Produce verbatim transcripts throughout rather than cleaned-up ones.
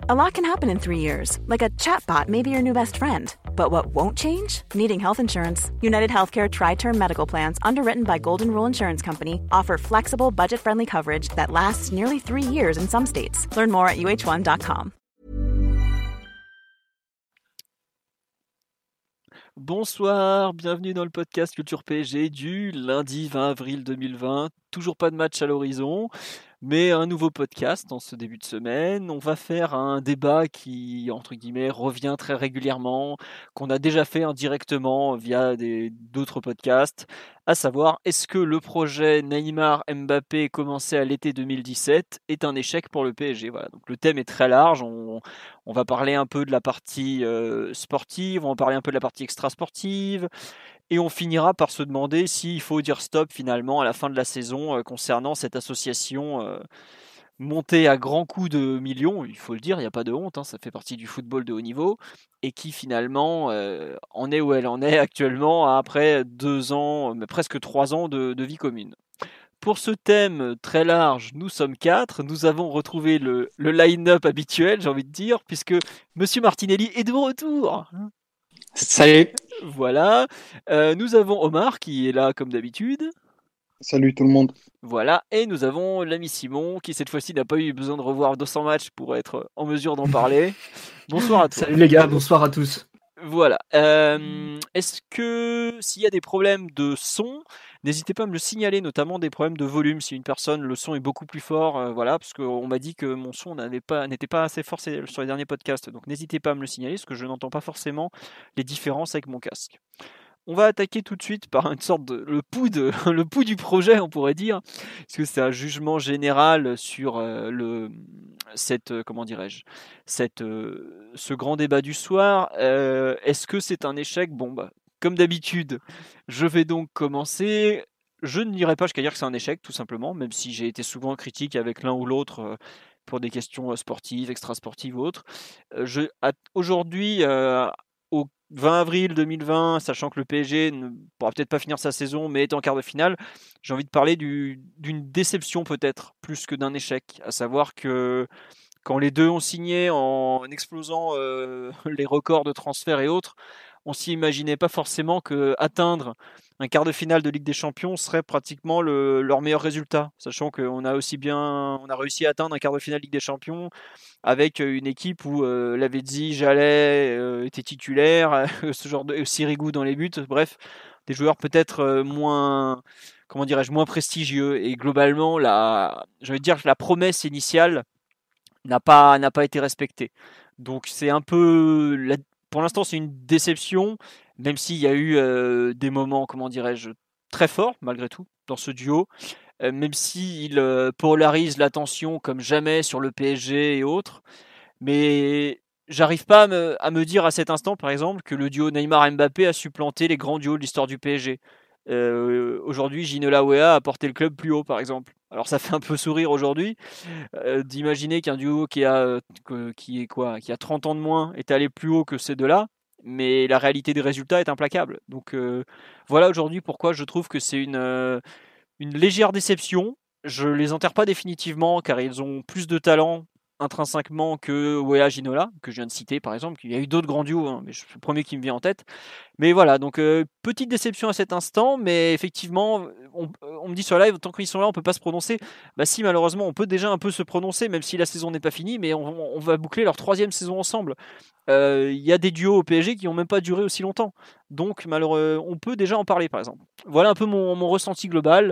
A lot can happen in three years, like a chatbot may be your new best friend. But what won't change? Needing health insurance. United Healthcare Tri-Term Medical Plans, underwritten by Golden Rule Insurance Company, offer flexible, budget-friendly coverage that lasts nearly three years in some states. Learn more at U H one dot com. Bonsoir, bienvenue dans le podcast Culture P S G du lundi vingt avril deux mille vingt. Toujours pas de match à l'horizon, mais un nouveau podcast en ce début de semaine. On va faire un débat qui, entre guillemets, revient très régulièrement, qu'on a déjà fait indirectement via des, d'autres podcasts, à savoir, est-ce que le projet Neymar-Mbappé commencé à l'été deux mille dix-sept est un échec pour le P S G? Voilà, donc le thème est très large, on, on va parler un peu de la partie euh, sportive, on va parler un peu de la partie extra-sportive, et on finira par se demander s'il faut dire stop finalement à la fin de la saison euh, concernant cette association euh, montée à grands coups de millions, il faut le dire, il n'y a pas de honte, hein, ça fait partie du football de haut niveau, et qui finalement euh, en est où elle en est actuellement après deux ans, mais presque trois ans de, de vie commune. Pour ce thème très large, nous sommes quatre, nous avons retrouvé le, le line-up habituel, j'ai envie de dire, puisque Monsieur Martinelli est de retour. Salut. Voilà, euh, nous avons Omar qui est là comme d'habitude. Salut tout le monde. Voilà, et nous avons l'ami Simon qui cette fois-ci n'a pas eu besoin de revoir deux cents matchs pour être en mesure d'en parler. Bonsoir à tous. Salut les gars, bonsoir à tous. Voilà, euh, est-ce que s'il y a des problèmes de son, n'hésitez pas à me le signaler, notamment des problèmes de volume, si une personne, le son est beaucoup plus fort, euh, voilà, parce qu'on m'a dit que mon son n'avait pas, n'était pas assez fort sur les derniers podcasts, donc n'hésitez pas à me le signaler, parce que je n'entends pas forcément les différences avec mon casque. On va attaquer tout de suite par une sorte de le pouls de le pouls du projet, on pourrait dire, parce que c'est un jugement général sur euh, le cette euh, comment dirais-je cette euh, ce grand débat du soir. Euh, est-ce que c'est un échec? Bon bah comme d'habitude, je vais donc commencer. Je ne dirais pas jusqu'à dire que c'est un échec, tout simplement, même si j'ai été souvent critique avec l'un ou l'autre euh, pour des questions sportives, extra-sportives ou autres. Euh, je à, aujourd'hui euh, au vingt avril deux mille vingt, sachant que le P S G ne pourra peut-être pas finir sa saison, mais est en quart de finale, j'ai envie de parler du, d'une déception peut-être, plus que d'un échec. À savoir que quand les deux ont signé en explosant euh, les records de transferts et autres, on s'y imaginait pas forcément que atteindre un quart de finale de Ligue des Champions serait pratiquement le, leur meilleur résultat, sachant qu'on a aussi bien, on a réussi à atteindre un quart de finale Ligue des Champions avec une équipe où euh, Lavezzi, Jallet euh, étaient titulaires, ce genre de Sirigu dans les buts, bref, des joueurs peut-être euh, moins, comment dirais-je, moins prestigieux. Et globalement, la, j'ai envie de dire que la promesse initiale n'a pas n'a pas été respectée. Donc c'est un peu, la, pour l'instant, c'est une déception, même s'il y a eu euh, des moments, comment dirais-je, très forts malgré tout dans ce duo. Euh, même s'il euh, polarise l'attention comme jamais sur le P S G et autres. Mais j'arrive pas à me, à me dire à cet instant, par exemple, que le duo Neymar-Mbappé a supplanté les grands duos de l'histoire du P S G. Euh, aujourd'hui, Ginola Weah a porté le club plus haut, par exemple. Alors ça fait un peu sourire aujourd'hui euh, d'imaginer qu'un duo qui a, euh, qui est quoi, qui a trente ans de moins est allé plus haut que ces deux-là. Mais la réalité des résultats est implacable. Donc euh, voilà aujourd'hui pourquoi je trouve que c'est une... Euh, une légère déception. Je les enterre pas définitivement car ils ont plus de talent intrinsèquement que Weah, Ginola, que je viens de citer par exemple. Il y a eu d'autres grands duos, hein, mais c'est le premier qui me vient en tête. Mais voilà, donc euh, petite déception à cet instant, mais effectivement, on, on me dit sur live, tant qu'ils sont là, on peut pas se prononcer. Bah si, malheureusement, on peut déjà un peu se prononcer, même si la saison n'est pas finie, mais on, on va boucler leur troisième saison ensemble. Il euh, y a des duos au P S G qui n'ont même pas duré aussi longtemps. Donc, malheureux, on peut déjà en parler, par exemple. Voilà un peu mon, mon ressenti global.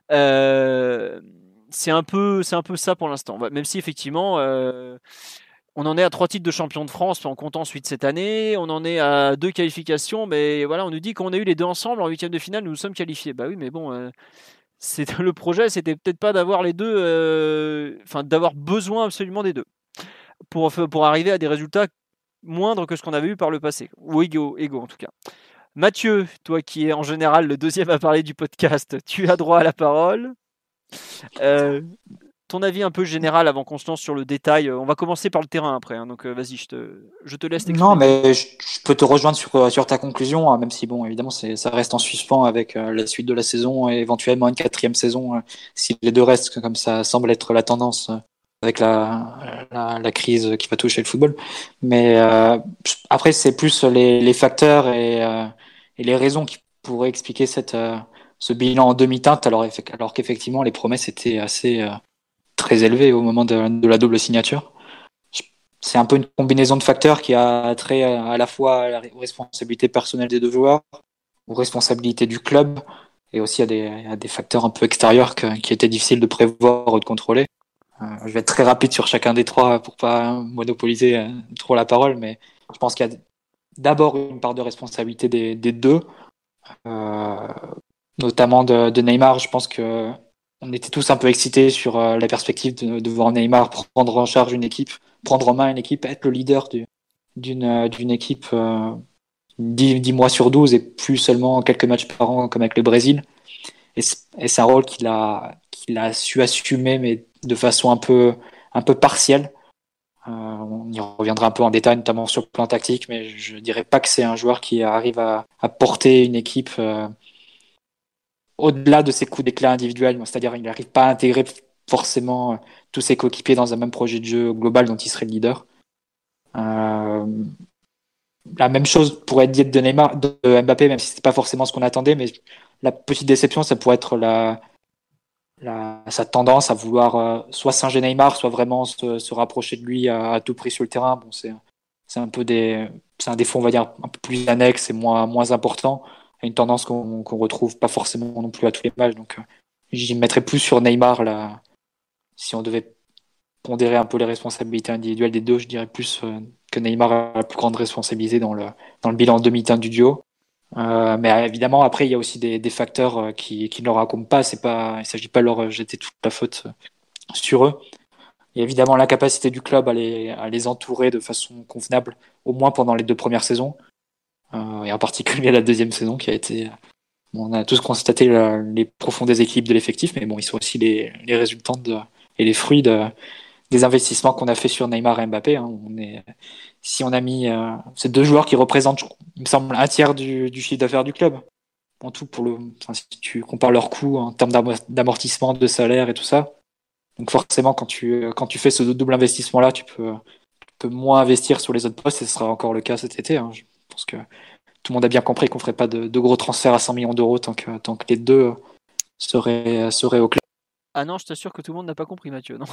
Euh, c'est, un peu, c'est un peu ça pour l'instant. Même si, effectivement, euh, on en est à trois titres de champion de France en comptant ensuite cette année. On en est à deux qualifications. Mais voilà, on nous dit qu'on a eu les deux ensemble en huitième de finale, nous nous sommes qualifiés. Bah oui, mais bon... Euh, c'est, le projet, c'était peut-être pas d'avoir les deux... Enfin, euh, d'avoir besoin absolument des deux. Pour, pour arriver à des résultats moindre que ce qu'on avait eu par le passé, ou égaux, égaux en tout cas. Mathieu, toi qui es en général le deuxième à parler du podcast, tu as droit à la parole. Euh, ton avis un peu général avant qu'on se lance sur le détail. On va commencer par le terrain après, hein, donc euh, vas-y, je te, je te laisse t'exprimer. Non, mais je, je peux te rejoindre sur, sur ta conclusion, hein, même si, bon, évidemment, c'est, ça reste en suspens avec euh, la suite de la saison et éventuellement une quatrième saison, euh, si les deux restent comme ça semble être la tendance. avec la, la, la crise qui va toucher le football. Mais euh, après, c'est plus les, les facteurs et, euh, et les raisons qui pourraient expliquer cette, euh, ce bilan en demi-teinte, alors, alors qu'effectivement, les promesses étaient assez euh, très élevées au moment de, de la double signature. C'est un peu une combinaison de facteurs qui a trait à la fois à la responsabilité personnelle des deux joueurs, aux responsabilités du club, et aussi à des, à des facteurs un peu extérieurs que, qui étaient difficiles de prévoir ou de contrôler. Euh, je vais être très rapide sur chacun des trois pour pas monopoliser euh, trop la parole, mais je pense qu'il y a d'abord une part de responsabilité des, des deux, euh, notamment de, de Neymar. Je pense que on était tous un peu excités sur euh, la perspective de, de voir Neymar prendre en charge une équipe, prendre en main une équipe, être le leader du, d'une, euh, d'une équipe euh, dix mois sur douze et plus seulement quelques matchs par an comme avec le Brésil. Et c'est, et c'est un rôle qu'il a, qu'il a su assumer, mais de façon un peu, un peu partielle. Euh, on y reviendra un peu en détail, notamment sur le plan tactique, mais je dirais pas que c'est un joueur qui arrive à, à porter une équipe euh, au-delà de ses coups d'éclat individuels. C'est-à-dire qu'il n'arrive pas à intégrer forcément euh, tous ses coéquipiers dans un même projet de jeu global dont il serait le leader. Euh, la même chose pourrait être dite de Neymar, de Mbappé, même si c'est pas forcément ce qu'on attendait, mais la petite déception, ça pourrait être la, la, sa tendance à vouloir euh, soit singer Neymar, soit vraiment se, se rapprocher de lui à, à tout prix sur le terrain. Bon, c'est, c'est un peu des, c'est un défaut, on va dire, un peu plus annexe et moins, moins important. Et une tendance qu'on, qu'on retrouve pas forcément non plus à tous les matchs. Donc, euh, j'y mettrais plus sur Neymar, là. Si on devait pondérer un peu les responsabilités individuelles des deux, je dirais plus euh, que Neymar a la plus grande responsabilité dans le, dans le bilan demi-teinte du duo. Euh, mais évidemment, après, il y a aussi des, des facteurs euh, qui, qui ne leur racontent pas. C'est pas, il ne s'agit pas de leur jeter toute la faute euh, sur eux. Il y a évidemment l'incapacité du club à les, à les entourer de façon convenable, au moins pendant les deux premières saisons, euh, et en particulier la deuxième saison qui a été. On a tous constaté la, les profonds déséquilibres de l'effectif, mais bon, ils sont aussi les, les résultats de, et les fruits de, des investissements qu'on a fait sur Neymar et Mbappé. Hein. On est, si on a mis euh, ces deux joueurs qui représentent, il me semble, un tiers du, du chiffre d'affaires du club. En tout, pour le, enfin, si tu compares leurs coûts en termes d'amortissement, de salaire et tout ça. Donc forcément, quand tu, quand tu fais ce double investissement-là, tu peux, tu peux moins investir sur les autres postes, et ce sera encore le cas cet été. Hein. Je pense que tout le monde a bien compris qu'on ferait pas de, de gros transferts à cent millions d'euros tant que, tant que les deux seraient, seraient au club. Ah non, je t'assure que tout le monde n'a pas compris, Mathieu, non.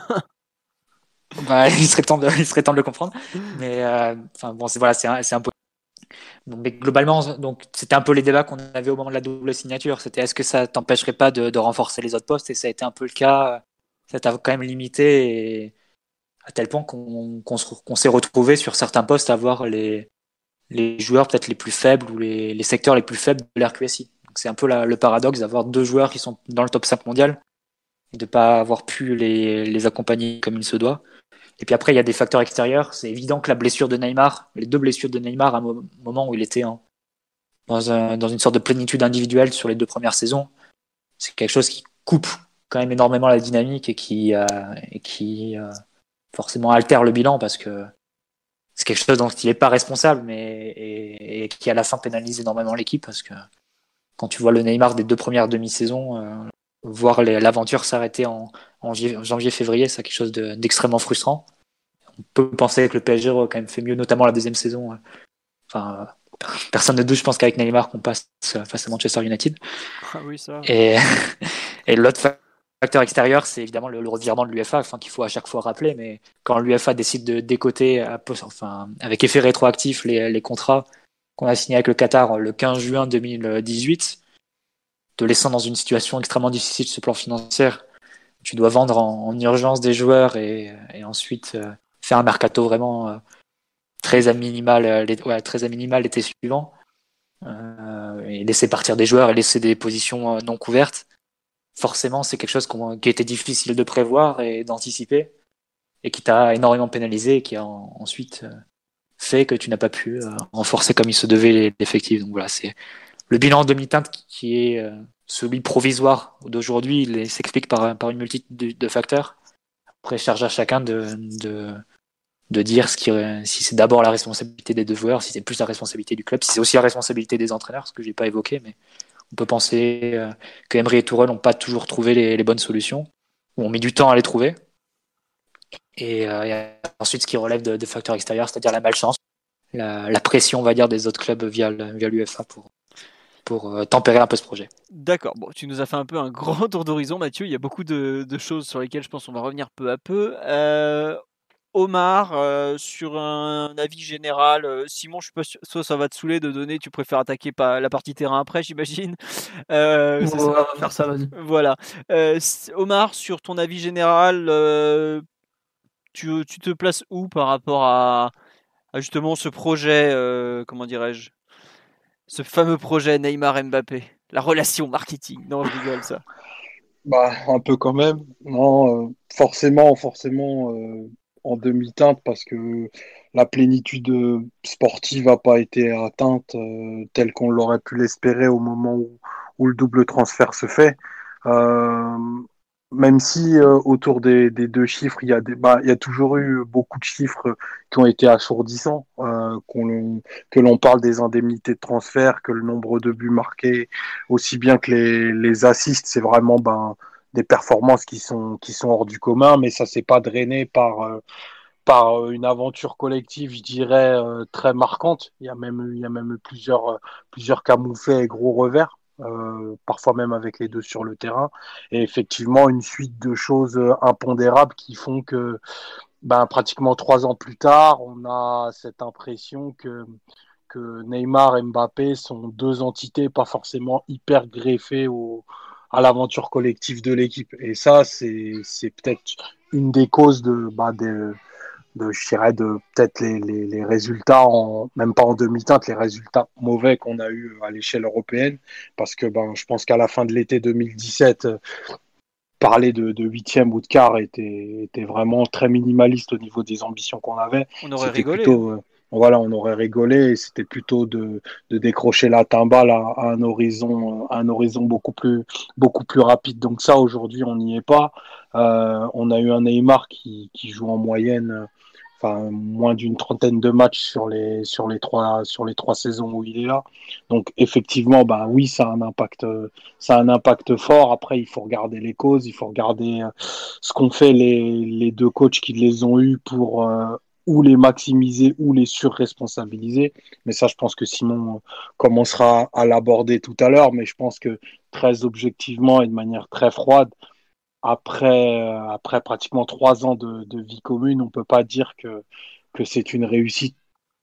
Bah, il serait temps de, il serait temps de le comprendre. Mais euh, enfin bon, c'est voilà, c'est un, c'est un peu. Donc, mais globalement, donc c'était un peu les débats qu'on avait au moment de la double signature. C'était est-ce que ça t'empêcherait pas de, de renforcer les autres postes, et ça a été un peu le cas. Ça t'a quand même limité, et à tel point qu'on, qu'on, se, qu'on s'est retrouvé sur certains postes à voir les, les joueurs peut-être les plus faibles ou les, les secteurs les plus faibles de l'R Q S I. Donc c'est un peu la, le paradoxe d'avoir deux joueurs qui sont dans le top cinq mondial et de pas avoir pu les, les accompagner comme il se doit. Et puis après, il y a des facteurs extérieurs. C'est évident que la blessure de Neymar, les deux blessures de Neymar à un moment où il était en, dans, un, dans une sorte de plénitude individuelle sur les deux premières saisons, c'est quelque chose qui coupe quand même énormément la dynamique et qui, euh, et qui euh, forcément altère le bilan, parce que c'est quelque chose dont il n'est pas responsable, mais et, et qui à la fin pénalise énormément l'équipe, parce que quand tu vois le Neymar des deux premières demi-saisons, euh, voir les, l'aventure s'arrêter en, en janvier-février, c'est quelque chose de, d'extrêmement frustrant. On peut penser que le P S G aurait quand même fait mieux, notamment la deuxième saison. Enfin, personne ne doute, je pense, qu'avec Neymar qu'on passe face à Manchester United. Ah oui, ça. Et, et l'autre facteur extérieur, c'est évidemment le, le revirement de l'U F A, enfin, qu'il faut à chaque fois rappeler. Mais quand l'U F A décide de décoter, enfin, avec effet rétroactif, les, les contrats qu'on a signés avec le Qatar le quinze juin deux mille dix-huit, te laissant dans une situation extrêmement difficile sur le plan financier, tu dois vendre en, en urgence des joueurs et, et ensuite euh, faire un mercato vraiment euh, très à minimal, euh, ouais, très à minimal l'été suivant, euh, et laisser partir des joueurs et laisser des positions euh, non couvertes. Forcément, c'est quelque chose qui était difficile de prévoir et d'anticiper, et qui t'a énormément pénalisé, et qui a en, ensuite euh, fait que tu n'as pas pu euh, renforcer comme il se devait l'effectif. Donc voilà, c'est le bilan en demi-teinte qui est euh, celui provisoire d'aujourd'hui. Il s'explique par, par une multitude de, de facteurs. Après, charge à chacun de, de, de dire ce qui, si c'est d'abord la responsabilité des deux joueurs, si c'est plus la responsabilité du club, si c'est aussi la responsabilité des entraîneurs, ce que j'ai pas évoqué, mais on peut penser euh, que Emery et Tourelle n'ont pas toujours trouvé les, les bonnes solutions, ou ont mis du temps à les trouver. Et, euh, et ensuite, ce qui relève de, de facteurs extérieurs, c'est-à-dire la malchance, la, la pression, on va dire, des autres clubs via, via l'U E F A pour, pour euh, tempérer un peu ce projet. D'accord, bon, tu nous as fait un peu un grand tour d'horizon, Mathieu. Il y a beaucoup de, de choses sur lesquelles je pense qu'on va revenir peu à peu. Euh, Omar, euh, sur un avis général, euh, Simon, je suis pas sûr, soit ça va te saouler de donner, tu préfères attaquer pas la partie terrain après, j'imagine. Euh, Ouais, c'est ouais, ça. on va faire ça, vas-y. Voilà. Euh, Omar, sur ton avis général, euh, tu, tu te places où par rapport à, à justement ce projet, euh, comment dirais-je, ce fameux projet Neymar-Mbappé, la relation marketing. Non, je rigole ça. Bah, un peu quand même. Non, euh, forcément, forcément euh, en demi-teinte parce que la plénitude euh, sportive n'a pas été atteinte euh, telle qu'on l'aurait pu l'espérer au moment où, où le double transfert se fait. Euh, Même si euh, autour des, des deux chiffres, il y a des, bah, il y a toujours eu beaucoup de chiffres qui ont été assourdissants, euh, qu'on, que l'on parle des indemnités de transfert, que le nombre de buts marqués, aussi bien que les, les assists, c'est vraiment ben, des performances qui sont, qui sont hors du commun, mais ça s'est pas drainé par, euh, par une aventure collective, je dirais, euh, très marquante. Il y a même, il y a même eu plusieurs, euh, plusieurs camouflets et gros revers. Euh, parfois même avec les deux sur le terrain, et effectivement une suite de choses euh, impondérables qui font que ben, pratiquement trois ans plus tard, on a cette impression que, que Neymar et Mbappé sont deux entités pas forcément hyper greffées au, à l'aventure collective de l'équipe. Et ça, c'est, c'est peut-être une des causes de, bah, de, de, je dirais, de peut-être les, les, les résultats, en, même pas en demi-teinte, les résultats mauvais qu'on a eu à l'échelle européenne. Parce que ben, je pense qu'à la fin de l'été deux mille dix-sept, parler de, de huitième ou de quart était, était vraiment très minimaliste au niveau des ambitions qu'on avait. On aurait C'était rigolé. Hein. plutôt, euh, voilà, on aurait rigolé et c'était plutôt de, de décrocher la timbale à, à un horizon, à un horizon beaucoup plus, beaucoup plus rapide. Donc ça, aujourd'hui, on n'y est pas. Euh, on a eu un Neymar qui, qui joue en moyenne, enfin moins d'une trentaine de matchs sur les sur les trois sur les trois saisons où il est là. Donc effectivement, bah oui, ça a un impact, euh, ça a un impact fort. Après, il faut regarder les causes, il faut regarder euh, ce qu'ont fait les les deux coachs qui les ont eus pour euh, ou les maximiser ou les surresponsabiliser. Mais ça, je pense que Simon commencera à l'aborder tout à l'heure. Mais je pense que très objectivement et de manière très froide, après, euh, après pratiquement trois ans de, de vie commune, on peut pas dire que, que c'est une réussite.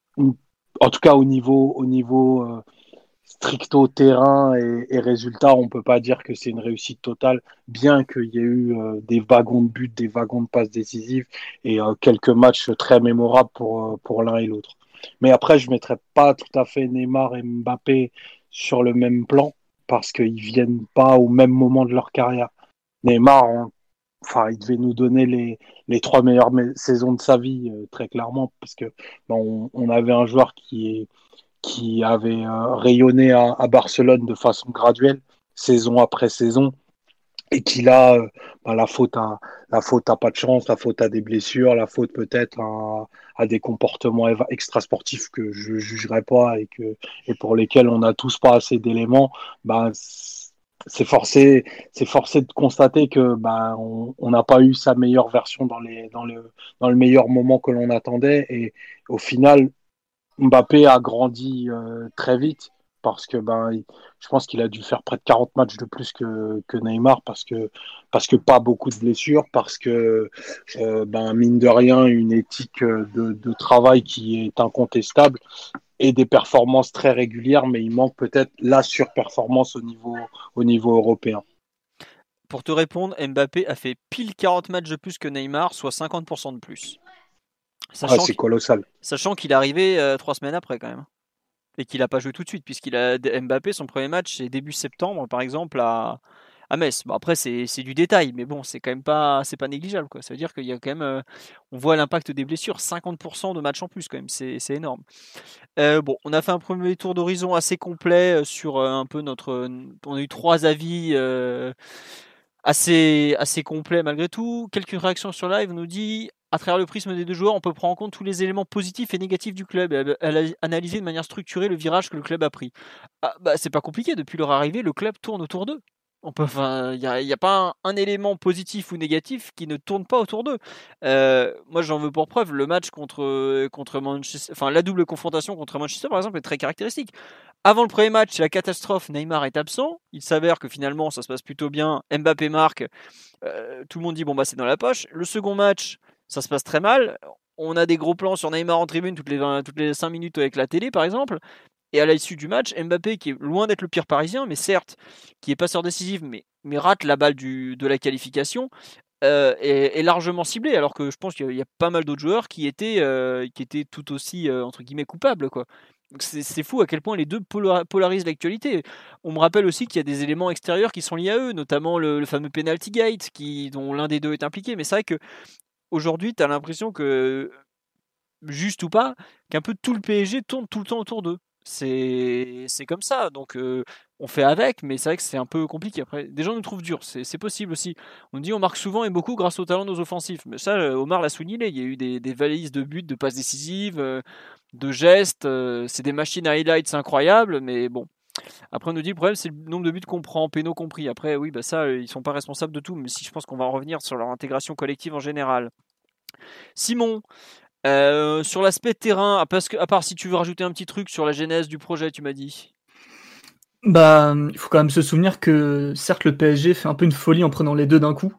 En tout cas, au niveau, au niveau euh, stricto terrain et, et résultat, on peut pas dire que c'est une réussite totale, bien qu'il y ait eu euh, des wagons de buts, des wagons de passes décisives et euh, quelques matchs très mémorables pour, euh, pour l'un et l'autre. Mais après, je mettrais pas tout à fait Neymar et Mbappé sur le même plan parce qu'ils viennent pas au même moment de leur carrière. Neymar, on- enfin, il devait nous donner les, les trois meilleures me- saisons de sa vie, euh, très clairement, parce que bon, on, on avait un joueur qui, est, qui avait euh, rayonné à, à Barcelone de façon graduelle, saison après saison, et qui là, euh, ben, la faute à la faute à pas de chance, la faute à des blessures, la faute peut-être à, à des comportements éva- extrasportifs que je jugerai pas et que et pour lesquels on n'a tous pas assez d'éléments, ben c'est forcé, c'est forcé de constater que ben on on n'a pas eu sa meilleure version dans les dans le dans le meilleur moment que l'on attendait et au final Mbappé a grandi euh, très vite parce que ben il- je pense qu'il a dû faire près de quarante matchs de plus que, que Neymar parce que parce que pas beaucoup de blessures parce que euh, ben mine de rien une éthique euh, de, de travail qui est incontestable et des performances très régulières mais il manque peut-être la surperformance au niveau au niveau européen. Pour te répondre, Mbappé a fait pile quarante matchs de plus que Neymar, soit cinquante pour cent de plus. Ah, Sachant c'est qu'il, colossal. sachant qu'il est arrivé euh, trois semaines après quand même. Et qu'il n'a pas joué tout de suite, puisqu'il a Mbappé, son premier match, c'est début septembre, par exemple, à, à Metz. Bon, après, c'est, c'est du détail, mais bon, c'est quand même pas, c'est pas négligeable, quoi. Ça veut dire qu'il y a quand même, euh, on voit l'impact des blessures, cinquante pour cent de matchs en plus, quand même, c'est, c'est énorme. Euh, bon, on a fait un premier tour d'horizon assez complet euh, sur euh, un peu notre, euh, on a eu trois avis euh, assez, assez complets malgré tout. Quelques réactions sur live, on nous dit à travers le prisme des deux joueurs, on peut prendre en compte tous les éléments positifs et négatifs du club et analyser de manière structurée le virage que le club a pris. Ah, bah, c'est pas compliqué, depuis leur arrivée, le club tourne autour d'eux. On peut, enfin, il n'y a, y a pas un, un élément positif ou négatif qui ne tourne pas autour d'eux. Euh, moi, j'en veux pour preuve le match contre, contre Manchester, enfin la double confrontation contre Manchester, par exemple, est très caractéristique. Avant le premier match, c'est la catastrophe. Neymar est absent. Il s'avère que finalement, ça se passe plutôt bien. Mbappé marque. Euh, tout le monde dit bon bah c'est dans la poche. Le second match, ça se passe très mal. On a des gros plans sur Neymar en tribune toutes les vingt, toutes les cinq minutes avec la télé, par exemple. Et à l'issue du match, Mbappé, qui est loin d'être le pire parisien, mais certes, qui est passeur décisif, mais, mais rate la balle du, de la qualification, euh, est, est largement ciblé, alors que je pense qu'il y a, il y a pas mal d'autres joueurs qui étaient, euh, qui étaient tout aussi, euh, entre guillemets, coupables, quoi. Donc c'est, c'est fou à quel point les deux polar- polarisent l'actualité. On me rappelle aussi qu'il y a des éléments extérieurs qui sont liés à eux, notamment le, le fameux penalty gate, qui, dont l'un des deux est impliqué. Mais c'est vrai que aujourd'hui, tu as l'impression que, juste ou pas, qu'un peu tout le P S G tourne tout le temps autour d'eux. C'est, c'est comme ça, donc euh, on fait avec, mais c'est vrai que c'est un peu compliqué. Après, des gens nous trouvent durs, c'est, c'est possible aussi. On dit on marque souvent et beaucoup grâce au talent de nos offensifs, mais ça, euh, Omar l'a souligné, il y a eu des, des valises de buts, de passes décisives, euh, de gestes, euh, c'est des machines à highlights incroyables, mais bon. Après, on nous dit le problème, c'est le nombre de buts qu'on prend, pénaux compris. Après, oui, bah ça, euh, ils sont pas responsables de tout, mais si je pense qu'on va en revenir sur leur intégration collective en général. Simon, euh, sur l'aspect terrain, parce que, à part si tu veux rajouter un petit truc sur la genèse du projet, tu m'as dit. Bah, il faut quand même se souvenir que certes le P S G fait un peu une folie en prenant les deux d'un coup.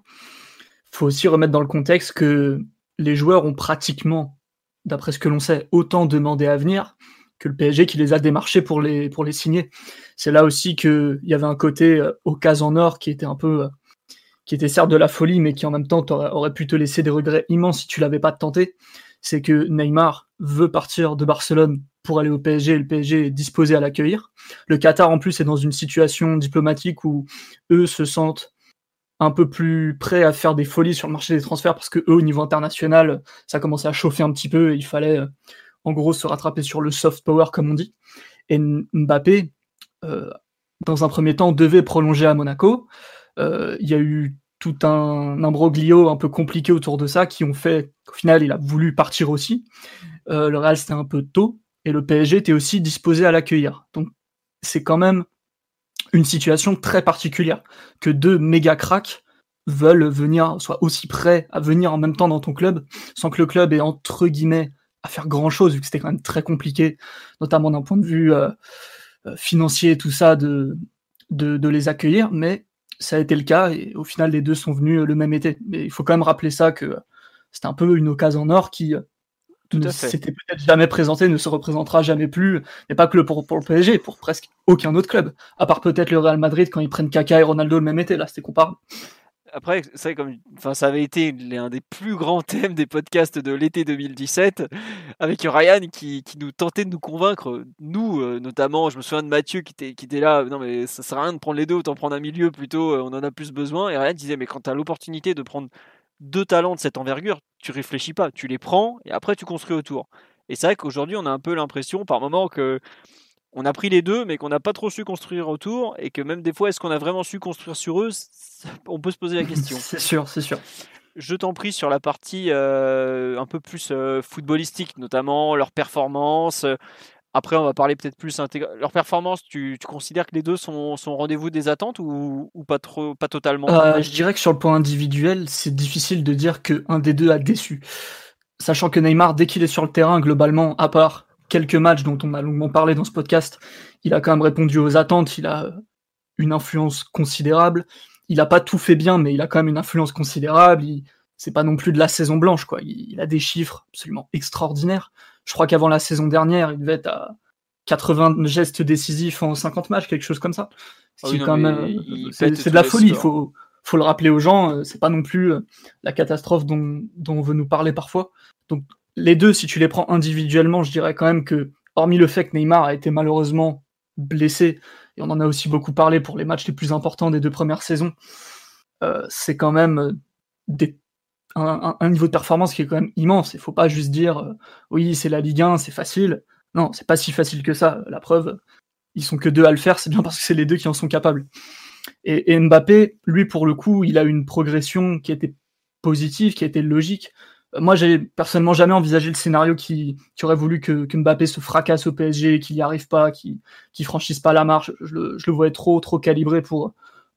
Il faut aussi remettre dans le contexte que les joueurs ont pratiquement, d'après ce que l'on sait, autant demandé à venir que le P S G qui les a démarchés pour les, pour les signer. C'est là aussi qu'il y avait un côté euh, occasion en or qui était un peu... Euh, qui était certes de la folie, mais qui en même temps aurait pu te laisser des regrets immenses si tu l'avais pas tenté. C'est que Neymar veut partir de Barcelone pour aller au P S G et le P S G est disposé à l'accueillir. Le Qatar, en plus, est dans une situation diplomatique où eux se sentent un peu plus prêts à faire des folies sur le marché des transferts parce que eux, au niveau international, ça commençait à chauffer un petit peu et il fallait, en gros, se rattraper sur le soft power, comme on dit. Et Mbappé, euh, dans un premier temps, devait prolonger à Monaco. Il euh, y a eu tout un imbroglio un peu compliqué autour de ça qui ont fait qu'au final il a voulu partir aussi. Euh, le Real c'était un peu tôt et le P S G était aussi disposé à l'accueillir. Donc c'est quand même une situation très particulière que deux méga cracks veulent venir, soient aussi prêts à venir en même temps dans ton club sans que le club ait entre guillemets à faire grand chose vu que c'était quand même très compliqué, notamment d'un point de vue euh, financier et tout ça de, de, de les accueillir, mais ça a été le cas et au final les deux sont venus le même été. Mais il faut quand même rappeler ça que c'était un peu une occasion en or qui Tout ne à fait. s'était peut-être jamais présentée, ne se représentera jamais plus, mais pas que pour, pour le P S G, pour presque aucun autre club, à part peut-être le Real Madrid quand ils prennent Kaka et Ronaldo le même été, là c'était comparable. Après, c'est comme, enfin, ça avait été l'un des plus grands thèmes des podcasts de l'été deux mille dix-sept, avec Ryan qui, qui nous tentait de nous convaincre, nous euh, notamment. Je me souviens de Mathieu qui était, qui était là. Non, mais ça sert à rien de prendre les deux, autant prendre un milieu plutôt. On en a plus besoin. Et Ryan disait, mais quand tu as l'opportunité de prendre deux talents de cette envergure, tu réfléchis pas, tu les prends et après tu construis autour. Et c'est vrai qu'aujourd'hui, on a un peu l'impression, par moment, que on a pris les deux, mais qu'on n'a pas trop su construire autour, et que même des fois, est-ce qu'on a vraiment su construire sur eux? On peut se poser la question. C'est sûr, c'est sûr. Je t'en prie sur la partie euh, un peu plus euh, footballistique, notamment leur performance. Après, on va parler peut-être plus intégr... leur performance. Tu, tu considères que les deux sont, sont au rendez-vous des attentes ou, ou pas trop, pas totalement? Euh, je dirais que sur le point individuel, c'est difficile de dire qu'un des deux a déçu. Sachant que Neymar, dès qu'il est sur le terrain, globalement, à part quelques matchs dont on a longuement parlé dans ce podcast, il a quand même répondu aux attentes, il a une influence considérable. Il a pas tout fait bien, mais il a quand même une influence considérable. Il... C'est pas non plus de la saison blanche, quoi. Il... il a des chiffres absolument extraordinaires. Je crois qu'avant la saison dernière, il devait être à quatre-vingts gestes décisifs en cinquante matchs, quelque chose comme ça. Ah oui, c'est non, quand même, il c'est, c'est de la folie. Il faut, faut le rappeler aux gens. C'est pas non plus la catastrophe dont, dont on veut nous parler parfois. Donc les deux, si tu les prends individuellement, je dirais quand même que, hormis le fait que Neymar a été malheureusement blessé, et on en a aussi beaucoup parlé pour les matchs les plus importants des deux premières saisons, euh, c'est quand même des, un, un, un niveau de performance qui est quand même immense. Il faut pas juste dire euh, oui, c'est la Ligue un, c'est facile. Non, c'est pas si facile que ça. La preuve, ils sont que deux à le faire, c'est bien parce que c'est les deux qui en sont capables. Et, et Mbappé, lui, pour le coup, il a une progression qui était positive, qui était logique. Moi, j'ai personnellement jamais envisagé le scénario qui, qui aurait voulu que, que Mbappé se fracasse au P S G, qu'il n'y arrive pas, qu'il, qu'il franchisse pas la marche. Je le, je le voyais trop, trop calibré pour,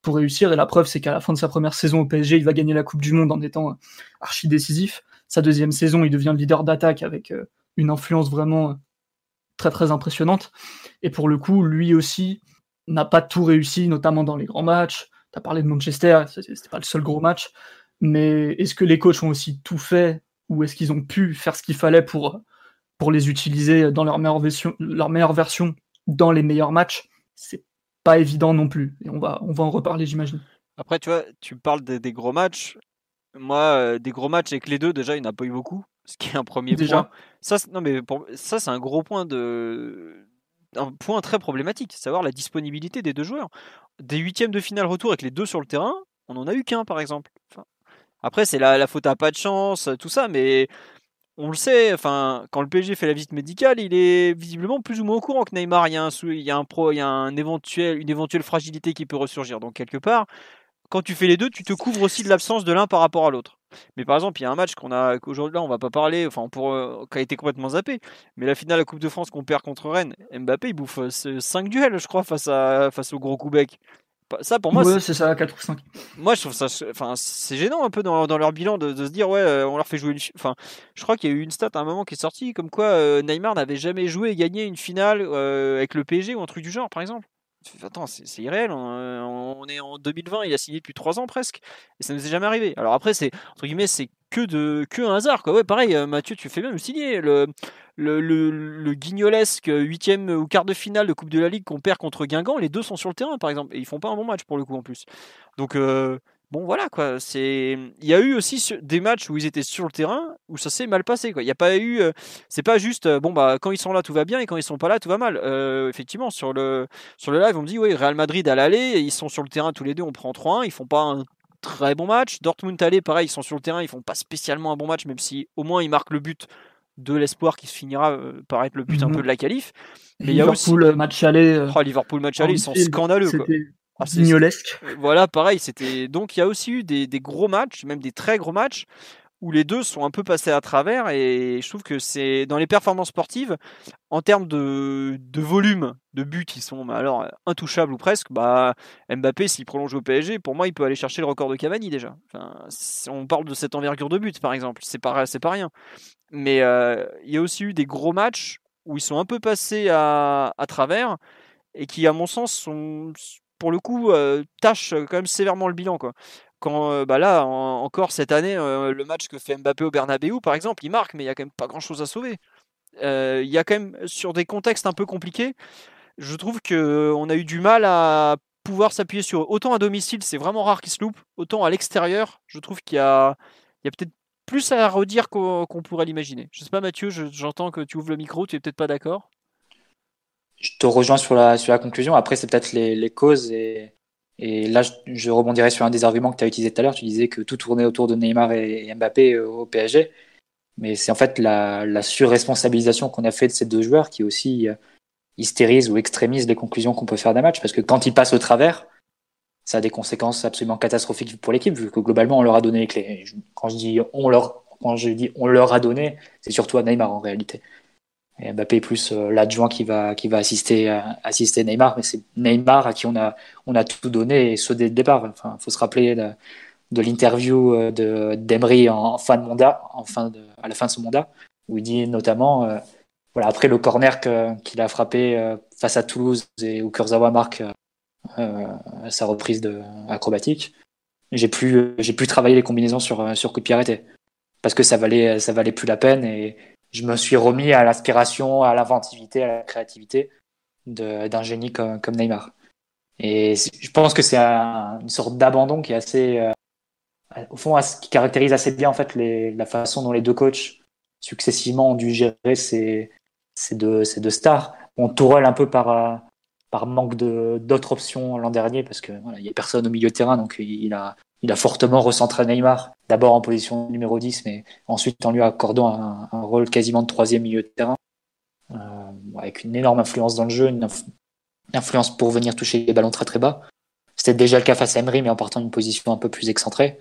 pour réussir. Et la preuve, c'est qu'à la fin de sa première saison au P S G, il va gagner la Coupe du Monde en étant archi décisif. Sa deuxième saison, il devient le leader d'attaque avec une influence vraiment très très impressionnante. Et pour le coup, lui aussi n'a pas tout réussi, notamment dans les grands matchs. Tu as parlé de Manchester, c'était pas le seul gros match. Mais est-ce que les coachs ont aussi tout fait, ou est-ce qu'ils ont pu faire ce qu'il fallait pour, pour les utiliser dans leur meilleure version, leur meilleure version dans les meilleurs matchs? C'est pas évident non plus. Et on va, on va en reparler, j'imagine. Après, tu vois, tu parles des, des gros matchs. Moi, euh, des gros matchs avec les deux, déjà, il n'y en a pas eu beaucoup. Ce qui est un premier Déjà. point. Ça, c'est- non, mais pour- ça, c'est un gros point de. Un point très problématique, c'est savoir la disponibilité des deux joueurs. Des huitièmes de finale retour avec les deux sur le terrain, on n'en a eu qu'un, par exemple. Enfin, après, c'est la, la faute à pas de chance, tout ça, mais on le sait. Enfin, quand le P S G fait la visite médicale, il est visiblement plus ou moins au courant que Neymar, il y a un, sou- il y a un pro, il y a un éventuel, une éventuelle fragilité qui peut ressurgir. Donc quelque part, quand tu fais les deux, tu te couvres aussi de l'absence de l'un par rapport à l'autre. Mais par exemple, il y a un match qu'on a qu'aujourd'hui là, on va pas parler, enfin pour euh, qui a été complètement zappé. Mais la finale de la Coupe de France qu'on perd contre Rennes, Mbappé il bouffe cinq duels, je crois, face à face au gros Koubek. Ça pour moi, Ouais, c'est, c'est ça, quatre ou cinq. moi je trouve ça, enfin c'est gênant un peu dans, dans leur bilan de, de se dire ouais, euh, on leur fait jouer une, fi- enfin je crois qu'il y a eu une stat à un moment qui est sortie comme quoi euh, Neymar n'avait jamais joué et gagné une finale euh, avec le P S G ou un truc du genre par exemple. Attends, c'est c'est irréel. On, on est en deux mille vingt, il a signé depuis trois ans presque, et ça ne nous est jamais arrivé. Alors après, c'est entre guillemets, c'est que de que un hasard, quoi. Ouais, pareil, euh, Mathieu, tu fais bien le signer le le, le, le guignolesque huitième ou quart de finale de Coupe de la Ligue qu'on perd contre Guingamp. Les deux sont sur le terrain, par exemple, et ils font pas un bon match pour le coup en plus. Donc euh, bon, voilà quoi. C'est il y a eu aussi ce- des matchs où ils étaient sur le terrain où ça s'est mal passé, quoi. Il y a pas eu, euh, c'est pas juste euh, bon bah quand ils sont là tout va bien et quand ils sont pas là tout va mal. Euh, effectivement, sur le sur le live, on me dit, oui, Real Madrid à l'aller, ils sont sur le terrain tous les deux, on prend trois un, ils font pas un très bon match. Dortmund aller, pareil, ils sont sur le terrain, ils font pas spécialement un bon match, même si au moins ils marquent le but de l'espoir qui se finira euh, par être le but un peu Mhm. de la qualif. Mais il y a aussi Liverpool, match aller, euh, oh, Liverpool match aller, ils sont Anfield, scandaleux, quoi. c'était Ah, c'est- guignolesque. euh, voilà, pareil, c'était donc il y a aussi eu des, des gros matchs, même des très gros matchs où les deux sont un peu passés à travers, et je trouve que c'est dans les performances sportives en termes de, de volume de buts qui sont bah, alors intouchables ou presque. Bah Mbappé, s'il prolonge au P S G, pour moi il peut aller chercher le record de Cavani déjà. Enfin, si on parle de cette envergure de buts par exemple, c'est pas c'est pas rien. Mais euh, il y a aussi eu des gros matchs où ils sont un peu passés à, à travers et qui, à mon sens, sont pour le coup euh, tâchent quand même sévèrement le bilan, quoi. Quand euh, bah là en- encore cette année, euh, le match que fait Mbappé au Bernabeu, par exemple, il marque, mais il y a quand même pas grand chose à sauver. Euh, Il y a quand même sur des contextes un peu compliqués, je trouve que on a eu du mal à pouvoir s'appuyer sur eux. Autant à domicile, c'est vraiment rare qu'ils se loupent, autant à l'extérieur, je trouve qu'il y a, il y a peut-être plus à redire qu'on qu'on pourrait l'imaginer. Je sais pas, Mathieu, je- j'entends que tu ouvres le micro, tu es peut-être pas d'accord. Je te rejoins sur la, sur la conclusion. Après, c'est peut-être les, les causes. Et, et là, je, je rebondirai sur un des arguments que tu as utilisé tout à l'heure. Tu disais que tout tournait autour de Neymar et, et Mbappé euh, au P S G. Mais c'est en fait la, la surresponsabilisation qu'on a fait de ces deux joueurs qui aussi euh, hystérise ou extrémise les conclusions qu'on peut faire d'un match. Parce que quand ils passent au travers, ça a des conséquences absolument catastrophiques pour l'équipe, vu que globalement, on leur a donné les clés. Quand je dis on leur, quand je dis on leur a donné, c'est surtout à Neymar en réalité. Et Mbappé est plus euh, l'adjoint qui va, qui va assister, euh, assister Neymar, mais c'est Neymar à qui on a, on a tout donné, et ce dès le départ. Enfin, faut se rappeler de, de l'interview euh, de d'Emery en fin de mandat, en fin de, à la fin de son mandat, où il dit notamment, euh, voilà, après le corner que, qu'il a frappé euh, face à Toulouse et où Kurzawa marque euh, sa reprise de, acrobatique, j'ai plus, j'ai plus travaillé les combinaisons sur, sur coup de pied arrêté parce que ça valait, ça valait plus la peine, et je me suis remis à l'aspiration, à l'inventivité, à la créativité de, d'un génie comme, comme Neymar. Et je pense que c'est un, une sorte d'abandon qui est assez, euh, au fond, qui caractérise assez bien en fait les, la façon dont les deux coachs successivement ont dû gérer ces, ces deux, ces deux stars. On Tourelle un peu par, euh, par manque de, d'autres options l'an dernier parce que voilà, il y a personne au milieu de terrain, donc il a, il a fortement recentré Neymar, d'abord en position numéro dix, mais ensuite en lui accordant un, un rôle quasiment de troisième milieu de terrain, euh, avec une énorme influence dans le jeu, une inf- influence pour venir toucher les ballons très très bas. C'était déjà le cas face à Emery, mais en partant d'une position un peu plus excentrée.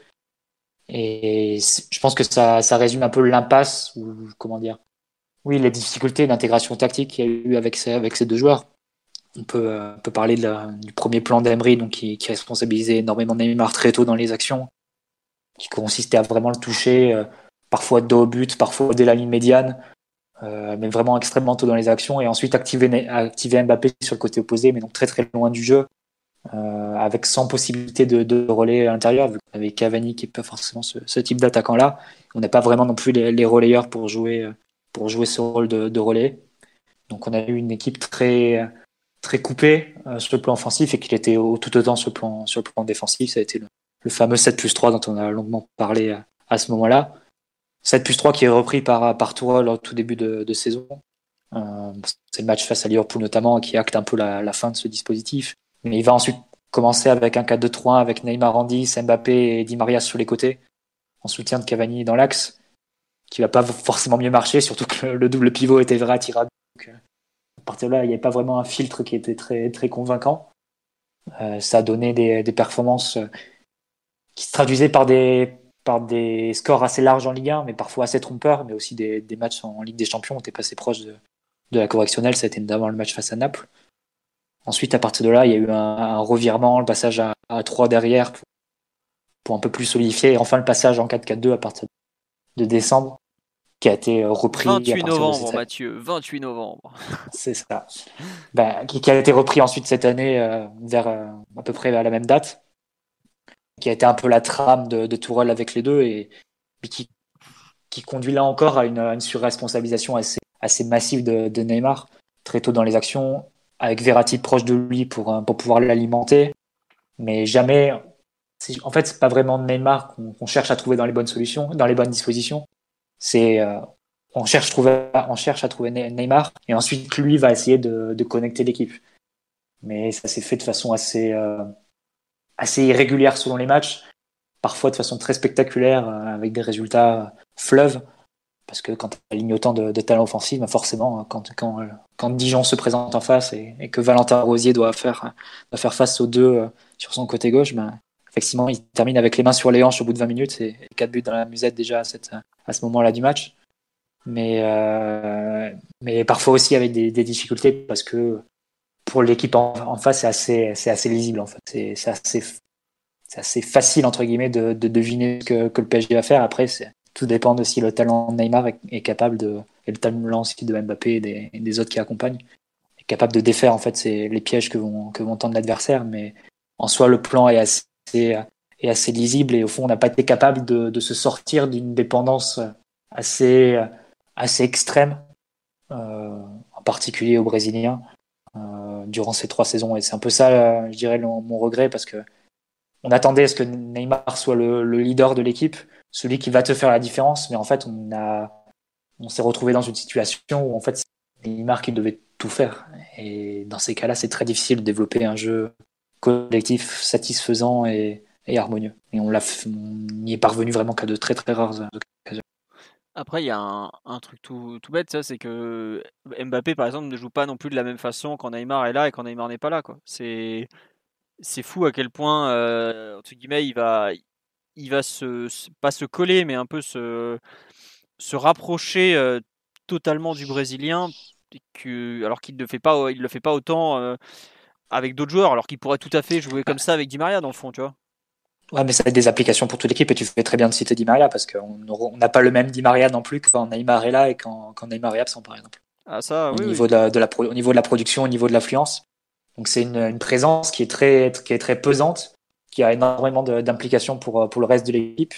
Et je pense que ça, ça résume un peu l'impasse, ou comment dire, oui, les difficultés d'intégration tactique qu'il y a eu avec ces, avec ces deux joueurs. on peut, euh, on peut parler de la, du premier plan d'Emery, donc qui, qui responsabilisait énormément Neymar très tôt dans les actions, qui consistait à vraiment le toucher, euh, parfois dos au but, parfois dès la ligne médiane, euh, mais vraiment extrêmement tôt dans les actions, et ensuite activer, activer Mbappé sur le côté opposé, mais donc très très loin du jeu, euh, avec sans possibilité de, de relais à l'intérieur, vu qu'on avait Cavani qui n'est pas forcément ce, ce type d'attaquant-là. On n'a pas vraiment non plus les, les relayeurs pour jouer, pour jouer ce rôle de, de relais. Donc on a eu une équipe très, très coupée euh, sur le plan offensif et qu'il était au, tout autant sur le plan, sur le plan défensif. Ça a été le, le fameux sept plus trois dont on a longuement parlé à, à ce moment-là. sept plus trois qui est repris par, par Tourelle au tout début de, de saison. Euh, c'est le match face à Liverpool notamment qui acte un peu la, la fin de ce dispositif. Mais il va ensuite commencer avec un quatre deux trois un avec Neymar en dix, Mbappé et Di Maria sur les côtés, en soutien de Cavani dans l'axe, qui va pas forcément mieux marcher, surtout que le, le double pivot était Verratti. Donc, à partir de là, il n'y avait pas vraiment un filtre qui était très, très convaincant. Euh, ça a donné des, des performances qui se traduisaient par des, par des scores assez larges en Ligue un, mais parfois assez trompeurs, mais aussi des, des matchs en Ligue des Champions où on était passé proche de, de la correctionnelle. Ça a été notamment le match face à Naples. Ensuite, à partir de là, il y a eu un, un revirement, le passage à, à trois derrière pour, pour un peu plus solidifier. Et enfin, le passage en quatre quatre deux à partir de décembre, qui a été repris vingt-huit à partir novembre, de cette... Mathieu, vingt-huit novembre. C'est ça. Ben, qui, qui a été repris ensuite cette année euh, vers euh, à peu près à la même date, qui a été un peu la trame de, de Tourelle avec les deux et, et qui, qui conduit là encore à une, une surresponsabilisation assez, assez massive de, de Neymar très tôt dans les actions, avec Verratti proche de lui pour, pour pouvoir l'alimenter, mais jamais. En fait, c'est pas vraiment Neymar qu'on, qu'on cherche à trouver dans les bonnes solutions, dans les bonnes dispositions. C'est euh, on cherche trouver, on cherche à trouver Neymar et ensuite lui va essayer de, de connecter l'équipe. Mais ça s'est fait de façon assez euh, assez irrégulière selon les matchs, parfois de façon très spectaculaire euh, avec des résultats fleuves. Parce que quand tu alignes autant de, de talents offensifs, bah forcément, quand, quand, quand Dijon se présente en face et, et que Valentin Rosier doit faire, doit faire face aux deux euh, sur son côté gauche, bah, effectivement, il termine avec les mains sur les hanches au bout de vingt minutes et, et quatre buts dans la musette déjà à, cette, à ce moment-là du match. Mais, euh, mais parfois aussi avec des, des difficultés parce que pour l'équipe en, en face, c'est assez, c'est assez lisible. En fait. c'est, c'est, assez, c'est assez facile, entre guillemets, de, de deviner ce que, que le P S G va faire. Après, c'est tout dépend de si le talent de Neymar est, est capable de, et le talent aussi de Mbappé et des, et des autres qui accompagnent, est capable de défaire en fait c'est les pièges que vont, que vont tendre l'adversaire. Mais en soi, le plan est assez, est assez lisible et au fond, on n'a pas été capable de, de se sortir d'une dépendance assez, assez extrême, euh, en particulier aux Brésiliens, euh, durant ces trois saisons. Et c'est un peu ça, je dirais, le, mon regret parce que on attendait à ce que Neymar soit le, le leader de l'équipe, celui qui va te faire la différence, mais en fait, on a, on s'est retrouvé dans une situation où en fait, c'est Neymar qui devait tout faire. Et dans ces cas-là, c'est très difficile de développer un jeu collectif satisfaisant et, et harmonieux. Et on l'a, on n'y est parvenu vraiment qu'à de très très rares occasions. Après, il y a un, un truc tout, tout bête, ça, c'est que Mbappé, par exemple, ne joue pas non plus de la même façon quand Neymar est là et quand Neymar n'est pas là, quoi. C'est, c'est fou à quel point, euh, entre guillemets, il va, il va se, se- pas se coller, mais un peu se, se rapprocher euh, totalement du Brésilien, que, alors qu'il ne fait pas, il le fait pas autant euh, avec d'autres joueurs, alors qu'il pourrait tout à fait jouer comme ça avec Di Maria dans le fond, tu vois. Ouais, mais ça a des applications pour toute l'équipe et tu fais très bien de citer Di Maria parce qu'on on n'a pas le même Di Maria non plus quand Neymar est là et quand, quand Neymar est absent, par exemple. Ah ça, Au oui, niveau oui. de la, de la pro- au niveau de la production, au niveau de l'affluence. Donc c'est une, une présence qui est très, qui est très pesante, qui a énormément de- d'implications pour, pour le reste de l'équipe,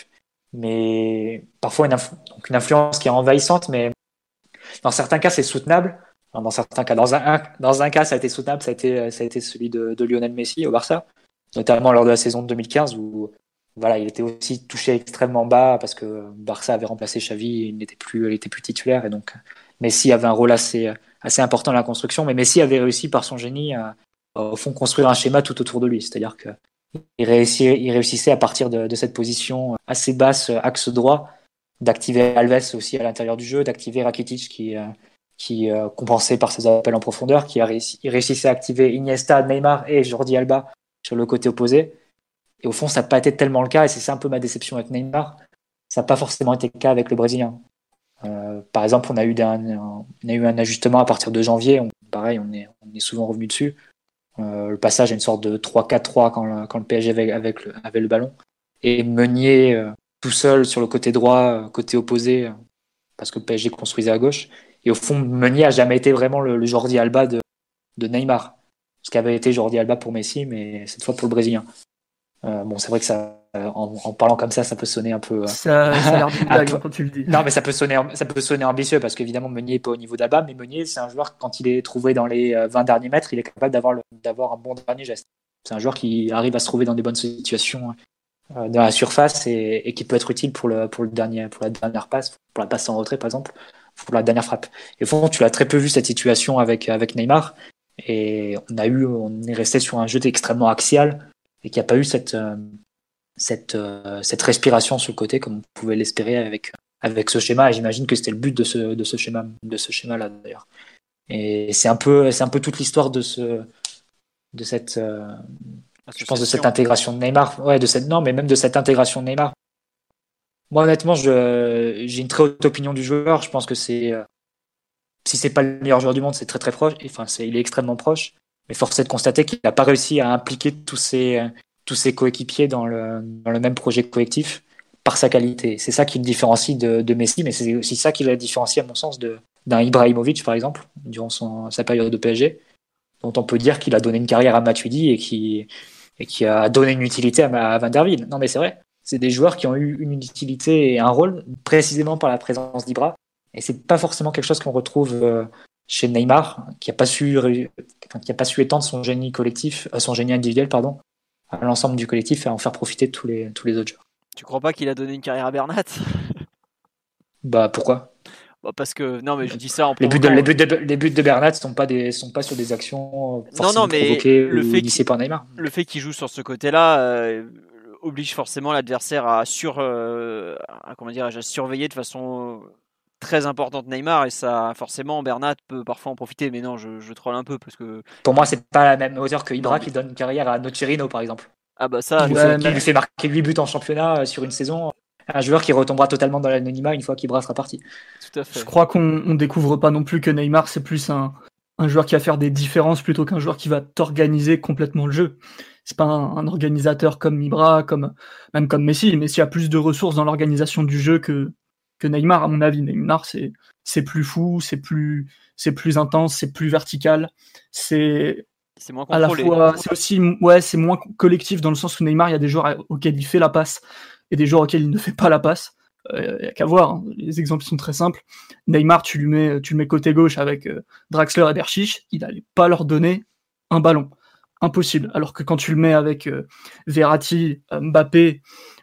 mais parfois une, influ- donc une influence qui est envahissante, mais dans certains cas c'est soutenable. Enfin, dans certains cas, dans un, dans un cas ça a été soutenable, ça a été, ça a été celui de, de Lionel Messi au Barça, notamment lors de la saison de deux mille quinze où voilà, il était aussi touché extrêmement bas parce que Barça avait remplacé Xavi, il n'était plus, il était plus titulaire et donc Messi avait un rôle assez, assez important dans la construction, mais Messi avait réussi par son génie à, au fond, construire un schéma tout autour de lui. C'est-à-dire que il réussissait, il réussissait à partir de, de cette position assez basse, axe droit, d'activer Alves aussi à l'intérieur du jeu, d'activer Rakitic qui, euh, qui euh, compensait par ses appels en profondeur, qui a réussi, il réussissait à activer Iniesta, Neymar et Jordi Alba sur le côté opposé. Et au fond, ça n'a pas été tellement le cas, et c'est ça un peu ma déception avec Neymar. Ça n'a pas forcément été le cas avec le Brésilien. Euh, par exemple, on a eu un, on a eu un ajustement à partir de janvier. On, pareil, on est, on est souvent revenu dessus. euh, le passage à une sorte de trois quatre trois quand le, quand le P S G avait, avec le, avait le ballon, et Meunier euh, tout seul sur le côté droit, euh, côté opposé, euh, parce que le P S G construisait à gauche. Et au fond, Meunier a jamais été vraiment le, le Jordi Alba de, de Neymar, ce qu'avait été Jordi Alba pour Messi, mais cette fois pour le Brésilien. Euh, bon, c'est vrai que ça, en, en parlant comme ça, ça peut sonner un peu. Ça, ça a l'air d'une blague quand tu le dis. Non, mais ça peut sonner, ça peut sonner ambitieux parce qu'évidemment Meunier n'est pas au niveau d'Alba, mais Meunier, c'est un joueur quand il est trouvé dans les vingt derniers mètres, il est capable d'avoir, le, d'avoir un bon dernier geste. C'est un joueur qui arrive à se trouver dans des bonnes situations euh, dans la surface et, et qui peut être utile pour le, pour le dernier, pour la dernière passe, pour la passe en retrait par exemple, pour la dernière frappe. Et au fond, tu l'as très peu vu cette situation avec avec Neymar, et on a eu, on est resté sur un jeu extrêmement axial et qui n'a pas eu cette euh, cette euh, cette respiration sur le côté comme on pouvait l'espérer avec avec ce schéma. Et j'imagine que c'était le but de ce de ce schéma de ce schéma là d'ailleurs. Et c'est un peu c'est un peu toute l'histoire de ce de cette euh, je pense de cette intégration de Neymar. Ouais, de cette non, mais même de cette intégration de Neymar. Moi honnêtement, je j'ai une très haute opinion du joueur. Je pense que c'est euh, si c'est pas le meilleur joueur du monde, c'est très très proche. Enfin, c'est il est extrêmement proche. Mais force est de constater qu'il n'a pas réussi à impliquer tous ses, tous ses coéquipiers dans le, dans le même projet collectif par sa qualité. C'est ça qui le différencie de, de Messi, mais c'est aussi ça qui le différencie, à mon sens, de, d'un Ibrahimovic, par exemple, durant son, sa période de P S G, dont on peut dire qu'il a donné une carrière à Matuidi et qui, et qui a donné une utilité à, à Van der Wiel. Non, mais c'est vrai. C'est des joueurs qui ont eu une utilité et un rôle précisément par la présence d'Ibra. Et c'est pas forcément quelque chose qu'on retrouve euh, chez Neymar, qui a pas su, enfin, qui a pas su étendre son génie collectif, euh, son génie individuel, pardon, à l'ensemble du collectif et à en faire profiter tous les tous les autres joueurs. Tu crois pas qu'il a donné une carrière à Bernat? Bah pourquoi? Bah parce que non, mais je dis ça en les buts de les buts de les buts de Bernat sont pas des sont pas sur des actions forcément non, non, mais provoquées le ou fait initiées par Neymar. Le fait qu'il joue sur ce côté-là euh, oblige forcément l'adversaire à sur euh, à, comment dire, à surveiller de façon très importante Neymar, et ça forcément Bernat peut parfois en profiter, mais non, je, je troll un peu parce que pour moi c'est pas la même hauteur que Ibra non, mais... qui donne une carrière à Nocerino par exemple. Ah bah ça, qui, ouais, fait, qui lui fait marquer huit buts en championnat sur une saison, un joueur qui retombera totalement dans l'anonymat une fois qu'Ibra sera parti. Tout à fait. Je crois qu'on on découvre pas non plus que Neymar c'est plus un, un joueur qui va faire des différences plutôt qu'un joueur qui va t'organiser complètement le jeu. C'est pas un, un organisateur comme Ibra, comme même comme Messi. Messi a plus de ressources dans l'organisation du jeu que que Neymar, à mon avis. Neymar, c'est, c'est plus fou, c'est plus, c'est plus intense, c'est plus vertical, c'est, c'est moins contrôlé. À la fois, c'est aussi, ouais, c'est moins collectif dans le sens où Neymar, il y a des joueurs auxquels il fait la passe et des joueurs auxquels il ne fait pas la passe. Il euh, n'y a qu'à voir, hein. Les exemples sont très simples. Neymar, tu lui mets, tu le mets côté gauche avec euh, Draxler et Berchiche, il n'allait pas leur donner un ballon. Impossible. Alors que quand tu le mets avec euh, Verratti, Mbappé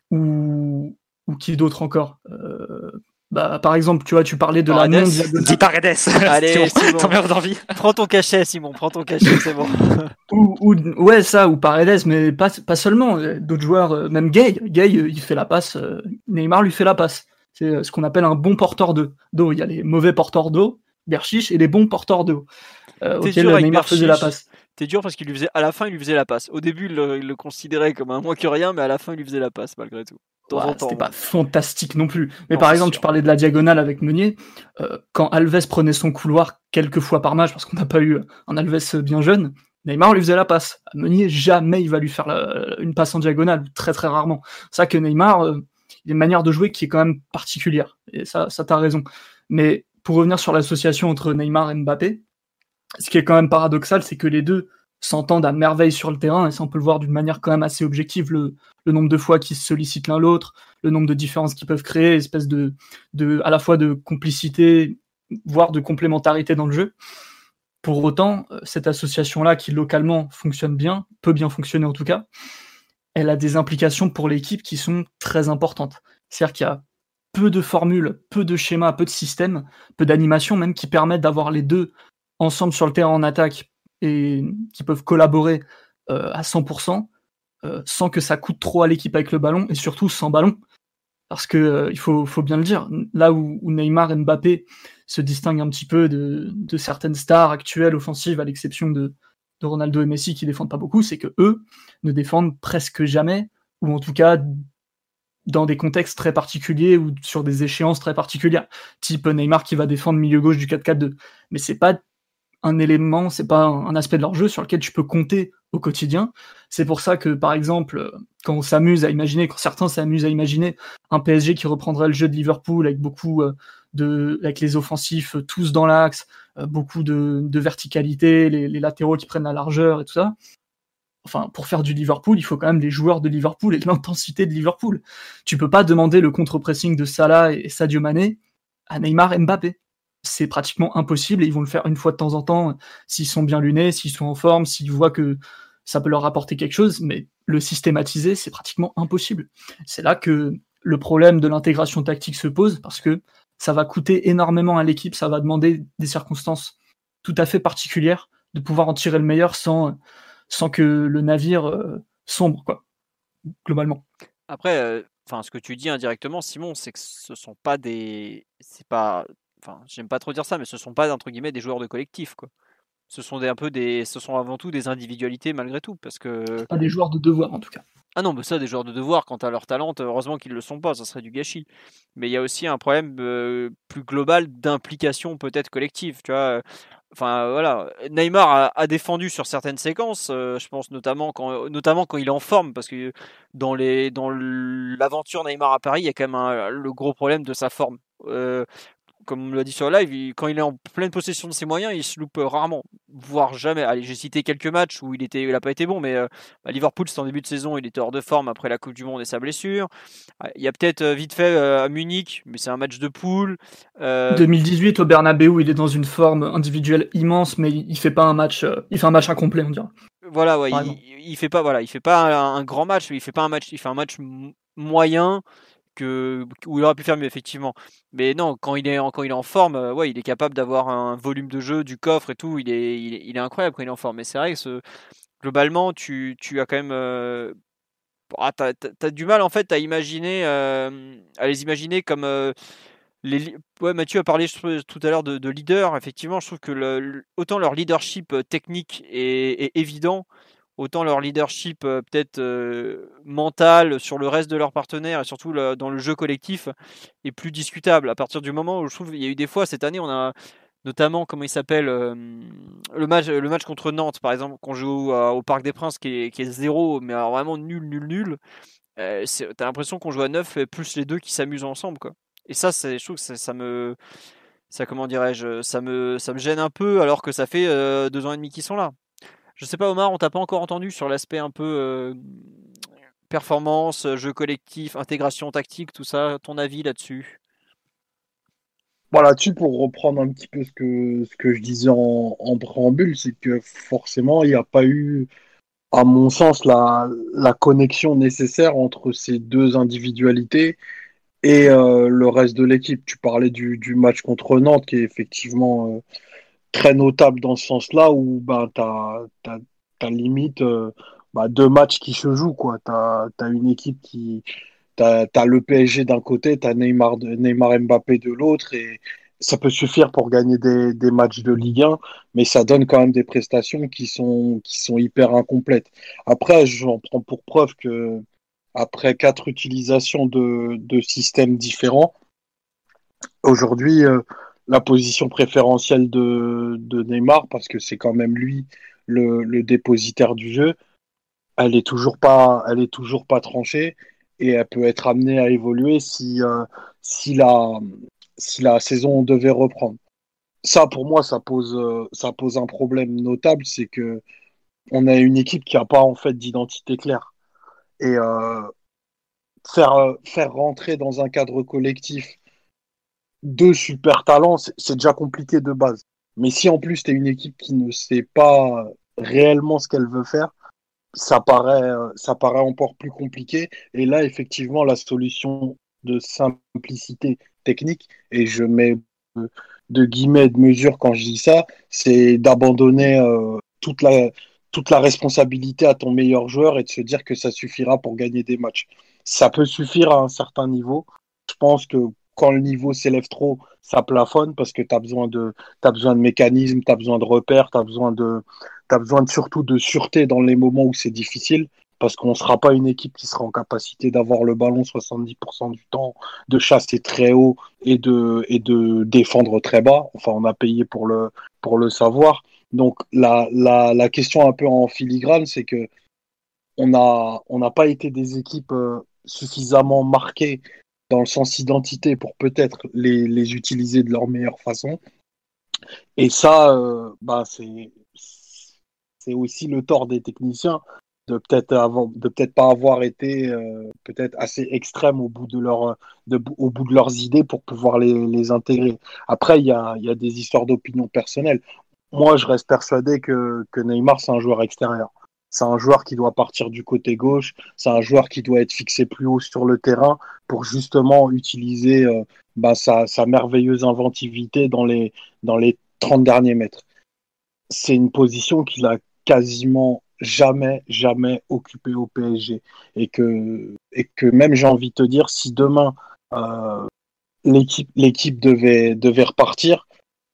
ou ou qui d'autre encore euh, bah par exemple tu vois tu parlais de Paredes. La mondiale dis Paredes. Allez Simon, t'en meurs d'envie. Prends ton cachet Simon, prends ton cachet, c'est bon. ou, ou ouais ça ou Paredes, mais pas pas seulement d'autres joueurs, même Gay Gay il fait la passe, Neymar lui fait la passe. C'est ce qu'on appelle un bon porteur d'eau. d'eau il y a les mauvais porteurs d'eau, Berchiche, et les bons porteurs d'eau euh, auxquels Neymar faisait la passe. T'es dur parce qu'il lui faisait à la fin il lui faisait la passe. Au début il le, il le considérait comme un moins que rien, mais à la fin il lui faisait la passe malgré tout. Ouais, c'était pas fantastique non plus. Mais non, par exemple, sûr. Tu parlais de la diagonale avec Meunier. Euh, quand Alves prenait son couloir quelques fois par match, parce qu'on n'a pas eu un Alves bien jeune, Neymar lui faisait la passe. Meunier, jamais il va lui faire la, une passe en diagonale, très très rarement. C'est ça que Neymar, euh, il a une manière de jouer qui est quand même particulière. Et ça, ça t'as raison. Mais pour revenir sur l'association entre Neymar et Mbappé, ce qui est quand même paradoxal, c'est que les deux s'entendent à merveille sur le terrain, et ça on peut le voir d'une manière quand même assez objective, le, le nombre de fois qu'ils se sollicitent l'un l'autre, le nombre de différences qu'ils peuvent créer, espèce de, de, à la fois de complicité, voire de complémentarité dans le jeu. Pour autant, cette association-là, qui localement fonctionne bien, peut bien fonctionner en tout cas, elle a des implications pour l'équipe qui sont très importantes. C'est-à-dire qu'il y a peu de formules, peu de schémas, peu de systèmes, peu d'animations même qui permettent d'avoir les deux ensemble sur le terrain en attaque et qui peuvent collaborer euh, à cent pour cent euh, sans que ça coûte trop à l'équipe avec le ballon, et surtout sans ballon. Parce que euh, il faut, faut bien le dire, là où, où Neymar et Mbappé se distinguent un petit peu de, de certaines stars actuelles offensives, à l'exception de, de Ronaldo et Messi qui défendent pas beaucoup, c'est que eux ne défendent presque jamais, ou en tout cas dans des contextes très particuliers ou sur des échéances très particulières. Type Neymar qui va défendre milieu gauche du quatre quatre deux. Mais c'est pas un élément, c'est pas un, un aspect de leur jeu sur lequel tu peux compter au quotidien. C'est pour ça que, par exemple, quand on s'amuse à imaginer, quand certains s'amusent à imaginer un P S G qui reprendrait le jeu de Liverpool avec beaucoup euh, de, avec les offensifs euh, tous dans l'axe, euh, beaucoup de, de verticalité, les, les latéraux qui prennent la largeur et tout ça. Enfin, pour faire du Liverpool, il faut quand même les joueurs de Liverpool et l'intensité de Liverpool. Tu peux pas demander le contre-pressing de Salah et Sadio Mané à Neymar et Mbappé. C'est pratiquement impossible et ils vont le faire une fois de temps en temps s'ils sont bien lunés, s'ils sont en forme, s'ils voient que ça peut leur apporter quelque chose, mais le systématiser, c'est pratiquement impossible. C'est là que le problème de l'intégration tactique se pose, parce que ça va coûter énormément à l'équipe, ça va demander des circonstances tout à fait particulières de pouvoir en tirer le meilleur sans... sans que le navire euh, sombre, quoi, globalement. Après, enfin, euh, ce que tu dis indirectement, Simon, c'est que ce sont pas des, c'est pas, enfin, j'aime pas trop dire ça, mais ce sont pas entre guillemets des joueurs de collectif, quoi. Ce sont des un peu des, ce sont avant tout des individualités malgré tout, parce que. Pas des joueurs de devoir en tout cas. Ah non, mais ça, des joueurs de devoir, quant à leur talent, heureusement qu'ils le sont pas, ça serait du gâchis. Mais il y a aussi un problème euh, plus global d'implication peut-être collective, tu vois. Enfin voilà, Neymar a, a défendu sur certaines séquences, euh, je pense notamment quand, notamment quand il est en forme, parce que dans les, dans l'aventure Neymar à Paris, il y a quand même un, le gros problème de sa forme. Euh, comme on l'a dit sur le live, il, quand il est en pleine possession de ses moyens, il se loupe rarement, voire jamais. Allez, j'ai cité quelques matchs où il était, il a pas été bon, mais euh, à Liverpool, c'était en début de saison, il était hors de forme après la Coupe du Monde et sa blessure. Il y a peut-être euh, vite fait euh, à Munich, mais c'est un match de poule. Euh... deux mille dix-huit au Bernabeu, il est dans une forme individuelle immense, mais il fait pas un match, euh, il fait un match incomplet, on dirait. Voilà, ouais, il, il fait pas, voilà, il fait pas un, un grand match, mais il fait pas un match, il fait un match m- moyen. Que, où il aurait pu faire mieux effectivement, mais non, quand il est en, quand il est en forme, euh, ouais, il est capable d'avoir un volume de jeu, du coffre et tout, il est, il est, il est incroyable quand il est en forme. Mais c'est vrai que ce, globalement, tu, tu as quand même, euh, ah, t'as, t'as, t'as du mal en fait à imaginer, euh, à les imaginer comme euh, les. Ouais, Mathieu a parlé je, tout à l'heure de, de leader. Effectivement, je trouve que le, autant leur leadership technique est, est évident. Autant leur leadership euh, peut-être euh, mental sur le reste de leurs partenaires et surtout le, dans le jeu collectif est plus discutable. À partir du moment où je trouve il y a eu des fois cette année, on a notamment comment il s'appelle euh, le match le match contre Nantes par exemple qu'on joue euh, au Parc des Princes qui est, qui est zéro mais alors vraiment nul nul nul. Euh, t'as l'impression qu'on joue à neuf plus les deux qui s'amusent ensemble quoi. Et ça c'est je trouve que ça, ça me ça comment dirais-je ça me ça me gêne un peu alors que ça fait euh, deux ans et demi qu'ils sont là. Je sais pas Omar, on t'a pas encore entendu sur l'aspect un peu euh, performance, jeu collectif, intégration tactique, tout ça. Ton avis là-dessus? Bon, là-dessus, pour reprendre un petit peu ce que, ce que je disais en, en préambule, c'est que forcément, il n'y a pas eu, à mon sens, la, la connexion nécessaire entre ces deux individualités et euh, le reste de l'équipe. Tu parlais du, du match contre Nantes, qui est effectivement euh, très notable dans ce sens-là, où ben, tu as limite euh, bah, deux matchs qui se jouent. Tu as une équipe qui. Tu as le P S G d'un côté, tu as Neymar, de, Neymar Mbappé de l'autre, et ça peut suffire pour gagner des, des matchs de Ligue un, mais ça donne quand même des prestations qui sont, qui sont hyper incomplètes. Après, j'en prends pour preuve que après quatre utilisations de, de systèmes différents, aujourd'hui, euh, la position préférentielle de, de Neymar, parce que c'est quand même lui le, le dépositaire du jeu, elle est toujours pas, elle est toujours pas tranchée et elle peut être amenée à évoluer si, euh, si la, si la saison devait reprendre. Ça, pour moi, ça pose, euh, ça pose un problème notable, c'est que on a une équipe qui n'a pas en fait d'identité claire. Et euh, faire, euh, faire rentrer dans un cadre collectif deux super talents, c'est c'est déjà compliqué de base. Mais si en plus tu es une équipe qui ne sait pas réellement ce qu'elle veut faire, ça paraît, euh, ça paraît encore plus compliqué. Et là, effectivement, la solution de simplicité technique, et je mets de, de guillemets de mesure quand je dis ça, c'est d'abandonner euh, toute la, toute la responsabilité à ton meilleur joueur et de se dire que ça suffira pour gagner des matchs. Ça peut suffire à un certain niveau. Je pense que quand le niveau s'élève trop, ça plafonne parce que tu as besoin de, t'as besoin de mécanismes, tu as besoin de repères, tu as besoin de, t'as besoin de, surtout de sûreté dans les moments où c'est difficile, parce qu'on ne sera pas une équipe qui sera en capacité d'avoir le ballon soixante-dix pour cent du temps, de chasser très haut et de, et de défendre très bas. Enfin, on a payé pour le, pour le savoir. Donc la, la, la question un peu en filigrane, c'est que on a, on n'a pas été des équipes euh, suffisamment marquées dans le sens identité pour peut-être les, les utiliser de leur meilleure façon. Et ça, euh, bah, c'est, c'est aussi le tort des techniciens de peut-être avoir, de peut-être pas avoir été euh, peut-être assez extrêmes au bout de leur, de, au bout de leurs idées pour pouvoir les, les intégrer. Après, il y a, il y a des histoires d'opinion personnelle. Moi, je reste persuadé que, que Neymar, c'est un joueur extérieur. C'est un joueur qui doit partir du côté gauche. C'est un joueur qui doit être fixé plus haut sur le terrain pour justement utiliser euh, bah, sa, sa merveilleuse inventivité dans les, dans les trente derniers mètres. C'est une position qu'il a quasiment jamais, jamais occupée au P S G. Et que, et que même, j'ai envie de te dire, si demain euh, l'équipe, l'équipe devait, devait repartir,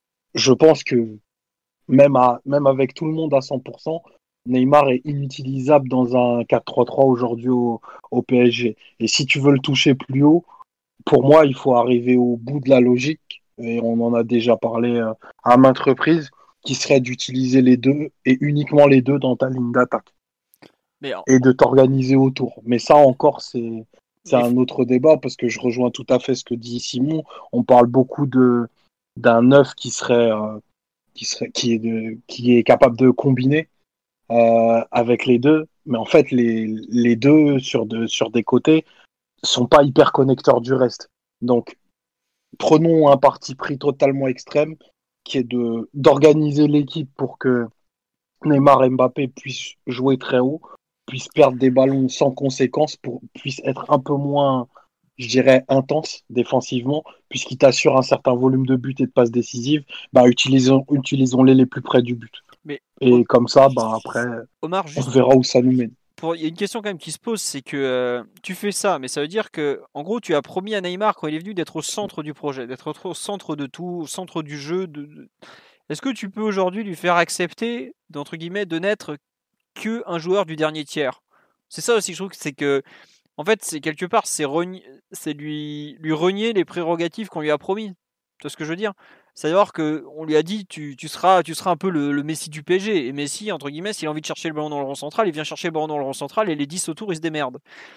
je pense que même, à, même avec tout le monde à cent pour cent, Neymar est inutilisable dans un quatre trois trois aujourd'hui au, au P S G. Et si tu veux le toucher plus haut, pour moi, il faut arriver au bout de la logique, et on en a déjà parlé euh, à maintes reprises, qui serait d'utiliser les deux, et uniquement les deux dans ta ligne d'attaque, Mais, et de t'organiser autour. Mais ça encore, c'est, c'est mais un autre débat, parce que je rejoins tout à fait ce que dit Simon. On parle beaucoup de, d'un neuf qui serait, euh, qui serait, qui est de, qui est capable de combiner euh, avec les deux, mais en fait, les, les deux sur, de, sur des côtés sont pas hyper connecteurs du reste. Donc, prenons un parti pris totalement extrême, qui est de d'organiser l'équipe pour que Neymar et Mbappé puissent jouer très haut, puissent perdre des ballons sans conséquence, pour puissent être un peu moins, je dirais, intense défensivement, puisqu'ils t'assurent un certain volume de buts et de passes décisives. Bah, utilisons, utilisons-les les plus près du but. mais Et comme ça, bah après, Omar, on juste verra où ça nous mène. pour, il y a une question quand même qui se pose, c'est que euh, tu fais ça, mais ça veut dire que, en gros, tu as promis à Neymar quand il est venu d'être au centre du projet, d'être au centre de tout, au centre du jeu. De, de- Est-ce que tu peux aujourd'hui lui faire accepter, d'entre guillemets, de n'être que un joueur du dernier tiers? C'est ça aussi, je trouve que c'est que, en fait, c'est quelque part, c'est reni- c'est lui, lui renier les prérogatives qu'on lui a promis. Tu vois ce que je veux dire? C'est-à-dire qu'on lui a dit tu, tu seras, tu seras un peu le, le Messi du P S G. Et Messi, entre guillemets, s'il a envie de chercher le ballon dans le rond central, il vient chercher le ballon dans le rond central et les dix autour, ils se démerdent.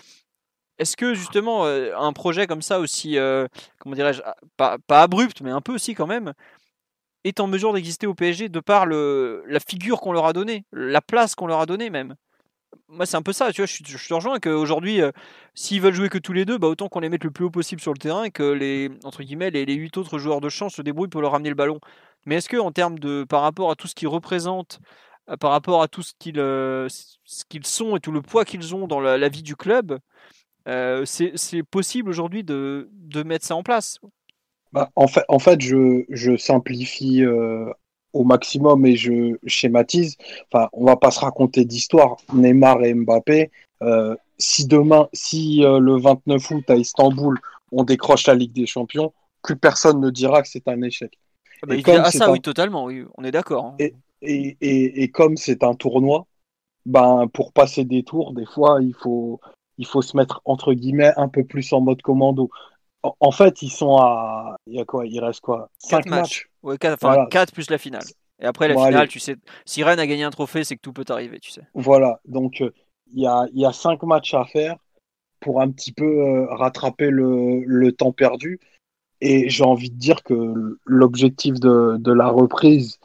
Est-ce que justement, euh, un projet comme ça aussi, euh, comment dirais-je, ah, pas, pas abrupt, mais un peu aussi quand même, est en mesure d'exister au P S G de par le, la figure qu'on leur a donnée, la place qu'on leur a donnée même? Moi, c'est un peu ça, tu vois, je, je te rejoins qu'aujourd'hui, euh, s'ils veulent jouer que tous les deux, bah, autant qu'on les mette le plus haut possible sur le terrain et que les, entre guillemets, les, les huit autres joueurs de champ se débrouillent pour leur ramener le ballon. Mais est-ce que, en termes de, par rapport à tout ce qu'ils représentent, euh, par rapport à tout ce qu'ils, euh, ce qu'ils sont et tout le poids qu'ils ont dans la, la vie du club, euh, c'est, c'est possible aujourd'hui de, de mettre ça en place? Bah, en fait, en fait, je, je simplifie euh, au maximum et je schématise. Enfin, on va pas se raconter d'histoire. Neymar et Mbappé, euh, si demain, si euh, le vingt-neuf août à Istanbul, on décroche la Ligue des Champions, plus personne ne dira que c'est un échec. Ah bah, Et il vient comme à c'est ça, oui, un, totalement, oui, on est d'accord, hein. et, et, et, et comme c'est un tournoi, ben, pour passer des tours, des fois, il faut, il faut se mettre entre guillemets un peu plus en mode commando. En, en fait, ils sont à, il y a quoi, il reste quoi? Quatre Cinq matchs. matchs. Ouais, quatre, enfin, Voilà. quatre plus la finale. Et après, la Bon, finale, allez, tu sais, si Rennes a gagné un trophée, c'est que tout peut arriver, tu sais. voilà. Donc, euh, il y a, il y a cinq matchs à faire pour un petit peu euh, rattraper le, le temps perdu. Et j'ai envie de dire que l'objectif de, de la reprise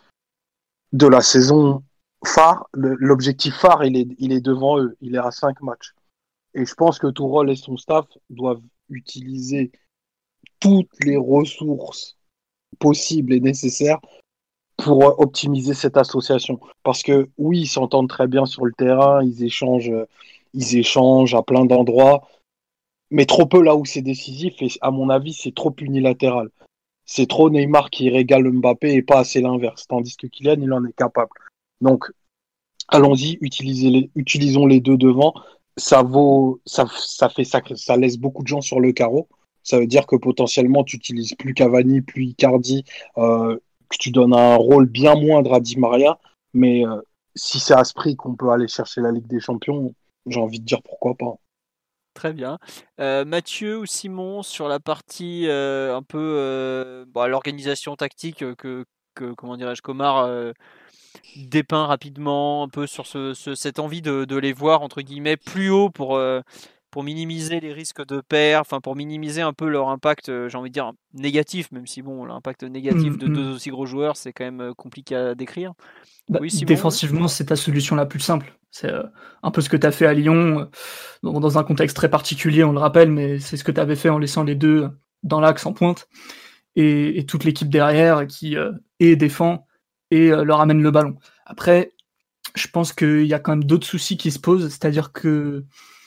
de la saison phare, le- l'objectif phare, il est, il est devant eux. Il est à cinq matchs. Et je pense que Tourelle et son staff doivent utiliser toutes les ressources possibles et nécessaires pour euh, optimiser cette association. Parce que oui, ils s'entendent très bien sur le terrain, ils échangent, euh, ils échangent à plein d'endroits, mais trop peu là où c'est décisif. Et à mon avis, c'est trop unilatéral. C'est trop Neymar qui régale Mbappé et pas assez l'inverse. Tandis que Kylian, il en est capable. Donc, allons-y, utilisez les, utilisons les deux devant. Ça vaut, ça, ça fait ça, ça laisse beaucoup de gens sur le carreau. Ça veut dire que potentiellement, tu utilises plus Cavani, plus Icardi, euh, que tu donnes un rôle bien moindre à Di Maria. Mais euh, si c'est à ce prix qu'on peut aller chercher la Ligue des Champions, j'ai envie de dire pourquoi pas. Très bien. Euh, Mathieu ou Simon, sur la partie euh, un peu euh, bon, l'organisation tactique euh, que, que, comment dirais-je, qu'Omar euh, dépeint rapidement, un peu sur ce, ce, cette envie de, de les voir, entre guillemets, plus haut pour, euh, pour minimiser les risques de perte, enfin pour minimiser un peu leur impact, euh, j'ai envie de dire, négatif, même si bon, l'impact négatif de Mm, deux mm. aussi gros joueurs, c'est quand même euh, compliqué à décrire. Bah, Oui, Simon. défensivement, c'est ta solution la plus simple. C'est euh, un peu ce que tu as fait à Lyon, euh, dans, dans un contexte très particulier, on le rappelle, mais c'est ce que tu avais fait en laissant les deux dans l'axe en pointe, et, et toute l'équipe derrière qui euh, et défend et euh, leur amène le ballon. Après, je pense qu'il y a quand même d'autres soucis qui se posent, c'est-à-dire que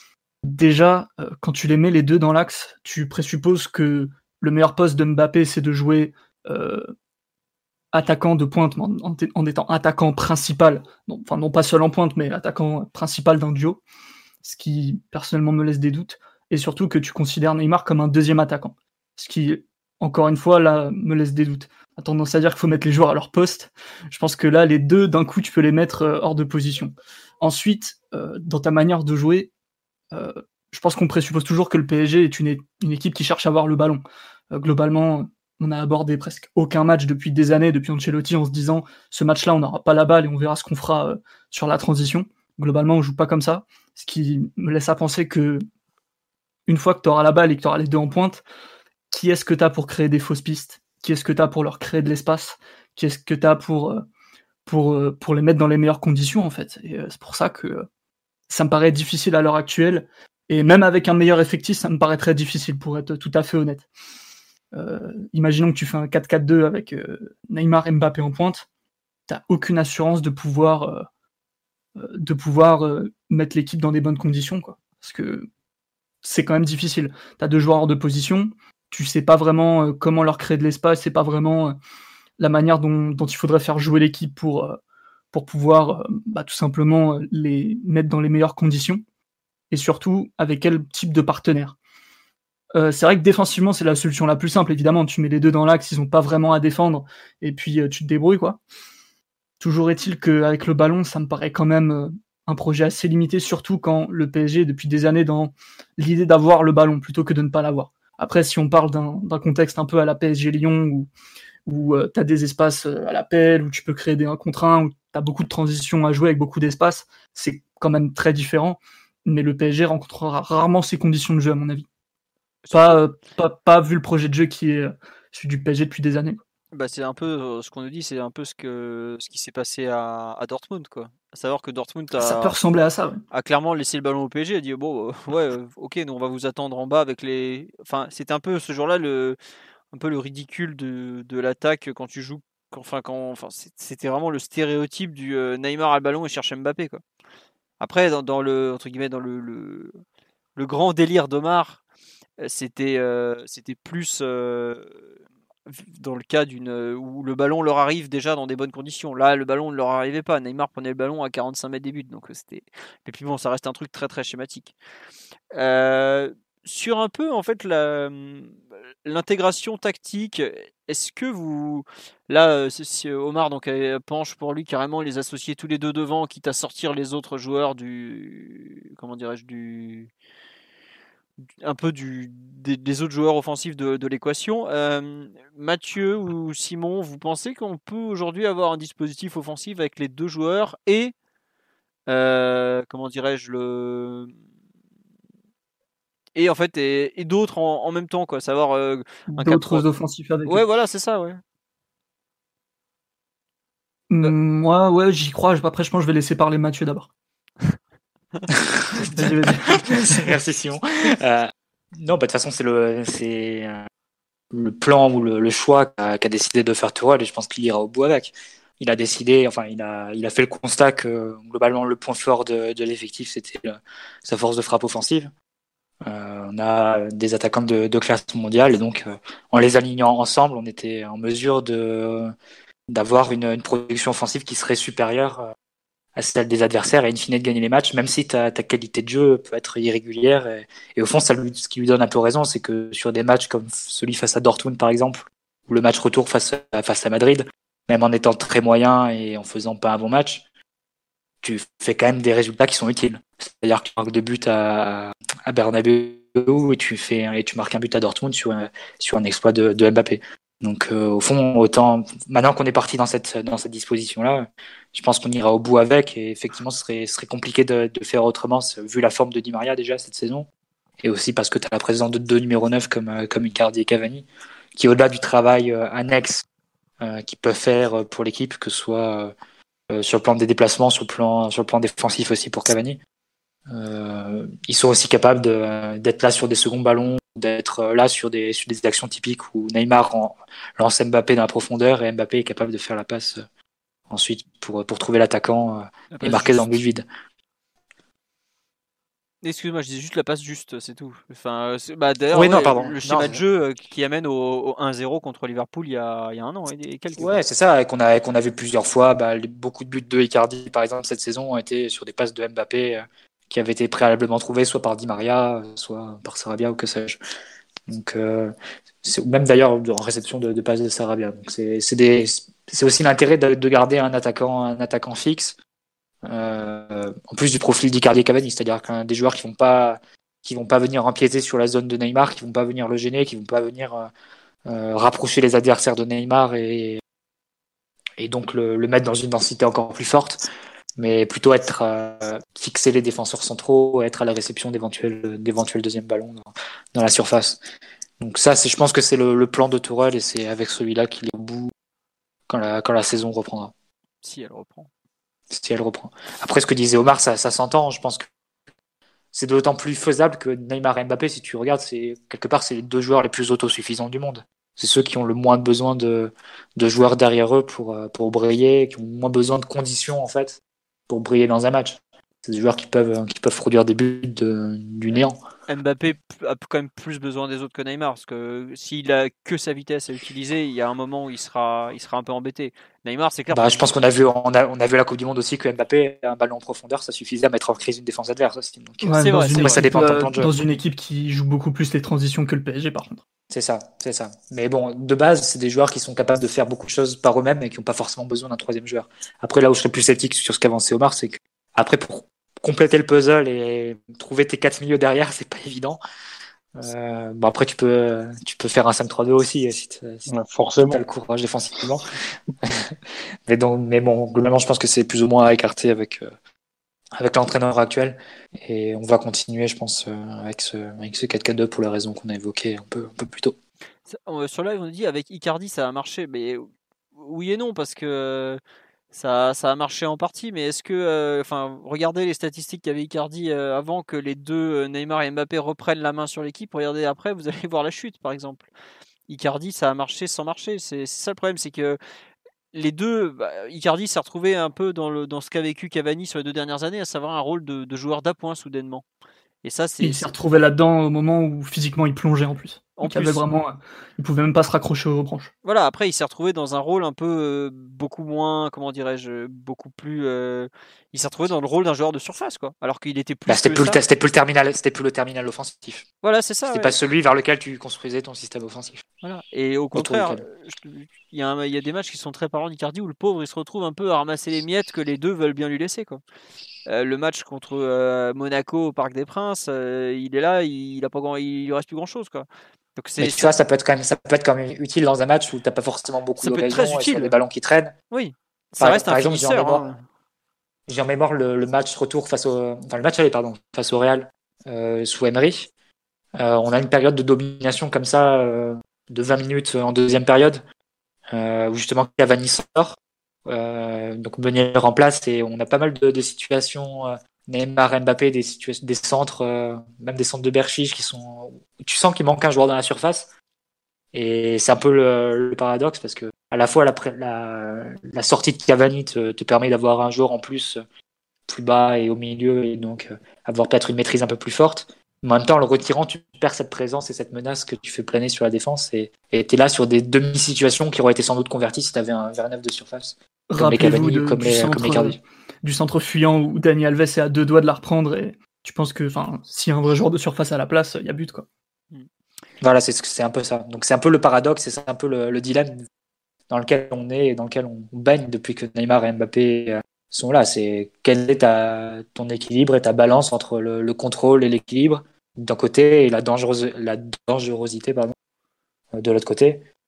déjà, euh, quand tu les mets les deux dans l'axe, tu présupposes que le meilleur poste de Mbappé, c'est de jouer euh, attaquant de pointe, en, en, en étant attaquant principal, non, enfin non pas seul en pointe, mais attaquant principal d'un duo, ce qui personnellement me laisse des doutes, et surtout que tu considères Neymar comme un deuxième attaquant, ce qui, encore une fois, là, me laisse des doutes. A tendance à dire qu'il faut mettre les joueurs à leur poste. Je pense que là, les deux, d'un coup, tu peux les mettre euh, hors de position. Ensuite, euh, dans ta manière de jouer, euh, je pense qu'on présuppose toujours que le P S G est une, une équipe qui cherche à avoir le ballon. Euh, globalement, on a abordé presque aucun match depuis des années, depuis Ancelotti, en se disant ce match-là, on n'aura pas la balle et on verra ce qu'on fera euh, sur la transition. Globalement, on joue pas comme ça, ce qui me laisse à penser que une fois que tu auras la balle et que tu auras les deux en pointe, qui est-ce que tu as pour créer des fausses pistes? Qui est-ce que tu as pour leur créer de l'espace? Qui est-ce que tu as pour, euh, pour, euh, pour les mettre dans les meilleures conditions, en fait? Et euh, c'est pour ça que euh, ça me paraît difficile à l'heure actuelle. Et même avec un meilleur effectif, ça me paraît très difficile, pour être tout à fait honnête. Euh, imaginons que tu fais un quatre quatre deux avec euh, Neymar et Mbappé en pointe, t'as aucune assurance de pouvoir, euh, de pouvoir euh, mettre l'équipe dans des bonnes conditions, quoi. Parce que c'est quand même difficile. T'as deux joueurs de position, tu sais pas vraiment euh, comment leur créer de l'espace, c'est pas vraiment euh, la manière dont, dont il faudrait faire jouer l'équipe pour, euh, pour pouvoir euh, bah, tout simplement euh, les mettre dans les meilleures conditions, et surtout avec quel type de partenaire. Euh, c'est vrai que défensivement, c'est la solution la plus simple, évidemment. Tu mets les deux dans l'axe, ils n'ont pas vraiment à défendre, et puis euh, tu te débrouilles, quoi. Toujours est-il qu'avec le ballon, ça me paraît quand même euh, un projet assez limité, surtout quand le P S G est depuis des années dans l'idée d'avoir le ballon plutôt que de ne pas l'avoir. Après, si on parle d'un, d'un contexte un peu à la P S G Lyon, où, où euh, tu as des espaces euh, à l'appel, où tu peux créer des un contre un, où tu as beaucoup de transitions à jouer avec beaucoup d'espace, c'est quand même très différent. Mais le P S G rencontrera rarement ces conditions de jeu, à mon avis. Pas, euh, pas, pas vu le projet de jeu qui est euh, celui du P S G depuis des années. Bah, c'est un peu euh, ce qu'on nous dit, c'est un peu ce que ce qui s'est passé à, à Dortmund, quoi. À savoir que Dortmund a, Ça peut ressembler à ça, ouais. a clairement laissé le ballon au P S G, a dit bon, euh, ouais, euh, ok, nous on va vous attendre en bas avec les. Enfin, c'était un peu ce jour-là le, un peu le ridicule de, de l'attaque quand tu joues, quand, enfin quand, enfin c'était vraiment le stéréotype du euh, Neymar a le ballon et cherche Mbappé, quoi. Après, dans, dans le entre guillemets dans le le, le grand délire d'Omar, euh, c'était euh, c'était plus euh, dans le cas d'une où le ballon leur arrive déjà dans des bonnes conditions. Là, le ballon ne leur arrivait pas. Neymar prenait le ballon à quarante-cinq mètres des buts, donc c'était. Et puis bon, ça reste un truc très très schématique. Euh, sur un peu en fait la, l'intégration tactique, est-ce que vous là si Omar donc penche pour lui carrément les associer tous les deux devant, quitte à sortir les autres joueurs du comment dirais-je du un peu du, des, des autres joueurs offensifs de, de l'équation. Euh, Mathieu ou Simon, vous pensez qu'on peut aujourd'hui avoir un dispositif offensif avec les deux joueurs et euh, comment dirais-je le et en fait et, et d'autres en, en même temps, quoi, savoir euh, un D'autres quatre... offensifs avec ouais eux. voilà c'est ça ouais. Euh... Moi ouais j'y crois. Après je pense que je vais laisser parler Mathieu d'abord. Vas-y, vas-y. Merci Simon. Euh, non, bah, de toute façon, c'est le, c'est euh, le plan ou le, le choix qu'a, qu'a décidé de faire Tourelle, et je pense qu'il ira au bout avec. Il a décidé, enfin, il a, il a fait le constat que globalement le point fort de, de l'effectif, c'était le, sa force de frappe offensive. Euh, on a des attaquants de, de classe mondiale, et donc euh, en les alignant ensemble, on était en mesure de d'avoir une, une production offensive qui serait supérieure à celle des adversaires et in fine de gagner les matchs, même si ta, ta qualité de jeu peut être irrégulière. Et, et au fond, ça lui, ce qui lui donne un peu raison, c'est que sur des matchs comme celui face à Dortmund, par exemple, ou le match retour face à, face à Madrid, même en étant très moyen et en faisant pas un bon match, tu fais quand même des résultats qui sont utiles. C'est-à-dire que tu marques deux buts à, à Bernabeu et tu, fais, et tu marques un but à Dortmund sur un, sur un exploit de, de Mbappé. Donc euh, au fond, autant maintenant qu'on est parti dans cette dans cette disposition-là, je pense qu'on ira au bout avec. Et effectivement, ce serait ce serait compliqué de, de faire autrement vu la forme de Di Maria déjà cette saison, et aussi parce que tu as la présence de deux numéros neuf comme comme Icardi et Cavani, qui au-delà du travail euh, annexe euh, qu'ils peuvent faire pour l'équipe, que ce soit euh, sur le plan des déplacements, sur le plan sur le plan défensif aussi pour Cavani. Euh, ils sont aussi capables de, d'être là sur des seconds ballons, d'être là sur des, sur des actions typiques où Neymar en, lance Mbappé dans la profondeur et Mbappé est capable de faire la passe euh, ensuite pour, pour trouver l'attaquant euh, et marquer dans le but vide. Excuse-moi, je disais juste la passe juste, c'est tout. Enfin, c'est, bah, d'ailleurs, oui, ouais, non, pardon. le schéma non, de jeu euh, qui amène au, au un zéro contre Liverpool il y a, il y a un an et quelques. Ouais, c'est ça, et qu'on a, qu'on a vu plusieurs fois. Bah, les, beaucoup de buts de Icardi, par exemple, cette saison ont été sur des passes de Mbappé euh, qui avaient été préalablement trouvées soit par Di Maria, soit par Sarabia ou que sais-je. Donc, euh, c'est, même d'ailleurs en réception de, de passes de Sarabia. Donc, c'est, c'est, des, c'est aussi l'intérêt de, de garder un attaquant, un attaquant fixe. Euh, en plus du profil d'Icardi et Cavani, c'est-à-dire qu'un des joueurs qui vont pas qui vont pas venir empiéter sur la zone de Neymar, qui vont pas venir le gêner, qui vont pas venir euh, euh, rapprocher les adversaires de Neymar et et donc le, le mettre dans une densité encore plus forte, mais plutôt être euh, fixer les défenseurs centraux, être à la réception d'éventuels d'éventuels deuxième ballons dans, dans la surface. Donc ça, c'est, je pense que c'est le, le plan de Tourelle et c'est avec celui-là qu'il est au bout quand la quand la saison reprendra. Si elle reprend. Si elle reprend. Après, ce que disait Omar, ça, ça s'entend. Je pense que c'est d'autant plus faisable que Neymar et Mbappé, si tu regardes, c'est quelque part, c'est les deux joueurs les plus autosuffisants du monde. C'est ceux qui ont le moins besoin de, de joueurs derrière eux pour, pour briller, qui ont moins besoin de conditions, en fait, pour briller dans un match. C'est des joueurs qui peuvent, qui peuvent produire des buts de, du néant. Mbappé a quand même plus besoin des autres que Neymar, parce que s'il a que sa vitesse à utiliser, il y a un moment où il sera, il sera un peu embêté. Neymar, c'est clair. Bah, je pense qu'on a vu, on a, on a vu à la Coupe du Monde aussi que Mbappé, un ballon en profondeur, ça suffisait à mettre en crise une défense adverse aussi. Donc, ouais, c'est dans vrai, une c'est équipe, ça dépend de ton plan de jeu. Dans une équipe qui joue beaucoup plus les transitions que le P S G, par contre. C'est ça, c'est ça. Mais bon, de base, c'est des joueurs qui sont capables de faire beaucoup de choses par eux-mêmes et qui n'ont pas forcément besoin d'un troisième joueur. Après, là où je serais plus sceptique sur ce qu'avançait Omar, c'est que après, pour compléter le puzzle et trouver tes quatre milieux derrière, c'est pas évident. Euh, bon, après, tu peux, tu peux faire un cinq trois deux aussi si tu si ouais, forcément. as le courage défensivement. mais, donc, mais bon, globalement, je pense que c'est plus ou moins à écarter avec, euh, avec l'entraîneur actuel. Et on va continuer, je pense, euh, avec ce, avec ce quatre quatre deux pour les raisons qu'on a évoquées un peu, un peu plus tôt. Sur live, on dit avec Icardi, ça a marché. Mais oui et non, parce que ça, ça a marché en partie. Mais est-ce que, enfin, euh, regardez les statistiques qu'avait Icardi euh, avant que les deux, Neymar et Mbappé, reprennent la main sur l'équipe. Regardez après, vous allez voir la chute, par exemple. Icardi, ça a marché sans marcher. C'est, c'est ça le problème, c'est que les deux, bah, Icardi s'est retrouvé un peu dans, le, dans ce qu'a vécu Cavani sur les deux dernières années, à savoir un rôle de, de joueur d'appoint soudainement. Et ça, c'est. Et il s'est retrouvé là-dedans au moment où physiquement il plongeait en plus. En Donc plus. Il, avait vraiment, il pouvait même pas se raccrocher aux branches. Voilà, après il s'est retrouvé dans un rôle un peu euh, beaucoup moins, comment dirais-je, beaucoup plus. Euh, il s'est retrouvé dans le rôle d'un joueur de surface, quoi. Alors qu'il était plus. Bah, c'était, que plus ça. le, c'était plus le terminal, c'était plus le terminal offensif. Voilà, c'est ça. C'était ouais. pas celui vers lequel tu construisais ton système offensif. Voilà. Et au contraire, il y, a un, il y a des matchs qui sont très parlants d'Icardi où le pauvre il se retrouve un peu à ramasser les miettes que les deux veulent bien lui laisser, quoi. Euh, le match contre euh, Monaco au Parc des Princes, euh, il est là, il, il a pas grand, il lui reste plus grand chose, quoi. Donc c'est, mais tu vois, ça peut être quand même, ça peut être quand même utile dans un match où t'as pas forcément beaucoup d'occasions et sur des ballons qui traînent. Oui, ça par, reste par un exemple, finisseur. J'ai en mémoire, hein. j'ai en mémoire le, le match retour face au, enfin le match aller pardon, face au Real euh, sous Emery. Euh, on a une période de domination comme ça euh, de vingt minutes en deuxième période euh, où justement Cavani sort. Euh, donc Meunier remplace et on a pas mal de, de situations. Euh, Neymar, Mbappé, des, situations, des centres, euh, même des centres de Berchiche qui sont. Tu sens qu'il manque un joueur dans la surface. Et c'est un peu le, le paradoxe parce que à la fois la, la, la sortie de Cavani te, te permet d'avoir un joueur en plus plus bas et au milieu et donc euh, avoir peut-être une maîtrise un peu plus forte. Mais en même temps, en le retirant, tu perds cette présence et cette menace que tu fais planer sur la défense et tu es là sur des demi-situations qui auraient été sans doute converties si tu avais un vers neuf de surface. Comme les Cavani, de, comme, les, centre, comme les Cardi. Du centre fuyant où Dani Alves est à deux doigts de la reprendre et tu penses que s'il y a un vrai joueur de surface à la place, il y a but, quoi. Voilà, c'est, c'est un peu ça. Donc c'est un peu le paradoxe et c'est un peu le, le dilemme dans lequel on est et dans lequel on baigne depuis que Neymar et Mbappé sont là. C'est quel est ta, ton équilibre et ta balance entre le, le contrôle et l'équilibre d'un côté et la, dangereuse, la dangerosité pardon, de l'autre côté.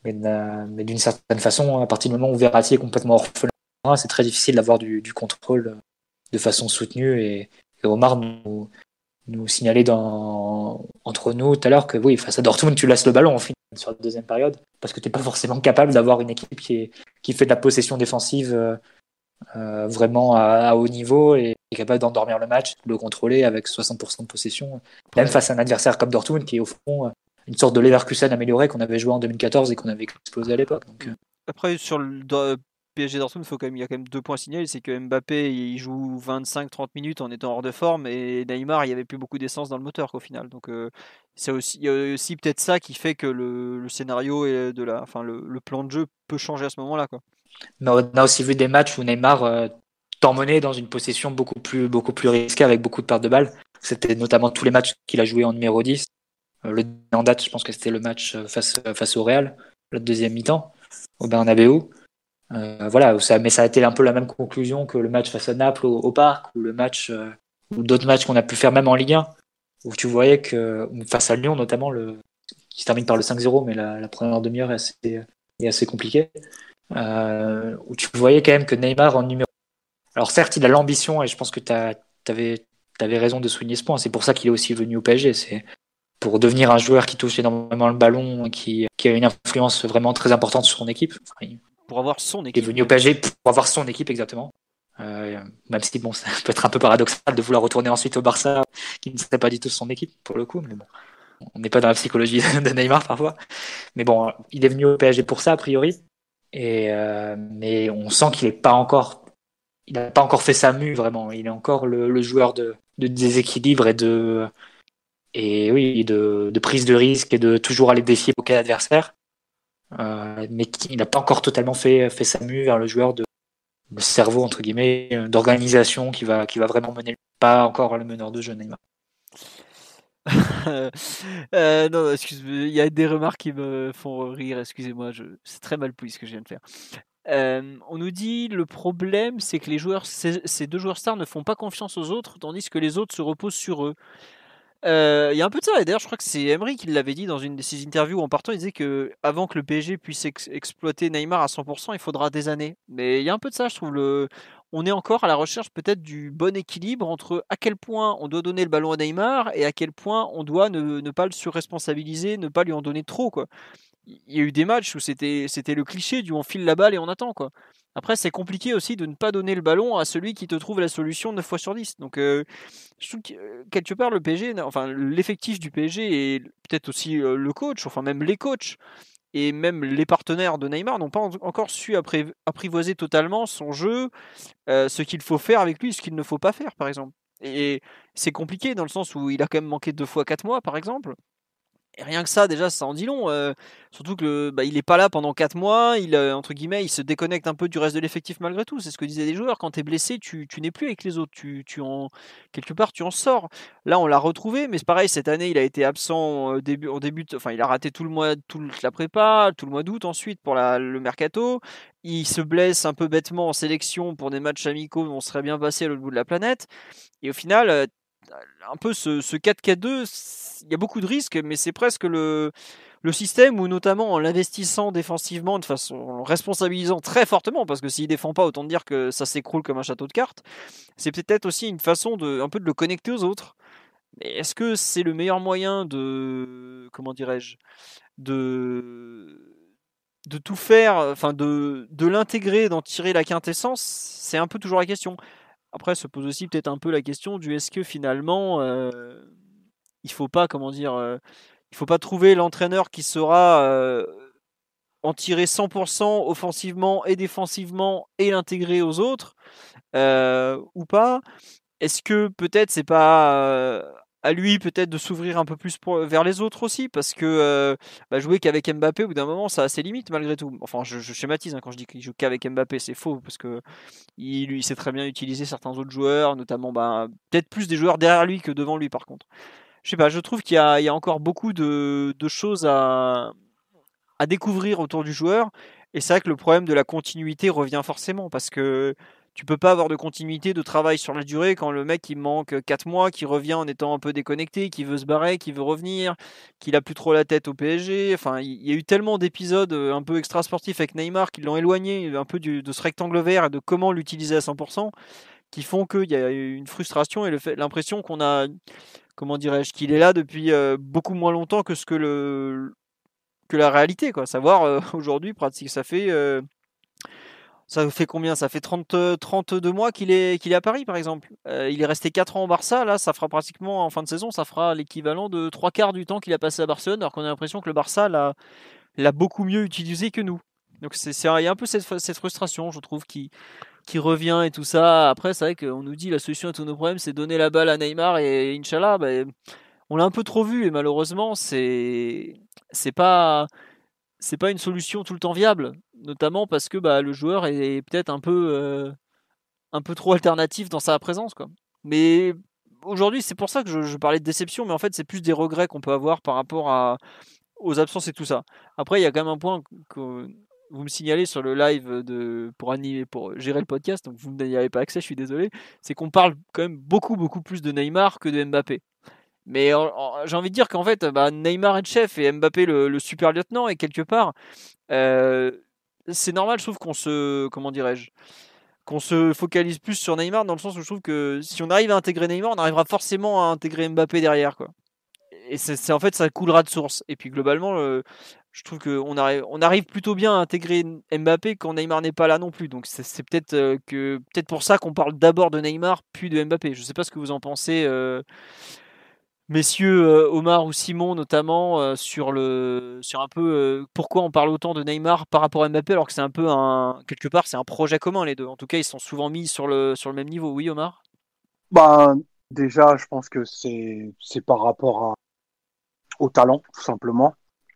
Mais, mais d'une certaine façon, à partir du moment où Verratti est complètement orphelin, c'est très difficile d'avoir du, du contrôle de façon soutenue. Et, et Omar nous, nous signalait dans, entre nous tout à l'heure que oui, face à Dortmund, tu laisses le ballon en finale sur la deuxième période parce que tu n'es pas forcément capable d'avoir une équipe qui, est, qui fait de la possession défensive euh, euh, vraiment à, à haut niveau et est capable d'endormir le match, de le contrôler avec soixante pour cent de possession, même ouais. face à un adversaire comme Dortmund qui est au fond une sorte de Leverkusen amélioré qu'on avait joué en deux mille quatorze et qu'on avait explosé à l'époque. Donc, après, sur le P S G Dortmund, faut quand même, il y a quand même deux points à signaler, c'est que Mbappé il joue vingt-cinq trente minutes en étant hors de forme et Neymar il n'y avait plus beaucoup d'essence dans le moteur au final. Donc euh, c'est aussi, il y a aussi peut-être ça qui fait que le, le scénario et de la, enfin le, le plan de jeu peut changer à ce moment-là, quoi. Mais on a aussi vu des matchs où Neymar euh, t'emmenait dans une possession beaucoup plus, beaucoup plus risquée avec beaucoup de pertes de balles. C'était notamment tous les matchs qu'il a joué en numéro dix. Euh, le dernier en date, je pense que c'était le match face, face au Real, la deuxième mi-temps, au Bernabeu. Euh, voilà, ça, mais ça a été un peu la même conclusion que le match face à Naples au, au Parc, ou le match, euh, ou d'autres matchs qu'on a pu faire même en Ligue un, où tu voyais que, face à Lyon notamment, le, qui se termine par le cinq zéro, mais la, la première demi-heure est assez, est assez compliquée, euh, où tu voyais quand même que Neymar en numéro. Alors certes, il a l'ambition, et je pense que tu avais raison de souligner ce point, c'est pour ça qu'il est aussi venu au P S G, c'est pour devenir un joueur qui touche énormément le ballon, qui, qui a une influence vraiment très importante sur son équipe. Enfin, pour avoir son équipe. Il est venu au P S G pour avoir son équipe, exactement. Euh, même si bon, ça peut être un peu paradoxal de vouloir retourner ensuite au Barça, qui ne serait pas du tout son équipe, pour le coup. Mais bon, on n'est pas dans la psychologie de Neymar parfois. Mais bon, il est venu au P S G pour ça, a priori. Et euh, mais on sent qu'il n'est pas encore, il n'a pas encore fait sa mue, vraiment. Il est encore le, le joueur de, de déséquilibre et de, et oui, de, de prise de risque et de toujours aller défier aucun adversaire. Euh, mais il n'a pas encore totalement fait, fait sa mue vers le joueur de le cerveau entre guillemets d'organisation qui va, qui va vraiment mener pas encore le meneur de jeu Neymar. euh, non, excuse-moi, il y a des remarques qui me font rire, excusez-moi, je... c'est très mal poli ce que je viens de faire. Euh, on nous dit le problème c'est que les joueurs, ces, ces deux joueurs stars ne font pas confiance aux autres tandis que les autres se reposent sur eux. Il euh, y a un peu de ça, et d'ailleurs je crois que c'est Emery qui l'avait dit dans une de ses interviews en partant, il disait que avant que le P S G puisse ex- exploiter Neymar à cent pour cent il faudra des années, mais il y a un peu de ça, je trouve. Le... on est encore à la recherche peut-être du bon équilibre entre à quel point on doit donner le ballon à Neymar et à quel point on doit ne, ne pas le surresponsabiliser, ne pas lui en donner trop, quoi. Il y a eu des matchs où c'était, c'était le cliché du on file la balle et on attend, quoi. Après, c'est compliqué aussi de ne pas donner le ballon à celui qui te trouve la solution neuf fois sur dix. Donc, euh, je trouve que euh, quelque part, le P S G, enfin, l'effectif du P S G et peut-être aussi euh, le coach, enfin, même les coachs et même les partenaires de Neymar n'ont pas en- encore su appré- apprivoiser totalement son jeu, euh, ce qu'il faut faire avec lui, ce qu'il ne faut pas faire, par exemple. Et c'est compliqué dans le sens où il a quand même manqué deux fois quatre mois, par exemple. Et rien que ça, déjà, ça en dit long. Euh, surtout que bah, il est pas là pendant quatre mois. Il euh, entre guillemets, il se déconnecte un peu du reste de l'effectif malgré tout. C'est ce que disaient les joueurs. Quand tu es blessé, tu, tu n'es plus avec les autres. Tu, tu en quelque part, tu en sors. Là, on l'a retrouvé, mais c'est pareil. Cette année, il a été absent au début. En début, enfin, il a raté tout le mois, toute la prépa, tout le mois d'août ensuite pour la, le mercato. Il se blesse un peu bêtement en sélection pour des matchs amicaux où on serait bien passé à l'autre bout de la planète. Et au final, euh, un peu ce, ce quatre quatre deux, il y a beaucoup de risques, mais c'est presque le, le système où, notamment en l'investissant défensivement de façon, en le responsabilisant très fortement, parce que s'il défend pas, autant dire que ça s'écroule comme un château de cartes, c'est peut-être aussi une façon de, un peu de le connecter aux autres. Mais est-ce que c'est le meilleur moyen de, comment dirais-je, de, de tout faire, enfin de, de l'intégrer, d'en tirer la quintessence? C'est un peu toujours la question. Après, se pose aussi peut-être un peu la question du est-ce que finalement, euh, il faut pas, comment dire, euh, il faut pas trouver l'entraîneur qui saura euh, en tirer cent pour cent offensivement et défensivement et l'intégrer aux autres, euh, ou pas? Est-ce que peut-être c'est pas euh, à lui peut-être de s'ouvrir un peu plus pour, vers les autres aussi, parce que euh, bah, jouer qu'avec Mbappé au bout d'un moment ça a ses limites malgré tout. Enfin, je, je schématise hein, quand je dis qu'il joue qu'avec Mbappé, c'est faux parce que il, lui, il sait très bien utiliser certains autres joueurs, notamment bah, peut-être plus des joueurs derrière lui que devant lui par contre. Je sais pas, je trouve qu'il y a, il y a encore beaucoup de, de choses à, à découvrir autour du joueur, et c'est vrai que le problème de la continuité revient forcément parce que tu peux pas avoir de continuité de travail sur la durée quand le mec il manque quatre mois, qui revient en étant un peu déconnecté, qui veut se barrer, qui veut revenir, qu'il a plus trop la tête au P S G. Enfin, il y a eu tellement d'épisodes un peu extra-sportifs avec Neymar qui l'ont éloigné un peu du, de ce rectangle vert et de comment l'utiliser à cent pour cent, qui font qu'il y a une frustration et le fait, l'impression qu'on a, comment dirais-je, qu'il est là depuis euh, beaucoup moins longtemps que ce que le que la réalité, quoi. Savoir euh, aujourd'hui, pratique, ça fait euh, ça fait combien? Ça fait trente, trente-deux mois qu'il est, qu'il est à Paris, par exemple. Euh, il est resté quatre ans au Barça. Là, ça fera pratiquement, en fin de saison, ça fera l'équivalent de trois quarts du temps qu'il a passé à Barcelone, alors qu'on a l'impression que le Barça l'a, l'a beaucoup mieux utilisé que nous. Donc, c'est, c'est, il y a un peu cette, cette frustration, je trouve, qui, qui revient et tout ça. Après, c'est vrai qu'on nous dit la solution à tous nos problèmes, c'est donner la balle à Neymar et Inch'Allah. Ben, on l'a un peu trop vu et malheureusement, c'est, c'est pas. c'est pas une solution tout le temps viable, notamment parce que bah, le joueur est peut-être un peu, euh, un peu trop alternatif dans sa présence, quoi. Mais aujourd'hui, c'est pour ça que je, je parlais de déception, mais en fait, c'est plus des regrets qu'on peut avoir par rapport à, aux absences et tout ça. Après, il y a quand même un point que vous me signalez sur le live de, pour, animer, pour gérer le podcast, donc vous n'y avez pas accès, je suis désolé, c'est qu'on parle quand même beaucoup, beaucoup plus de Neymar que de Mbappé. Mais en, en, j'ai envie de dire qu'en fait, bah, Neymar est le chef et Mbappé le, le super lieutenant, et quelque part, euh, c'est normal, je trouve qu'on se, comment dirais-je, qu'on se focalise plus sur Neymar, dans le sens où je trouve que si on arrive à intégrer Neymar, on arrivera forcément à intégrer Mbappé derrière, quoi. Et c'est, c'est en fait, ça coulera de source. Et puis globalement, euh, je trouve qu'on arrive, on arrive plutôt bien à intégrer Mbappé quand Neymar n'est pas là non plus. Donc c'est, c'est peut-être euh, que peut-être pour ça qu'on parle d'abord de Neymar puis de Mbappé. Je sais pas ce que vous en pensez. Euh, Messieurs euh, Omar ou Simon notamment euh, sur le sur un peu euh, pourquoi on parle autant de Neymar par rapport à Mbappé alors que c'est un peu un quelque part c'est un projet commun les deux. En tout cas, ils sont souvent mis sur le sur le même niveau. Oui, Omar? Bah, déjà, je pense que c'est c'est par rapport à, au talent, tout simplement.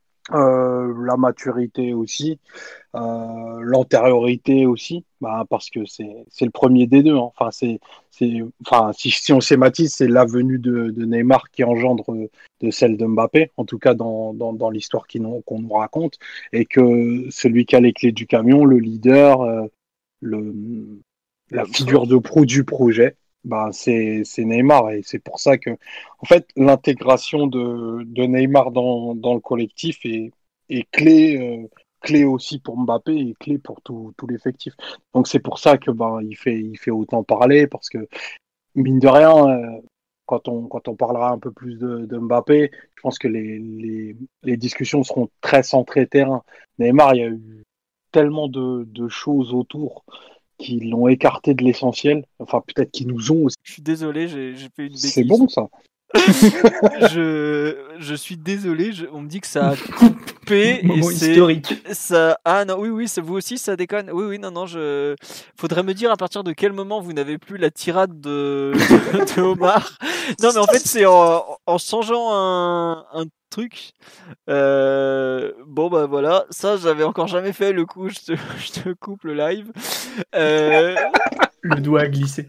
Euh, la maturité aussi, euh, l'antériorité aussi, bah, parce que c'est c'est le premier des deux, hein. Enfin, c'est c'est enfin si, si on schématise, c'est la venue de, de Neymar qui engendre de celle de Mbappé, en tout cas dans dans, dans l'histoire qui nous, qu'on nous raconte, et que celui qui a les clés du camion, le leader, euh, le la figure de proue du projet, bah c'est c'est Neymar, et c'est pour ça que en fait l'intégration de de Neymar dans dans le collectif est est clé euh, clé aussi pour Mbappé et clé pour tout tout l'effectif. Donc c'est pour ça que bah il fait il fait autant parler, parce que mine de rien, euh, quand on quand on parlera un peu plus de, de Mbappé, je pense que les les les discussions seront très centrées terrain. Neymar, il y a eu tellement de de choses autour qui l'ont écarté de l'essentiel, enfin peut-être qu'ils nous ont aussi. Je suis désolé, j'ai, j'ai fait une bêtise. C'est bon ça. je, je suis désolé, je, on me dit que ça a coupé. Moment et c'est, historique. Ça, ah non, oui, oui, ça, vous aussi, ça déconne. Oui, oui, non, non, je. Faudrait me dire à partir de quel moment vous n'avez plus la tirade de, de, de Omar. Non, mais en fait, c'est en, en changeant un, un truc. Euh, bon, bah voilà, ça, j'avais encore jamais fait le coup, je te, je te coupe le live. Euh... Le doigt a glissé.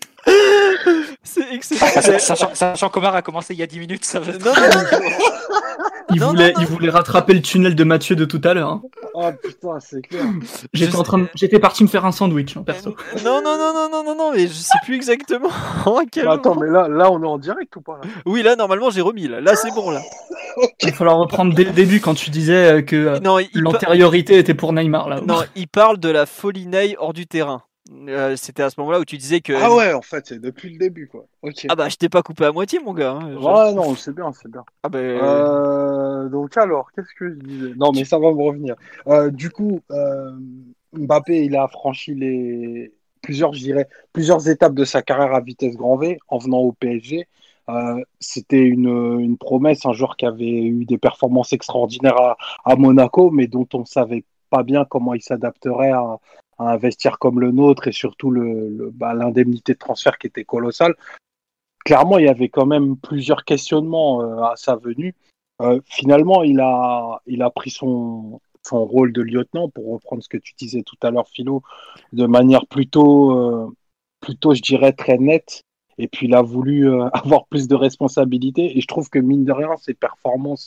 C'est exceptionnel. Sachant, sachant qu'Omar a commencé il y a dix minutes, ça va. Non, non, Il, non, voulait, non, non. il voulait rattraper le tunnel de Mathieu de tout à l'heure. Hein. Oh putain, c'est clair. J'étais, Je en train de... J'étais parti me faire un sandwich, hein, perso. Non, non, non, non, non, non, non, mais je sais plus exactement à quel Bah, attends, moment. mais là, là, on est en direct ou pas là? Oui, là, normalement, j'ai remis. Là, là c'est bon, là. Il va falloir reprendre dès le début quand tu disais euh, que euh, Non, il, pa- l'antériorité était pour Neymar. Là. non, il parle de la folie Ney hors du terrain. Euh, c'était à ce moment-là où tu disais que. Ah ouais, en fait, c'est depuis le début, quoi. Ok. Ah bah, je t'ai pas coupé à moitié, mon gars. hein. Je- Ouais, non, c'est bien, c'est bien. Ah bah. Euh, donc alors, qu'est-ce que je disais? Non, mais ça va me revenir. Euh, du coup, euh, Mbappé, il a franchi les plusieurs, je dirais, plusieurs étapes de sa carrière à vitesse grand V en venant au P S G. Euh, c'était une, une promesse, un joueur qui avait eu des performances extraordinaires à, à Monaco, mais dont on savait pas bien comment il s'adapterait à, à un vestiaire comme le nôtre, et surtout le, le, bah, l'indemnité de transfert qui était colossale. Clairement, il y avait quand même plusieurs questionnements euh, à sa venue. Euh, finalement, il a, il a pris son, son rôle de lieutenant, pour reprendre ce que tu disais tout à l'heure, Philo, de manière plutôt, euh, plutôt, je dirais, très nette. Et puis, il a voulu euh, avoir plus de responsabilités. Et je trouve que, mine de rien, ses performances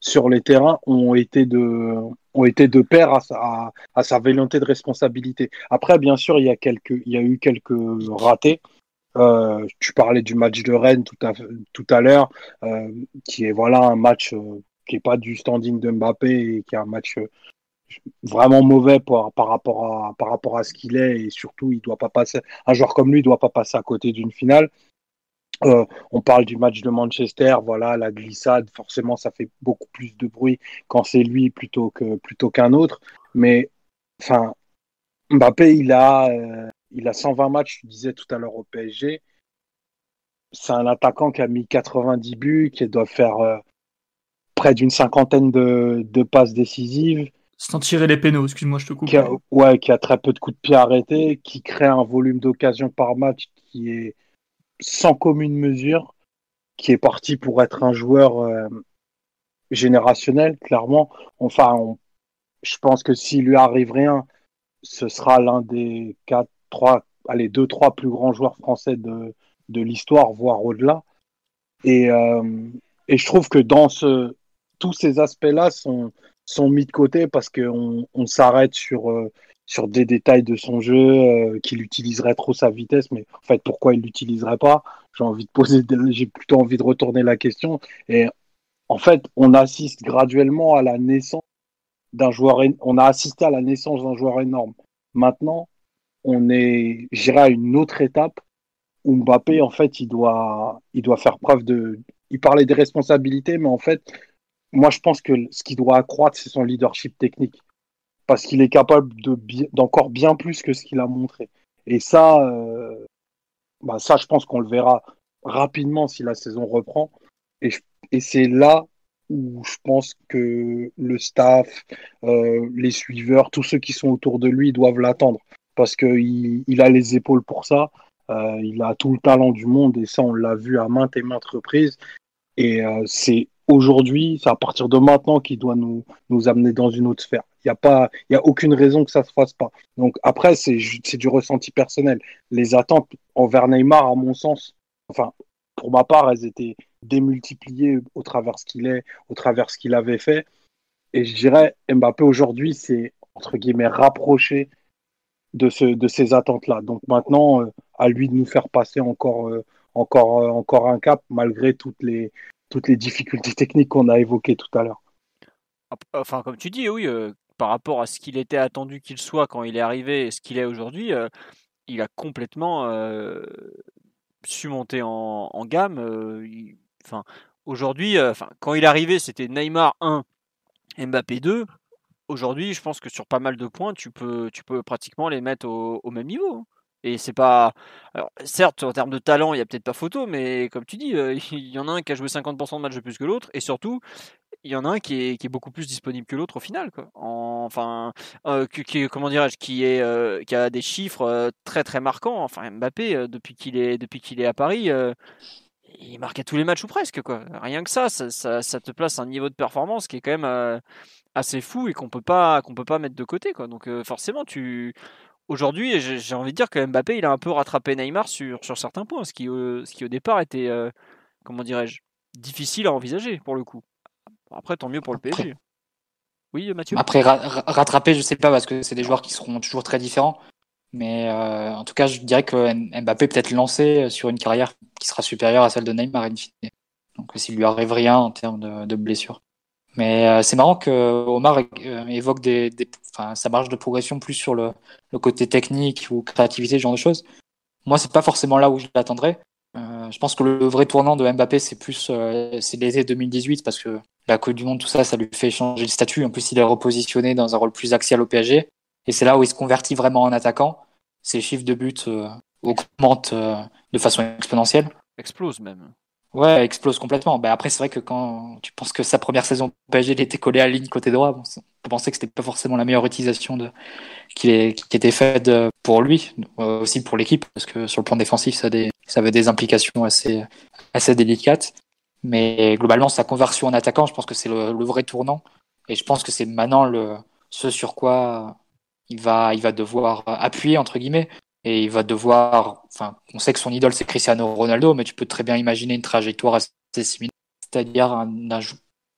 sur les terrains ont été de, ont été de pair à sa, à, à sa volonté de responsabilité. Après, bien sûr, il y a quelques, il y a eu quelques ratés. Euh, tu parlais du match de Rennes tout à, tout à l'heure, euh, qui est voilà un match euh, qui est pas du standing de Mbappé et qui est un match euh, vraiment mauvais par, par rapport à par rapport à ce qu'il est et surtout il doit pas passer un joueur comme lui doit pas passer à côté d'une finale. Euh, on parle du match de Manchester, voilà la glissade, forcément ça fait beaucoup plus de bruit quand c'est lui plutôt que plutôt qu'un autre. Mais enfin Mbappé il a euh, il a cent vingt matchs, tu disais tout à l'heure au P S G. C'est un attaquant qui a mis quatre-vingt-dix buts, qui doit faire euh, près d'une cinquantaine de, de passes décisives. Sans tirer les pénaux, excuse-moi, je te coupe. Qui a, ouais, qui a très peu de coups de pied arrêtés, qui crée un volume d'occasion par match qui est sans commune mesure, qui est parti pour être un joueur euh, générationnel, clairement. Enfin, on, je pense que s'il lui arrive rien, ce sera l'un des quatre, trois, allez, deux, trois plus grands joueurs français de, de l'histoire, voire au-delà. Et, euh, et je trouve que dans ce, tous ces aspects-là sont, sont mis de côté parce qu'on on s'arrête sur, euh, sur des détails de son jeu, euh, qu'il utiliserait trop sa vitesse, mais en fait, pourquoi il l'utiliserait pas? J'ai envie de poser, j'ai plutôt envie de retourner la question. Et en fait, on assiste graduellement à la naissance d'un joueur, on a assisté à la naissance d'un joueur énorme. Maintenant, on est, j'irai à une autre étape où Mbappé, en fait, il doit, il doit faire preuve de. Il parlait des responsabilités, mais en fait, moi, je pense que ce qu'il doit accroître, c'est son leadership technique. Parce qu'il est capable de bi- d'encore bien plus que ce qu'il a montré. Et ça, euh, bah ça, je pense qu'on le verra rapidement si la saison reprend. Et, je- et c'est là où je pense que le staff, euh, les suiveurs, tous ceux qui sont autour de lui doivent l'attendre. Parce qu'il il a les épaules pour ça. Euh, il a tout le talent du monde et ça, on l'a vu à maintes et maintes reprises. Et euh, c'est aujourd'hui, c'est à partir de maintenant qu'il doit nous, nous amener dans une autre sphère. Il n'y a pas, il y a aucune raison que ça se fasse pas. Donc après, c'est, ju- c'est du ressenti personnel. Les attentes envers Neymar, à mon sens, enfin, pour ma part, elles étaient démultipliées au travers ce qu'il est, au travers ce qu'il avait fait. Et je dirais, Mbappé aujourd'hui, c'est entre guillemets rapproché de, ce, de ces attentes-là. Donc maintenant, euh, à lui de nous faire passer encore, euh, encore, euh, encore un cap, malgré toutes les, toutes les difficultés techniques qu'on a évoquées tout à l'heure. Enfin, comme tu dis, oui, euh, par rapport à ce qu'il était attendu qu'il soit quand il est arrivé et ce qu'il est aujourd'hui, euh, il a complètement euh, su monter en, en gamme. euh, il- Enfin, aujourd'hui, euh, enfin, quand il est arrivé, c'était Neymar un, Mbappé deux. Aujourd'hui, je pense que sur pas mal de points, tu peux, tu peux pratiquement les mettre au, au même niveau, hein. Et c'est pas. Alors, certes, en termes de talent, il y a peut-être pas photo, mais comme tu dis, euh, il y en a un qui a joué cinquante pour cent de matchs de plus que l'autre, et surtout, il y en a un qui est, qui est beaucoup plus disponible que l'autre au final, quoi. En- enfin, euh, qui, qui- comment dirais-je, qui est, euh, qui a des chiffres euh, très très marquants. Enfin, Mbappé, euh, depuis qu'il est, depuis qu'il est à Paris, euh, il marque à tous les matchs ou presque, quoi. Rien que ça, ça, ça, ça te place un niveau de performance qui est quand même euh, assez fou et qu'on peut pas, qu'on peut pas mettre de côté, quoi. Donc euh, forcément, tu, aujourd'hui, j'ai j'ai envie de dire que Mbappé, il a un peu rattrapé Neymar sur, sur certains points, ce qui, euh, ce qui au départ était, euh, comment dirais-je, difficile à envisager pour le coup. Après, tant mieux pour le Après, P S G. Oui, euh, Mathieu? après ra- ra- rattraper, je sais pas parce que c'est des joueurs qui seront toujours très différents. Mais euh, en tout cas, je dirais que M- Mbappé peut être lancé sur une carrière qui sera supérieure à celle de Neymar in fine. Donc s'il lui arrive rien en termes de, de blessures. Mais euh, c'est marrant que Omar euh, évoque des, des, enfin, sa marge de progression plus sur le, le côté technique ou créativité, ce genre de choses. Moi, c'est pas forcément là où je l'attendrais. Euh, je pense que le vrai tournant de Mbappé, c'est plus euh, c'est l'été deux mille dix-huit parce que la Coupe du Monde, tout ça, ça lui fait changer de statut. En plus, il est repositionné dans un rôle plus axial au P S G. Et c'est là où il se convertit vraiment en attaquant. Ses chiffres de buts euh, augmentent euh, de façon exponentielle. Explose même. Ouais, explose complètement. Ben après, c'est vrai que quand tu penses que sa première saison au P S G, il était collé à la ligne côté droit, bon, on peut penser que c'était pas forcément la meilleure utilisation de qui, est, qui était faite euh, pour lui, euh, aussi pour l'équipe, parce que sur le plan défensif, ça, a des, ça avait des implications assez, assez délicates. Mais globalement, sa conversion en attaquant, je pense que c'est le, le vrai tournant. Et je pense que c'est maintenant le, ce sur quoi il va, il va devoir appuyer, entre guillemets. Et il va devoir, enfin, on sait que son idole c'est Cristiano Ronaldo, mais tu peux très bien imaginer une trajectoire assez similaire, c'est-à-dire un, un,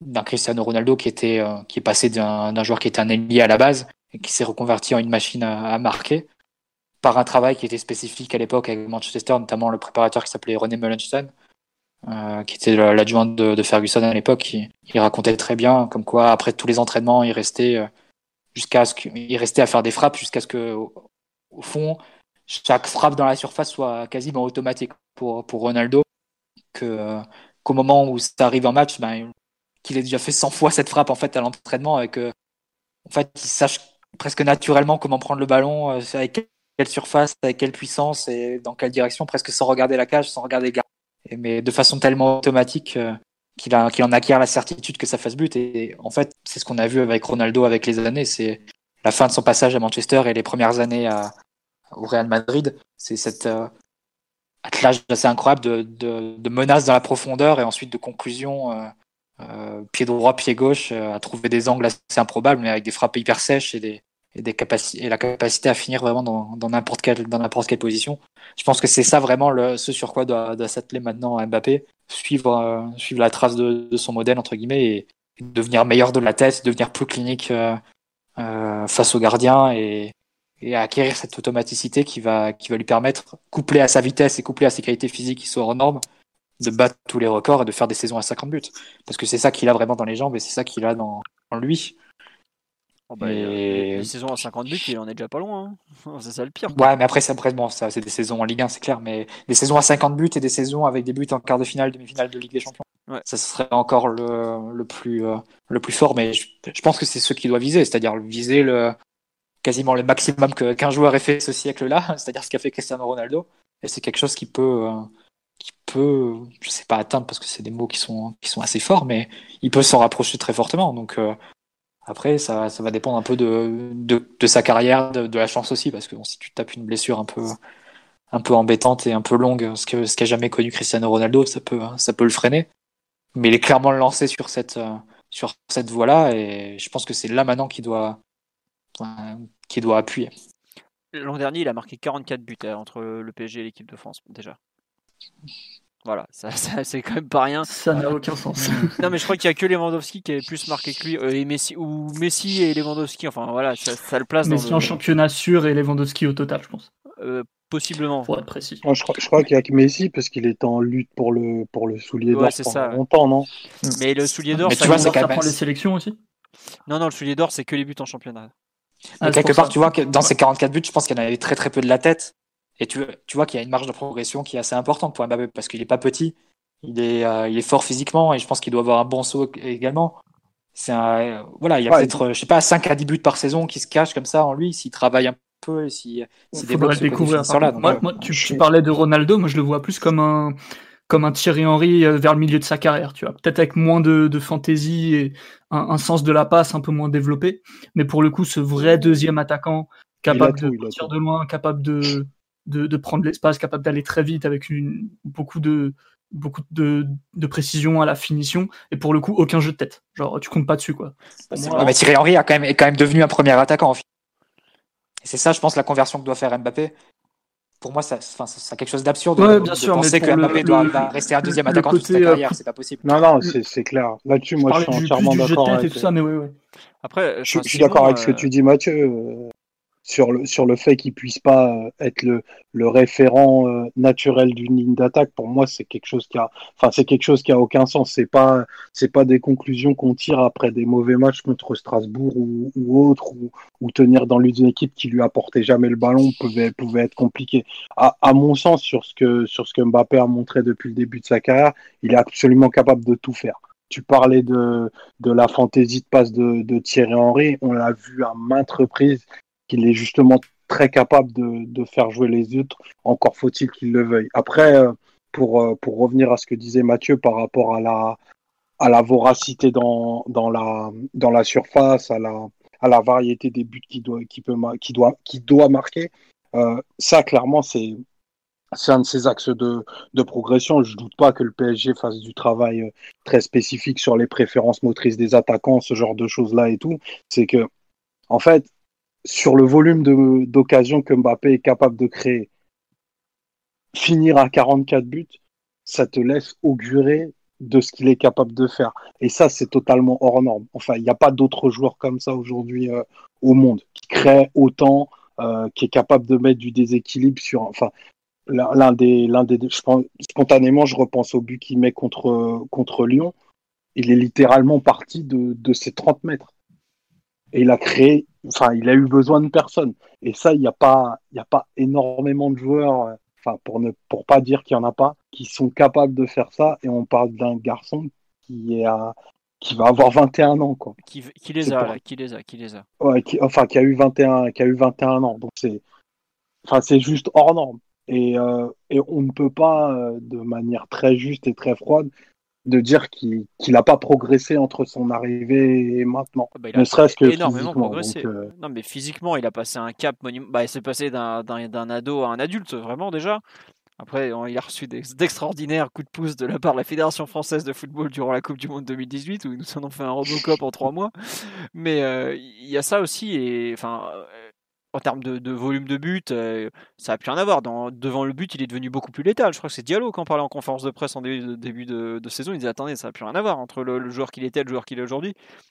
d'un Cristiano Ronaldo qui était euh, qui est passé d'un, d'un joueur qui était un ailier à la base et qui s'est reconverti en une machine à, à marquer par un travail qui était spécifique à l'époque avec Manchester, notamment le préparateur qui s'appelait René Meulensteen, euh, qui était l'adjoint de, de Ferguson à l'époque. Qui, il racontait très bien comme quoi après tous les entraînements, il restait euh, jusqu'à ce qu'il restait à faire des frappes jusqu'à ce que au, au fond chaque frappe dans la surface soit quasiment automatique pour pour Ronaldo, que euh, qu'au moment où ça arrive en match, ben qu'il ait déjà fait cent fois cette frappe en fait à l'entraînement et que en fait il sache presque naturellement comment prendre le ballon, euh, avec quelle surface, avec quelle puissance et dans quelle direction, presque sans regarder la cage, sans regarder les gars. Et, mais de façon tellement automatique euh, qu'il, a, qu'il en acquiert la certitude que ça fasse but. Et, et en fait, c'est ce qu'on a vu avec Ronaldo avec les années. C'est la fin de son passage à Manchester et les premières années à, au Real Madrid. C'est cette euh, attelage assez incroyable de, de, de menaces dans la profondeur et ensuite de conclusion euh, euh, pied droit, pied gauche, euh, à trouver des angles assez improbables, mais avec des frappes hyper sèches et des et des capacités et la capacité à finir vraiment dans, dans n'importe quelle dans n'importe quelle position. Je pense que c'est ça vraiment le, ce sur quoi doit, doit s'atteler maintenant Mbappé, suivre euh, suivre la trace de, de son modèle entre guillemets et, et devenir meilleur de la tête, devenir plus clinique euh, euh, face au gardien et, et acquérir cette automaticité qui va qui va lui permettre, couplé à sa vitesse et couplé à ses qualités physiques qui sont hors normes, de battre tous les records et de faire des saisons à cinquante buts. Parce que c'est ça qu'il a vraiment dans les jambes et c'est ça qu'il a dans, dans lui. Oh bah, et... Les saisons à cinquante buts, il en est déjà pas loin. Hein. C'est ça le pire. Ouais, mais après, c'est, après bon, ça, c'est des saisons en Ligue un, c'est clair. Mais des saisons à cinquante buts et des saisons avec des buts en quart de finale, demi-finale de Ligue des Champions. Ouais. Ça serait encore le, le, plus, euh, le plus fort. Mais je, je pense que c'est ce qu'il doit viser. C'est-à-dire viser le, quasiment le maximum que, qu'un joueur ait fait ce siècle-là. C'est-à-dire ce qu'a fait Cristiano Ronaldo. Et c'est quelque chose qui peut, euh, qui peut, je sais pas atteindre parce que c'est des mots qui sont, qui sont assez forts, mais il peut s'en rapprocher très fortement. Donc, euh, après, ça, ça va dépendre un peu de, de, de sa carrière, de, de la chance aussi, parce que bon, si tu tapes une blessure un peu, un peu embêtante et un peu longue, ce que, ce qu'a jamais connu Cristiano Ronaldo, ça peut, ça peut le freiner. Mais il est clairement lancé sur cette, sur cette voie-là, et je pense que c'est là maintenant qu'il doit, qu'il doit appuyer. L'an dernier, il a marqué quarante-quatre buts hein, entre le P S G et l'équipe de France, déjà. Voilà, ça, ça, c'est quand même pas rien. Ça n'a aucun sens. Non, mais je crois qu'il y a que Lewandowski qui avait plus marqué que lui, euh, et Messi, ou Messi et Lewandowski. Enfin voilà, ça, ça le place. Messi dans le... en championnat sûr et Lewandowski au total, je pense. Euh, possiblement. Pour être précis. Moi, je crois, je crois qu'il y a que Messi parce qu'il était en lutte pour le pour le soulier d'or ouais, c'est pendant ça, longtemps, non? Mais le soulier d'or, mais ça, tu vois, c'est quand ça même... prend les sélections aussi. Non, non, le soulier d'or, c'est que les buts en championnat. Mais ah, quelque part, ça. Tu vois que dans ces quarante-quatre buts, je pense qu'il y en avait très très peu de la tête. Et tu, tu vois qu'il y a une marge de progression qui est assez importante pour Mbappé parce qu'il est pas petit, il est, euh, il est fort physiquement et je pense qu'il doit avoir un bon saut également. C'est un, euh, voilà, il y a ouais, peut-être, je sais pas, cinq à dix buts par saison qui se cachent comme ça en lui s'il travaille un peu et s'il, s'il développe ce côté finisseur-là. Moi, euh, moi, tu, tu parlais de Ronaldo, moi je le vois plus comme un, comme un Thierry Henry vers le milieu de sa carrière, tu vois. Peut-être avec moins de, de fantaisie et un, un sens de la passe un peu moins développé, mais pour le coup, ce vrai deuxième attaquant capable de partir de loin, capable de De, de prendre l'espace, capable d'aller très vite avec une, beaucoup, de, beaucoup de, de précision à la finition, et pour le coup, aucun jeu de tête. Genre, tu comptes pas dessus, quoi. Moi, ouais, mais Thierry Henry a quand même, est quand même devenu un premier attaquant. En fait. Et c'est ça, je pense, la conversion que doit faire Mbappé. Pour moi, ça, ça, c'est quelque chose d'absurde ouais, de, bien de sûr, penser que Mbappé le, doit le, rester un deuxième attaquant côté, toute sa carrière. C'est pas possible. Non, non, c'est, c'est clair. Là-dessus, moi, je, je suis entièrement du, d'accord. Jeu de tête avec et tout ça, mais ouais, ouais. Après, je, je suis d'accord avec ce que tu dis, Mathieu. Euh... Sur le, sur le fait qu'il puisse pas être le, le référent euh, naturel d'une ligne d'attaque, pour moi, c'est quelque chose qui a, enfin, c'est quelque chose qui a aucun sens. C'est pas, c'est pas des conclusions qu'on tire après des mauvais matchs contre Strasbourg ou, ou autre, ou, ou tenir dans une équipe qui lui apportait jamais le ballon pouvait, pouvait être compliqué. À, à mon sens, sur ce que, sur ce que Mbappé a montré depuis le début de sa carrière, il est absolument capable de tout faire. Tu parlais de, de la fantaisie de passe de, de Thierry Henry, on l'a vu à maintes reprises qu'il est justement très capable de, de faire jouer les autres, encore faut-il qu'il le veuille. Après, pour, pour revenir à ce que disait Mathieu par rapport à la, à la voracité dans, dans, la, dans la surface, à la, à la variété des buts qu'il doit, qu'il peut, qu'il doit, qu'il doit marquer, euh, ça, clairement, c'est, c'est un de ses axes de, de progression. Je ne doute pas que le P S G fasse du travail très spécifique sur les préférences motrices des attaquants, ce genre de choses-là et tout. C'est que, en fait, sur le volume de, d'occasions que Mbappé est capable de créer, finir à quarante-quatre buts, ça te laisse augurer de ce qu'il est capable de faire. Et ça, c'est totalement hors norme. Enfin, il n'y a pas d'autres joueurs comme ça aujourd'hui euh, au monde, qui créent autant, euh, qui est capable de mettre du déséquilibre sur... Enfin, l'un l'un des... L'un des je pense, spontanément, je repense au but qu'il met contre, contre Lyon. Il est littéralement parti de, de ses trente mètres. Et il a créé... Enfin, il a eu besoin de personne. Et ça, il n'y a pas, il n'y a pas énormément de joueurs... Euh, enfin, pour ne pour pas dire qu'il n'y en a pas, qui sont capables de faire ça, et on parle d'un garçon qui est à, qui va avoir vingt et un ans, quoi. Qui, qui les C'est a, pour- là, qui les a, qui les a. Ouais, qui, enfin, qui a eu vingt et un, qui a eu vingt et un ans. Donc c'est, enfin, c'est juste hors norme. Et, euh, et on ne peut pas, euh, de manière très juste et très froide, de dire qu'il qu'il n'a pas progressé entre son arrivée et maintenant. Ah bah, il a Ne serait-ce que énormément physiquement. progressé. Donc, euh, Non, mais physiquement, il a passé un cap monumental. Bah, il s'est passé d'un, d'un, d'un ado à un adulte, vraiment déjà. Après, on- il a reçu des- d'extraordinaires coups de pouce de la part de la Fédération française de football durant la Coupe du Monde deux mille dix-huit, où ils nous en ont fait un Robocop en trois mois. Mais euh, il y a ça aussi, et enfin, euh, en termes de, de volume de but, euh, ça a plus rien à voir. Dans, devant le but, il est devenu beaucoup plus létal. Je crois que c'est Diallo qui en parlait en conférence de presse en début de, début de, de saison. Il disait attendez, ça a plus rien à voir entre le, le joueur qu'il était et le joueur qu'il est aujourd'hui.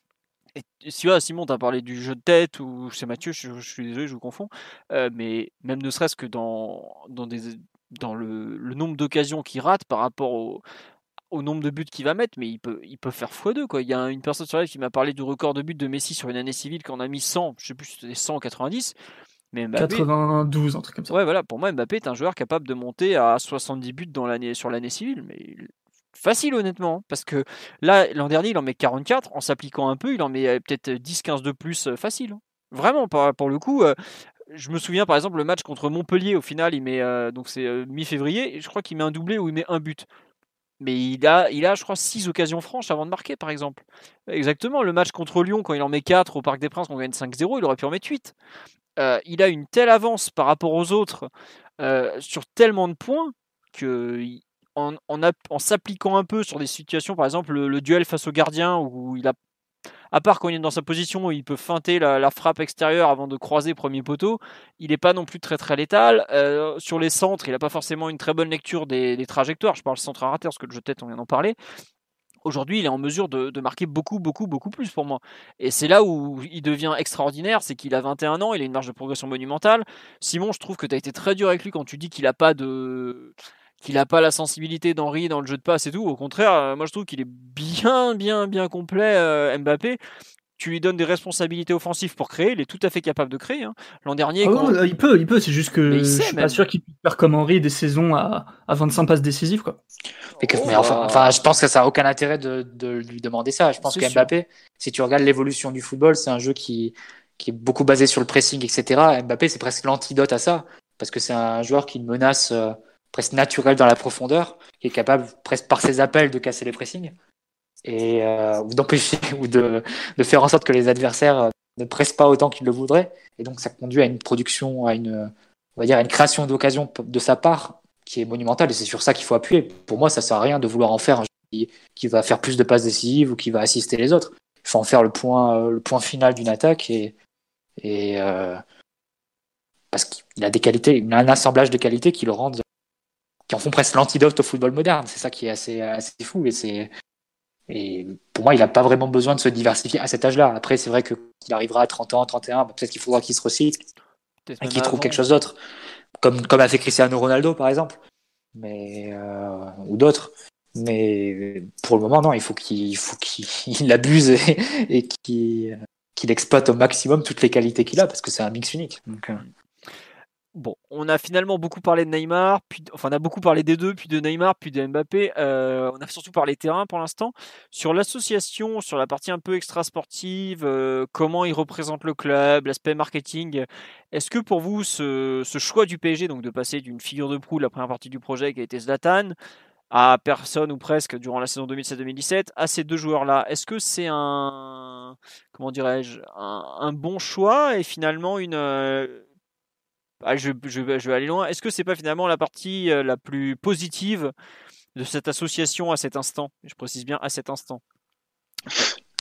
Et si voilà, Simon, t'as parlé du jeu de tête, ou c'est Mathieu, je, je suis désolé, je vous confonds. Euh, mais même ne serait-ce que dans, dans, des, dans le, le nombre d'occasions qu'il rate par rapport au, au nombre de buts qu'il va mettre, mais il peut, il peut faire fois deux, quoi. Il y a une personne sur live qui m'a parlé du record de buts de Messi sur une année civile qu'on a mis cent, je sais plus si c'était cent ou quatre-vingt-dix, mais Mbappé, quatre-vingt-douze, un truc comme ça. ouais, voilà, pour moi, Mbappé est un joueur capable de monter à soixante-dix buts dans l'année, sur l'année civile, mais facile honnêtement, parce que là, l'an dernier, il en met quarante-quatre, en s'appliquant un peu, il en met euh, peut-être dix quinze de plus euh, facile. hein. Vraiment, pour, pour le coup, euh, je me souviens par exemple le match contre Montpellier, au final, il met, euh, donc c'est euh, mi-février, et je crois qu'il met un doublé où il met un but. Mais il a, il a, je crois, six occasions franches avant de marquer, par exemple. Exactement, le match contre Lyon, quand il en met quatre au Parc des Princes, on gagne cinq zéro, il aurait pu en mettre huit. Euh, il a une telle avance par rapport aux autres euh, sur tellement de points que il- en, en, app- en s'appliquant un peu sur des situations, par exemple le, le duel face au gardien, où il a, à part quand il est dans sa position où il peut feinter la, la frappe extérieure avant de croiser premier poteau, il n'est pas non plus très très létal. Euh, sur les centres, il n'a pas forcément une très bonne lecture des, des trajectoires. Je parle centre à rater parce que le jeu de tête, on vient d'en parler. Aujourd'hui, il est en mesure de, de marquer beaucoup, beaucoup, beaucoup plus pour moi. Et c'est là où il devient extraordinaire, c'est qu'il a vingt et un ans, il a une marge de progression monumentale. Simon, je trouve que tu as été très dur avec lui quand tu dis qu'il n'a pas de qu'il n'a pas la sensibilité d'Henry dans le jeu de passe et tout. Au contraire, euh, moi je trouve qu'il est bien, bien, bien complet, euh, Mbappé. Tu lui donnes des responsabilités offensives pour créer, il est tout à fait capable de créer. hein. L'an dernier, Ah quand... ouais, il peut, il peut, c'est juste Mais que il je sait suis même. pas sûr qu'il puisse faire comme Henry des saisons à, à vingt-cinq passes décisives, quoi. Mais, que- Oh, mais enfin, bah, enfin, je pense que ça n'a aucun intérêt de, de lui demander ça. Je pense C'est que sûr. Mbappé, si tu regardes l'évolution du football, c'est un jeu qui, qui est beaucoup basé sur le pressing, et cetera. Mbappé, c'est presque l'antidote à ça, parce que c'est un joueur qui a une menace euh, presque naturelle dans la profondeur, qui est capable presque par ses appels de casser les pressings, et, euh, ou d'empêcher, ou de, de faire en sorte que les adversaires euh, ne pressent pas autant qu'ils le voudraient. Et donc ça conduit à une production, à une, on va dire, à une création d'occasion de sa part qui est monumentale, et c'est sur ça qu'il faut appuyer. Pour moi, ça sert à rien de vouloir en faire un jeu qui, qui va faire plus de passes décisives ou qui va assister les autres. Il faut en faire le point, euh, le point final d'une attaque, et, et euh, parce qu'il a des qualités, il a un assemblage de qualités qui le rendent, qui en font presque l'antidote au football moderne. C'est ça qui est assez, assez fou, et c'est et pour moi, il n'a pas vraiment besoin de se diversifier à cet âge-là. Après, c'est vrai que qu'il arrivera à trente ans, trente et un, peut-être qu'il faudra qu'il se recycle Peut-être et même qu'il trouve avant. quelque chose d'autre, comme comme a fait Cristiano Ronaldo par exemple, mais euh, ou d'autres. Mais pour le moment, non, il faut qu'il il faut qu'il abuse et, et qu'il qu'il exploite au maximum toutes les qualités qu'il a, parce que c'est un mix unique. Donc, euh, Bon, on a finalement beaucoup parlé de Neymar, puis, enfin on a beaucoup parlé des deux, puis de Neymar, puis de Mbappé. Euh, on a surtout parlé terrain pour l'instant. Sur l'association, sur la partie un peu extra-sportive, euh, comment il représente le club, l'aspect marketing, est-ce que pour vous ce, ce choix du P S G, donc de passer d'une figure de proue de la première partie du projet qui a été Zlatan, à personne ou presque durant la saison deux mille seize deux mille dix-sept, à ces deux joueurs-là, est-ce que c'est un, comment dirais-je, un, un bon choix et finalement une... euh, ah, je, je, je vais aller loin. Est-ce que c'est pas finalement la partie euh, la plus positive de cette association à cet instant? Je précise bien à cet instant.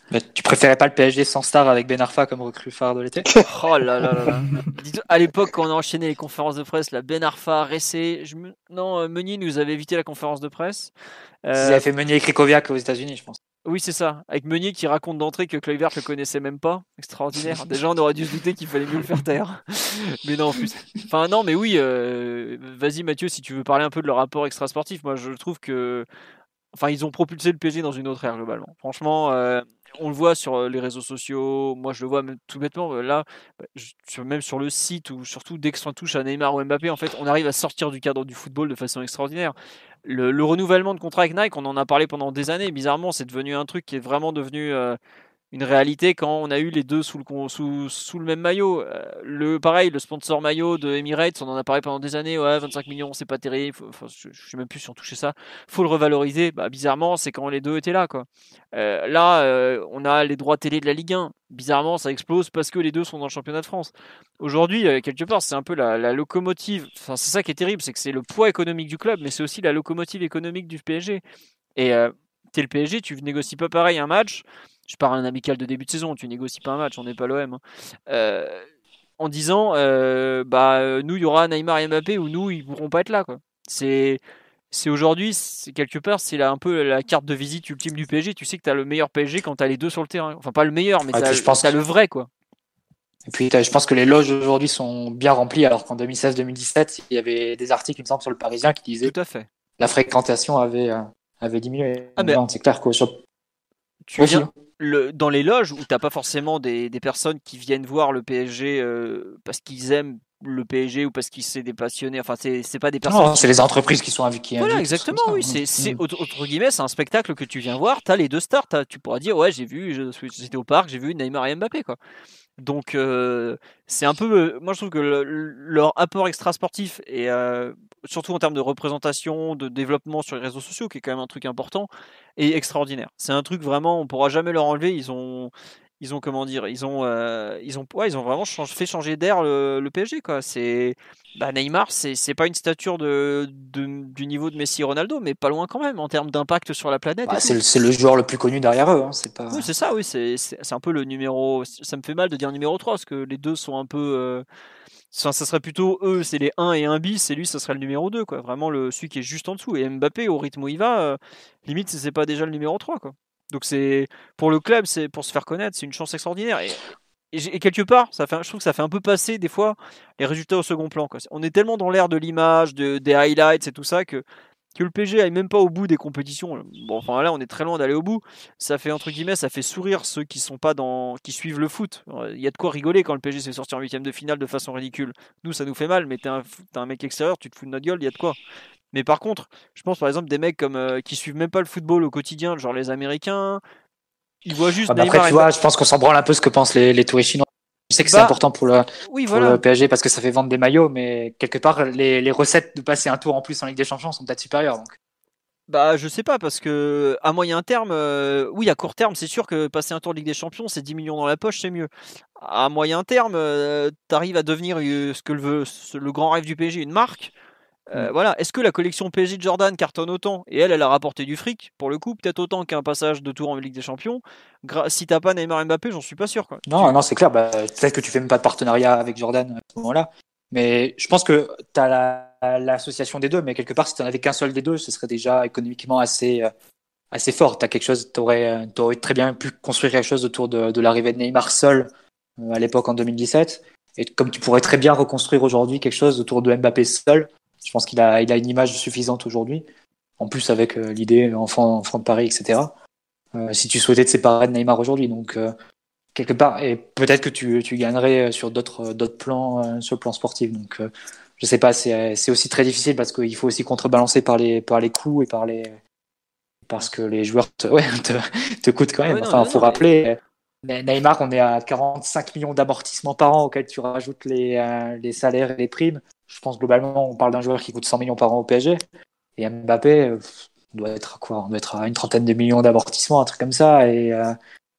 Mais tu préférais pas le P S G sans star avec Ben Arfa comme recrue phare de l'été? Oh là là là là. Dites- À l'époque, quand on a enchaîné les conférences de presse, la Ben Arfa, Ressé, je me... non, euh, Meunier nous avait évité la conférence de presse. Ils Euh, avaient fait Meunier et Krikoviak aux États-Unis, je pense. oui, c'est ça. Avec Meunier qui raconte d'entrée que Kluivert le connaissait même pas. Extraordinaire. Déjà, on aurait dû se douter qu'il fallait mieux le faire taire. Mais non, en plus. Enfin, non, mais oui. euh, Vas-y, Mathieu, si tu veux parler un peu de leur rapport extra-sportif. Moi, je trouve que. Enfin, ils ont propulsé le P S G dans une autre ère, globalement. Franchement, euh, on le voit sur euh, les réseaux sociaux. Moi, je le vois même tout bêtement. euh, Là, bah, je- sur- même sur le site, ou surtout dès que ça touche à Neymar ou Mbappé, en fait, on arrive à sortir du cadre du football de façon extraordinaire. Le, le renouvellement de contrat avec Nike, on en a parlé pendant des années. Bizarrement, c'est devenu un truc qui est vraiment devenu euh, une réalité quand on a eu les deux sous le, con- sous, sous le même maillot. Euh, le, pareil, le sponsor maillot de Emirates, on en a parlé pendant des années. Ouais, vingt-cinq millions, c'est pas terrible. Faut- faut- je, je sais même plus si on touchait ça. Faut le revaloriser. Bah, bizarrement, c'est quand les deux étaient là, quoi. Euh, là, euh, on a les droits télé de la Ligue un. Bizarrement, ça explose parce que les deux sont dans le championnat de France. Aujourd'hui, euh, quelque part, c'est un peu la, la locomotive. Enfin, c'est ça qui est terrible, c'est que c'est le poids économique du club, mais c'est aussi la locomotive économique du P S G. Et euh, t'es le P S G, tu négocies pas pareil un match. Je parle un amical de début de saison, tu négocies pas un match, on n'est pas l'O M. Hein. Euh, en disant, euh, bah, euh, nous, il y aura Neymar et Mbappé, ou nous, ils pourront pas être là, quoi. C'est, c'est aujourd'hui, c'est quelque part, c'est là, un peu la carte de visite ultime du P S G. Tu sais que tu as le meilleur P S G quand tu as les deux sur le terrain. Enfin, pas le meilleur, mais Ouais, tu puis je pense as que- le vrai, quoi. Et puis, t'as- je pense que les loges aujourd'hui sont bien remplies, alors qu'en deux mille seize deux mille dix-sept, il y avait des articles, il me semble, sur le Parisien qui disaient Tout à fait. que la fréquentation avait, euh, avait diminué. Ah, Donc, mais- non, c'est clair qu'au sur- Tu aussi, viens le, dans les loges où t'as pas forcément des, des personnes qui viennent voir le P S G euh, parce qu'ils aiment le P S G ou parce qu'ils sont des passionnés. Enfin, c'est, c'est pas des personnes. Non, qui- c'est les entreprises qui sont invi- qui Voilà, invitent. exactement, tout ça, oui. hein. C'est, c'est Mm. entre, entre guillemets, c'est un spectacle que tu viens voir. T'as les deux stars. t'as- Tu pourras dire, ouais, j'ai vu, je suis- j'étais au parc, j'ai vu Neymar et Mbappé, quoi. Donc, euh, c'est un peu. euh, Moi, je trouve que le- leur apport extra-sportif, et euh, surtout en termes de représentation, de développement sur les réseaux sociaux, qui est quand même un truc important, est extraordinaire. C'est un truc vraiment, on pourra jamais leur enlever. Ils ont. Ils ont comment dire, ils ont, euh, ils ont, ouais, ils ont vraiment change- fait changer d'air le, le P S G, quoi. C'est, bah, Neymar, c'est, c'est pas une stature de, de- du niveau de Messi et Ronaldo, mais pas loin quand même en termes d'impact sur la planète. Bah, et c'est, tout. le- c'est le joueur le plus connu derrière eux. Hein. C'est pas... Oui, c'est ça, oui, c'est, c'est, c'est un peu le numéro. Ça me fait mal de dire numéro trois parce que les deux sont un peu. euh, Enfin, ça serait plutôt eux, c'est les un et un bis, et lui, ça serait le numéro deux, quoi. Vraiment, le, celui qui est juste en dessous. Et Mbappé, au rythme où il va, euh, limite, c'est pas déjà le numéro trois, quoi. Donc, c'est pour le club, c'est pour se faire connaître, c'est une chance extraordinaire. Et, et, j'ai- et quelque part, ça fait, je trouve que ça fait un peu passer, des fois, les résultats au second plan, quoi. On est tellement dans l'ère de l'image, de, des highlights et tout ça, que que le P S G aille même pas au bout des compétitions. Bon, enfin là, on est très loin d'aller au bout. Ça fait entre guillemets, ça fait sourire ceux qui sont pas dans, qui suivent le foot. Il y a de quoi rigoler quand le P S G se fait sortir en huitième de finale de façon ridicule. Nous, ça nous fait mal, mais t'es un, t'es un mec extérieur, tu te fous de notre gueule, il y a de quoi. Mais par contre, je pense par exemple des mecs comme euh, qui suivent même pas le football au quotidien, genre les Américains, ils voient juste Ah, bah Neymar après, et tu vois, je pense qu'on s'en branle un peu ce que pensent les, les touristes chinois. Je sais que c'est Bah, important pour le, oui, pour voilà. le P S G parce que ça fait vendre des maillots, mais quelque part, les, les recettes de passer un tour en plus en Ligue des Champions sont peut-être supérieures. Donc. Bah, je sais pas, parce que à moyen terme, euh, oui, à court terme, c'est sûr que passer un tour de Ligue des Champions, c'est dix millions dans la poche, c'est mieux. À moyen terme, euh, t'arrives à devenir euh, ce que le veut, ce- le grand rêve du P S G, une marque. Euh, Mm. Voilà. Est-ce que la collection P S G de Jordan cartonne autant? Et elle, elle a rapporté du fric, pour le coup, peut-être autant qu'un passage de tour en Ligue des Champions. Gra- si t'as pas Neymar et Mbappé, j'en suis pas sûr, quoi. Non, Tu- non, c'est clair. Bah, peut-être que tu fais même pas de partenariat avec Jordan à ce moment-là. Mais je pense que tu as la, l'association des deux, mais quelque part, si tu n'en avais qu'un seul des deux, ce serait déjà économiquement assez, euh, assez fort. Tu as quelque chose, tu aurais, très bien pu construire quelque chose autour de, de l'arrivée de Neymar seul euh, à l'époque en deux mille dix-sept. Et comme tu pourrais très bien reconstruire aujourd'hui quelque chose autour de Mbappé seul, je pense qu'il a, il a une image suffisante aujourd'hui. En plus, avec euh, l'idée enfant, enfant de Paris, et cetera. Euh, si tu souhaitais te séparer de Neymar aujourd'hui. Donc, euh, quelque part, et peut-être que tu, tu gagnerais sur d'autres, d'autres plans, euh, sur le plan sportif. Donc, euh, je sais pas, c'est, c'est aussi très difficile parce qu'il faut aussi contrebalancer par les, par les coûts et par les, parce que les joueurs te, ouais, te, te coûtent quand même. Ouais, non, enfin, non, faut non, rappeler, mais... Neymar, on est à quarante-cinq millions d'amortissements par an auxquels tu rajoutes les, euh, les salaires et les primes. Je pense globalement, on parle d'un joueur qui coûte cent millions par an au P S G. Et Mbappé, euh, on doit être à quoi? On doit être à une trentaine de millions d'amortissements, un truc comme ça. Et, euh,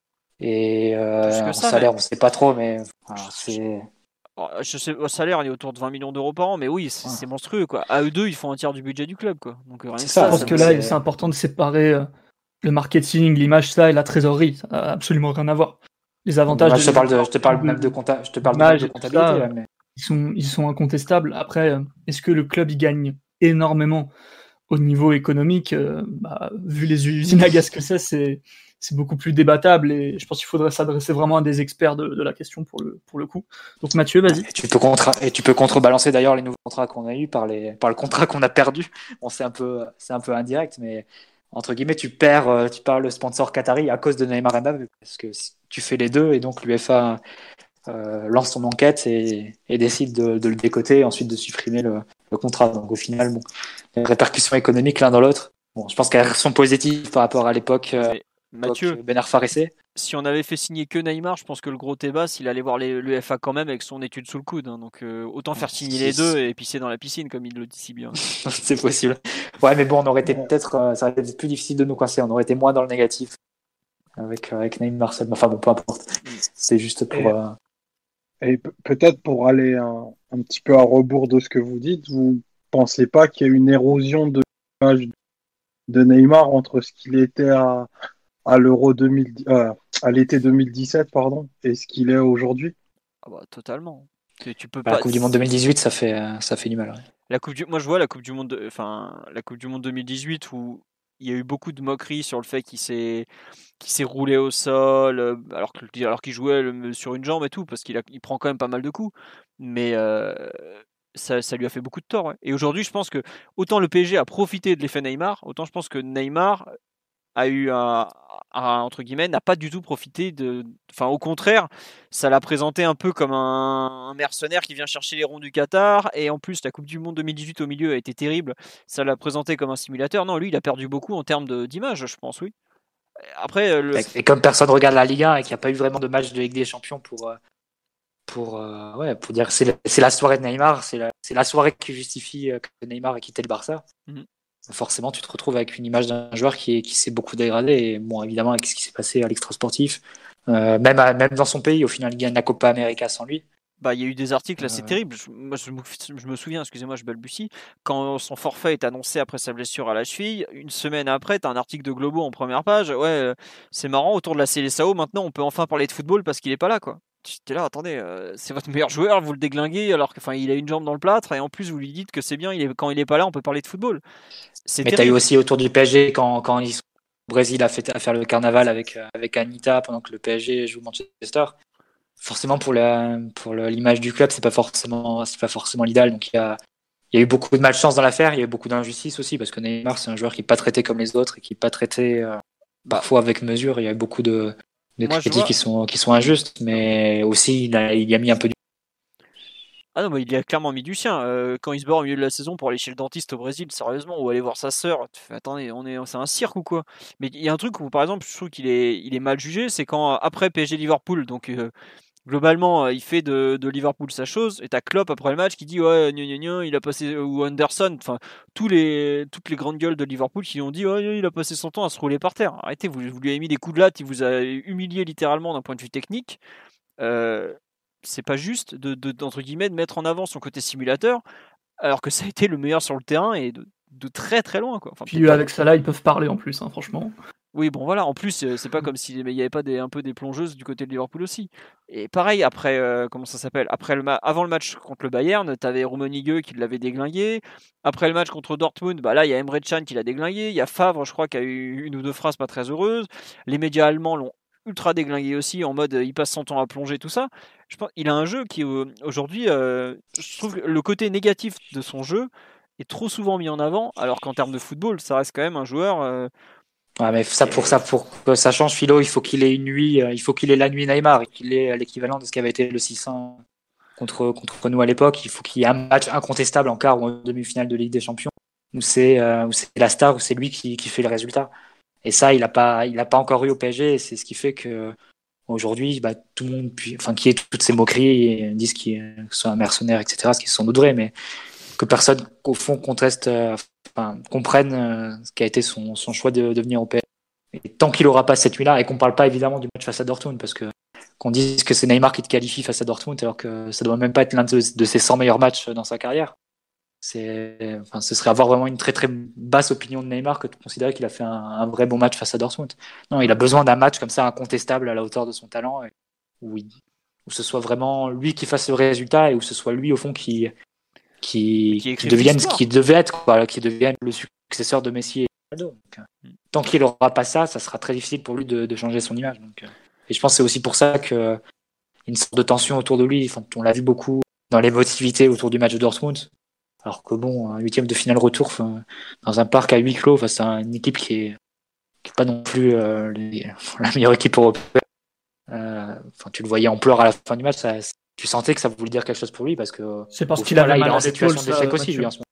et euh, Plus que en ça, salaire, mais- on sait pas trop, mais enfin, c'est. Oh, je sais, au salaire, il est autour de vingt millions d'euros par an, mais oui, c'est, Ouais. c'est monstrueux, quoi. À eux deux, ils font un tiers du budget du club, quoi. Donc, rien C'est que ça, Je pense ça, que là, c'est- c'est important de séparer euh, le marketing, l'image, ça, et la trésorerie, ça n'a absolument rien à voir. Les avantages. Moi, de je te parle de, je te parle même de compta, je te parle même de comptabilité. Ça, là, mais... ils sont, ils sont incontestables. Après, est-ce que le club il gagne énormément au niveau économique? euh, bah, Vu les usines à gaz que c'est, c'est, c'est beaucoup plus débattable. Et je pense qu'il faudrait s'adresser vraiment à des experts de, de la question pour le, pour le coup. Donc Mathieu, vas-y. Et tu peux contre, et tu peux contrebalancer d'ailleurs les nouveaux contrats qu'on a eu par les, par le contrat qu'on a perdu. Bon, c'est un peu, c'est un peu indirect, mais entre guillemets, tu perds, tu perds le sponsor qatari à cause de Neymar et Mbappé, parce que tu fais les deux et donc l'UEFA euh, lance son enquête et, et décide de, de le décoter et ensuite de supprimer le, le contrat. Donc au final, bon, les répercussions économiques l'un dans l'autre, bon, je pense qu'elles sont positives par rapport à l'époque. Euh, Mathieu, Ben Arfa Ressé. Si on avait fait signer que Neymar, je pense que le gros Tebas, il allait voir l'U E F A quand même avec son étude sous le coude. Hein. Donc euh, autant faire signer les deux et pisser dans la piscine, comme il le dit si bien. C'est possible. Ouais, mais bon, on aurait été peut-être, euh, ça aurait été plus difficile de nous coincer. On aurait été moins dans le négatif avec, euh, avec Neymar seul. Enfin bon, peu importe. C'est juste pour. Et, euh... et peut-être pour aller un, un petit peu à rebours de ce que vous dites, vous pensez pas qu'il y a une érosion de l'image de Neymar entre ce qu'il était à à l'Euro deux mille dix, euh, à l'été deux mille dix-sept, pardon, et ce qu'il est aujourd'hui? Ah bah, totalement. Tu, tu peux bah, pas... La Coupe du Monde deux mille dix-huit, ça fait, ça fait du mal. Ouais. La coupe du... Moi, je vois la Coupe du Monde, de... enfin, la Coupe du Monde deux mille dix-huit où il y a eu beaucoup de moqueries sur le fait qu'il s'est, qu'il s'est roulé au sol, euh, alors, que... alors qu'il jouait le... sur une jambe et tout, parce qu'il a... il prend quand même pas mal de coups. Mais euh... ça... ça lui a fait beaucoup de tort. Ouais. Et aujourd'hui, je pense que autant le P S G a profité de l'effet Neymar, autant je pense que Neymar a eu un, un, entre guillemets, n'a pas du tout profité de, enfin au contraire, ça l'a présenté un peu comme un, un mercenaire qui vient chercher les ronds du Qatar, et en plus la Coupe du Monde deux mille dix-huit au milieu a été terrible, ça l'a présenté comme un simulateur. Non, lui il a perdu beaucoup en termes de, d'image, je pense, oui. Après, le... et, et comme personne regarde la Ligue un et qu'il n'y a pas eu vraiment de match de Ligue des Champions pour, pour, euh, ouais, pour dire que c'est la, c'est la soirée de Neymar, c'est la, c'est la soirée qui justifie que Neymar ait quitté le Barça. Mm-hmm. Forcément, tu te retrouves avec une image d'un joueur qui, est, qui s'est beaucoup dégradé. Et bon, évidemment, avec ce qui s'est passé à l'extra-sportif, euh, même, à, même dans son pays, au final, il gagne la Copa América sans lui. Bah, il y a eu des articles là, c'est euh... terrible. Je, moi, je me, je me souviens, excusez-moi, je balbutie, quand son forfait est annoncé après sa blessure à la cheville, une semaine après, tu as un article de Globo en première page. Ouais, c'est marrant, autour de la Seleção, maintenant, on peut enfin parler de football parce qu'il est pas là, quoi. J'étais là, attendez, euh, c'est votre meilleur joueur, vous le déglinguez alors qu'il a une jambe dans le plâtre et en plus vous lui dites que c'est bien, il est, quand il est pas là, on peut parler de football. C'est Mais tu as eu aussi autour du P S G quand, quand ils sont au Brésil à, fait, à faire le carnaval avec, avec Anita pendant que le P S G joue Manchester. Forcément, pour, la, pour l'image du club, c'est pas forcément, c'est pas forcément l'idéal. Donc il y a, il y a eu beaucoup de malchance dans l'affaire, il y a eu beaucoup d'injustice aussi parce que Neymar, c'est un joueur qui n'est pas traité comme les autres et qui n'est pas traité euh, parfois avec mesure. Il y a eu beaucoup de. de Moi, critiques vois... qui, sont, qui sont injustes, mais aussi il, a, il y a mis un peu du... Ah non, mais il y a clairement mis du sien. Euh, quand il se barre au milieu de la saison pour aller chez le dentiste au Brésil, sérieusement, ou aller voir sa sœur, tu fais, attendez, on est, c'est un cirque ou quoi? Mais il y a un truc où, par exemple, je trouve qu'il est, il est mal jugé, c'est quand, après P S G Liverpool, donc euh, globalement, il fait de, de Liverpool sa chose, et t'as Klopp après le match qui dit, ouais, gna gna gna, il a passé, ou Anderson, enfin, tous les, toutes les grandes gueules de Liverpool qui ont dit, ouais, il a passé son temps à se rouler par terre. Arrêtez, vous, vous lui avez mis des coups de latte, il vous a humilié littéralement d'un point de vue technique. Euh, c'est pas juste de, de, d'entre guillemets, de mettre en avant son côté simulateur, alors que ça a été le meilleur sur le terrain et de, de très très loin, quoi. Enfin, puis avec ça là, ils peuvent parler en plus, hein, franchement. Oui, bon voilà, en plus, c'est pas comme s'il n'y avait pas des, un peu des plongeuses du côté de Liverpool aussi. Et pareil, après, euh, comment ça s'appelle après le ma- Avant le match contre le Bayern, t'avais Rummenigge qui l'avait déglingué. Après le match contre Dortmund, bah là, il y a Emre Can qui l'a déglingué. Il y a Favre, je crois, qui a eu une ou deux phrases pas très heureuses. Les médias allemands l'ont ultra déglingué aussi, en mode il passe son temps à plonger, tout ça. Je pense il a un jeu qui, euh, aujourd'hui, euh, je trouve que le côté négatif de son jeu est trop souvent mis en avant, alors qu'en termes de football, ça reste quand même un joueur... Euh, Ouais, mais ça, pour ça, pour que ça change, Philo, il faut qu'il ait une nuit, il faut qu'il ait la nuit Neymar et qu'il ait l'équivalent de ce qui avait été le six cents contre, contre nous à l'époque. Il faut qu'il y ait un match incontestable en quart ou en demi-finale de Ligue des Champions où c'est, euh, où c'est la star, où c'est lui qui, qui fait le résultat. Et ça, il n'a pas, il a pas encore eu au P S G. Et c'est ce qui fait que aujourd'hui, bah, tout le monde, enfin, qui est toutes ces moqueries et disent qu'il soit un mercenaire, et cetera, ce qui sont doute vrai, mais que personne, au fond, conteste, euh, enfin, comprenne euh, ce qui a été son, son choix de, de venir au P S G. Et tant qu'il n'aura pas cette nuit-là, et qu'on ne parle pas évidemment du match face à Dortmund, parce que qu'on dise que c'est Neymar qui te qualifie face à Dortmund, alors que ça ne doit même pas être l'un de, de ses cent meilleurs matchs dans sa carrière. C'est, enfin, ce serait avoir vraiment une très très basse opinion de Neymar que de considérer qu'il a fait un, un vrai bon match face à Dortmund. Non, il a besoin d'un match comme ça incontestable à la hauteur de son talent, et où, il- où ce soit vraiment lui qui fasse le résultat et où ce soit lui au fond qui qui, Qui qui écrive devienne ce l'histoire. qu'il devait être, quoi, qui devienne le successeur de Messi et Ronaldo. Donc, euh, Mm. tant qu'il n'aura pas ça, ça sera très difficile pour lui de, de changer son image. Donc, euh, et je pense que c'est aussi pour ça que une sorte de tension autour de lui. Enfin, on l'a vu beaucoup dans l'émotivité autour du match de Dortmund. Alors que bon, un huitième de finale retour enfin, dans un parc à huis clos face à une équipe qui est, qui est pas non plus euh, les- la meilleure équipe européenne. Euh, Enfin, tu le voyais en pleurs à la fin du match. Ça, tu sentais que ça voulait dire quelque chose pour lui parce que C'est parce au qu'il fond, avait là, il mal est à en l'épaule, situation ça, d'échec aussi, Mathieu. lui, en ce moment.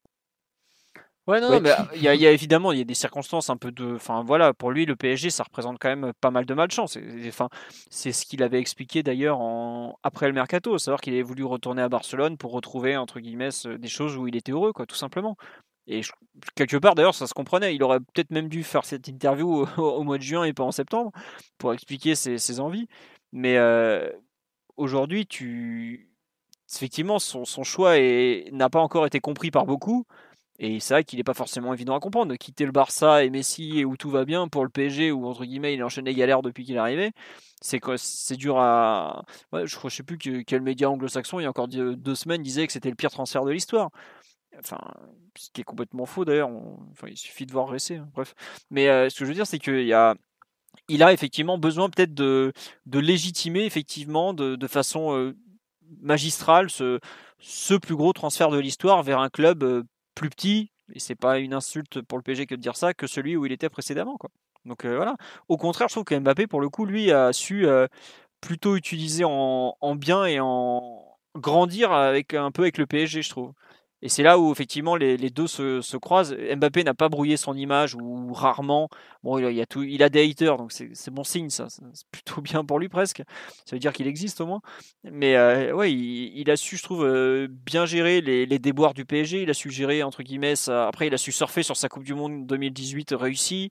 Ouais, non, Ouais. non, mais il y, a- il y a évidemment il y a des circonstances un peu de. Enfin voilà, pour lui, le P S G, ça représente quand même pas mal de malchance. Et- et- Enfin, c'est ce qu'il avait expliqué d'ailleurs en... après le mercato, à savoir qu'il avait voulu retourner à Barcelone pour retrouver, entre guillemets, ce- des choses où il était heureux, quoi, tout simplement. Et je- quelque part, d'ailleurs, ça se comprenait. Il aurait peut-être même dû faire cette interview au, au mois de juin et pas en septembre pour expliquer ses, ses envies. Mais euh, aujourd'hui, tu. Effectivement, son, son choix est- n'a pas encore été compris par beaucoup. Et c'est vrai qu'il n'est pas forcément évident à comprendre. De quitter le Barça et Messi et où tout va bien pour le P S G où entre guillemets il enchaîne les galères depuis qu'il est arrivé, c'est quoi, c'est dur à. Ouais, je ne sais plus que, quel média anglo-saxon il y a encore deux, deux semaines disait que c'était le pire transfert de l'histoire. Enfin, ce qui est complètement faux d'ailleurs. On... Enfin, il suffit de voir Ressé. Hein. Bref. Mais euh, ce que je veux dire, c'est qu'il y a il a effectivement besoin peut-être de, de légitimer effectivement de, de façon euh, magistrale ce, ce plus gros transfert de l'histoire vers un club euh, plus petit, et c'est pas une insulte pour le P S G que de dire ça, que celui où il était précédemment. Quoi. Donc euh, voilà. Au contraire, je trouve que Mbappé, pour le coup, lui, a su euh, plutôt utiliser en, en bien et en grandir avec un peu avec le P S G, je trouve. Et c'est là où effectivement les, les deux se, se croisent. Mbappé n'a pas brouillé son image ou rarement. Bon, il a, il a, tout, il a des haters, donc c'est, c'est bon signe, ça. C'est plutôt bien pour lui presque. Ça veut dire qu'il existe au moins. Mais euh, ouais, il, il a su, je trouve, euh, bien gérer les, les déboires du P S G. Il a su gérer entre guillemets. Ça... Après, il a su surfer sur sa Coupe du Monde deux mille dix-huit réussie.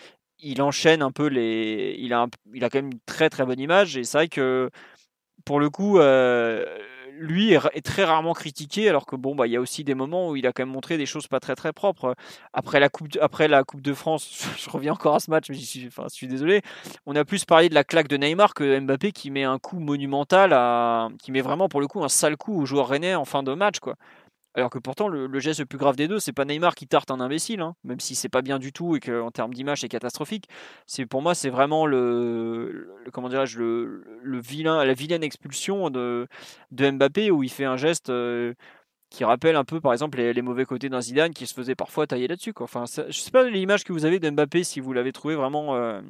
Il enchaîne un peu les. Il a, un- il a quand même une très très bonne image. Et c'est vrai que pour le coup, euh, lui est, est très rarement critiqué, alors que bon, bah, il y a aussi des moments où il a quand même montré des choses pas très très propres. Après la Coupe, de, après la coupe de France, je reviens encore à ce match, mais je suis, enfin, je suis désolé. On a plus parlé de la claque de Neymar que Mbappé qui met un coup monumental, à, qui met vraiment pour le coup un sale coup au joueur rennais en fin de match, quoi. Alors que pourtant, le, le geste le plus grave des deux, c'est pas Neymar qui tarte un imbécile, hein, même si c'est pas bien du tout et qu'en termes d'image, c'est catastrophique. C'est, pour moi, c'est vraiment le, le- comment dirais-je, le, le vilain, la vilaine expulsion de, de Mbappé où il fait un geste euh, qui rappelle un peu, par exemple, les, les mauvais côtés d'un Zidane qui se faisait parfois tailler là-dessus, quoi. Enfin, ça- je sais pas l'image que vous avez d'Mbappé, si vous l'avez trouvé vraiment euh,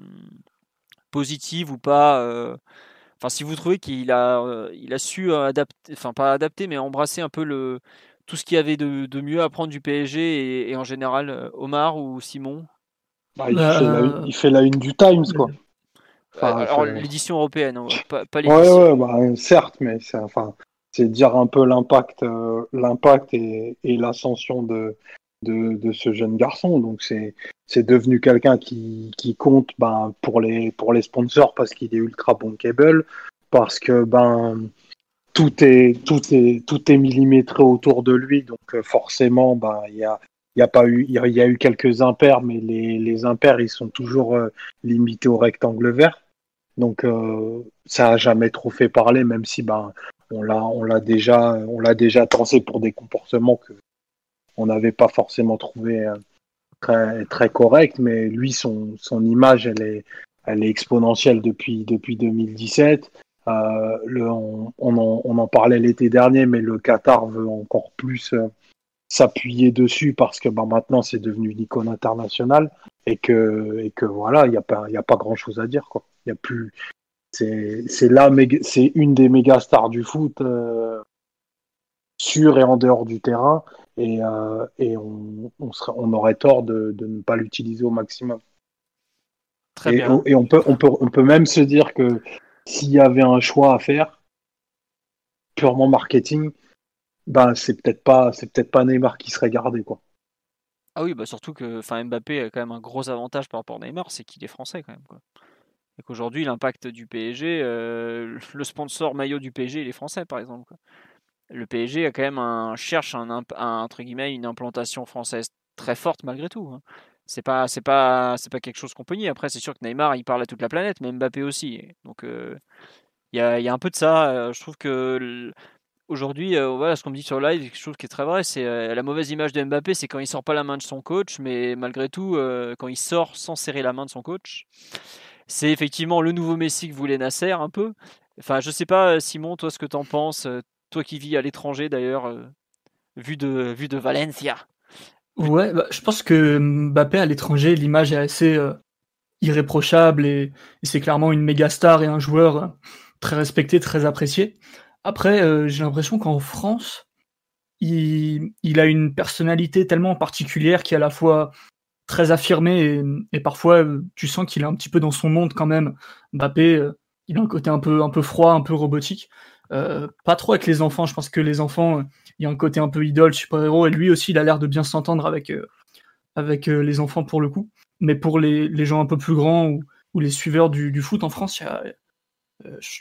positive ou pas. euh, Enfin, si vous trouvez qu'il a, euh, il a su adapter, enfin pas adapter, mais embrasser un peu le, tout ce qu'il y avait de, de mieux à prendre du P S G et, et en général euh, Omar ou Simon. Bah, il fait la, Euh, il fait la une du Times, quoi. Euh, Enfin, Alors c'est- l'édition européenne, hein, pas, pas ouais, l'édition. ouais, bah, certes, mais c'est enfin, c'est dire un peu l'impact, euh, l'impact et, et l'ascension de, de, de ce jeune garçon. Donc c'est, c'est devenu quelqu'un qui, qui compte ben, pour les, pour les sponsors parce qu'il est ultra bankable, parce que ben tout est, tout est, tout est millimétré autour de lui. Donc euh, forcément, ben il y a, il y a pas eu, il y a, il y a eu quelques impairs, mais les, les impairs ils sont toujours euh, limités au rectangle vert. Donc euh, ça a jamais trop fait parler, même si ben on l'a on l'a déjà on l'a déjà tancé pour des comportements que on n'avait pas forcément trouvé euh, très très corrects, mais lui son son image elle est elle est exponentielle depuis depuis deux mille dix-sept. Euh, le, on, on, en, on en parlait l'été dernier, mais le Qatar veut encore plus euh, s'appuyer dessus parce que ben, maintenant c'est devenu une icône internationale et que, et que voilà, il n'y a pas, il y a pas grand chose à dire, quoi. Il y a plus, c'est, c'est la méga- c'est une des méga stars du foot, euh, sur et en dehors du terrain, et, euh, et on, on, serait, on aurait tort de, de ne pas l'utiliser au maximum. Très Et, bien. et on peut, on peut, on peut même se dire que s'il y avait un choix à faire, purement marketing, ben c'est peut-être pas, c'est peut-être pas Neymar qui serait gardé, quoi. Ah oui, bah surtout que, enfin Mbappé a quand même un gros avantage par rapport à Neymar, c'est qu'il est français quand même, quoi. Et qu'aujourd'hui l'impact du P S G, euh, le sponsor maillot du P S G, il est français par exemple, quoi. le P S G a quand même un, cherche un, un, entre guillemets, une implantation française très forte malgré tout. Hein. C'est pas, c'est pas, c'est pas quelque chose qu'on peut nier. Après, c'est sûr que Neymar, il parle à toute la planète, mais Mbappé aussi. Donc, il euh, y, a, y a un peu de ça. Euh, je trouve que aujourd'hui, euh, voilà, ce qu'on me dit sur le live, quelque chose qui est très vrai, c'est euh, la mauvaise image de Mbappé, c'est quand il sort pas la main de son coach, mais malgré tout, euh, quand il sort sans serrer la main de son coach, c'est effectivement le nouveau Messi que voulait Nasser un peu. Enfin, je sais pas, Simon, toi, ce que t'en penses, euh, toi qui vis à l'étranger d'ailleurs, euh, vu de vu de Valencia. Ouais, bah, je pense que Mbappé à l'étranger, l'image est assez euh, irréprochable et, et c'est clairement une méga star et un joueur euh, très respecté, très apprécié. Après, euh, j'ai l'impression qu'en France, il, il a une personnalité tellement particulière qui est à la fois très affirmée et, et parfois euh, tu sens qu'il est un petit peu dans son monde quand même. Mbappé, euh, il a un côté un peu, un peu froid, un peu robotique. Euh, pas trop avec les enfants, je pense que les enfants, euh, il y a un côté un peu idole, super-héros, et lui aussi, il a l'air de bien s'entendre avec, euh, avec euh, les enfants pour le coup. Mais pour les, les gens un peu plus grands ou, ou les suiveurs du, du foot en France, il y a, euh, je,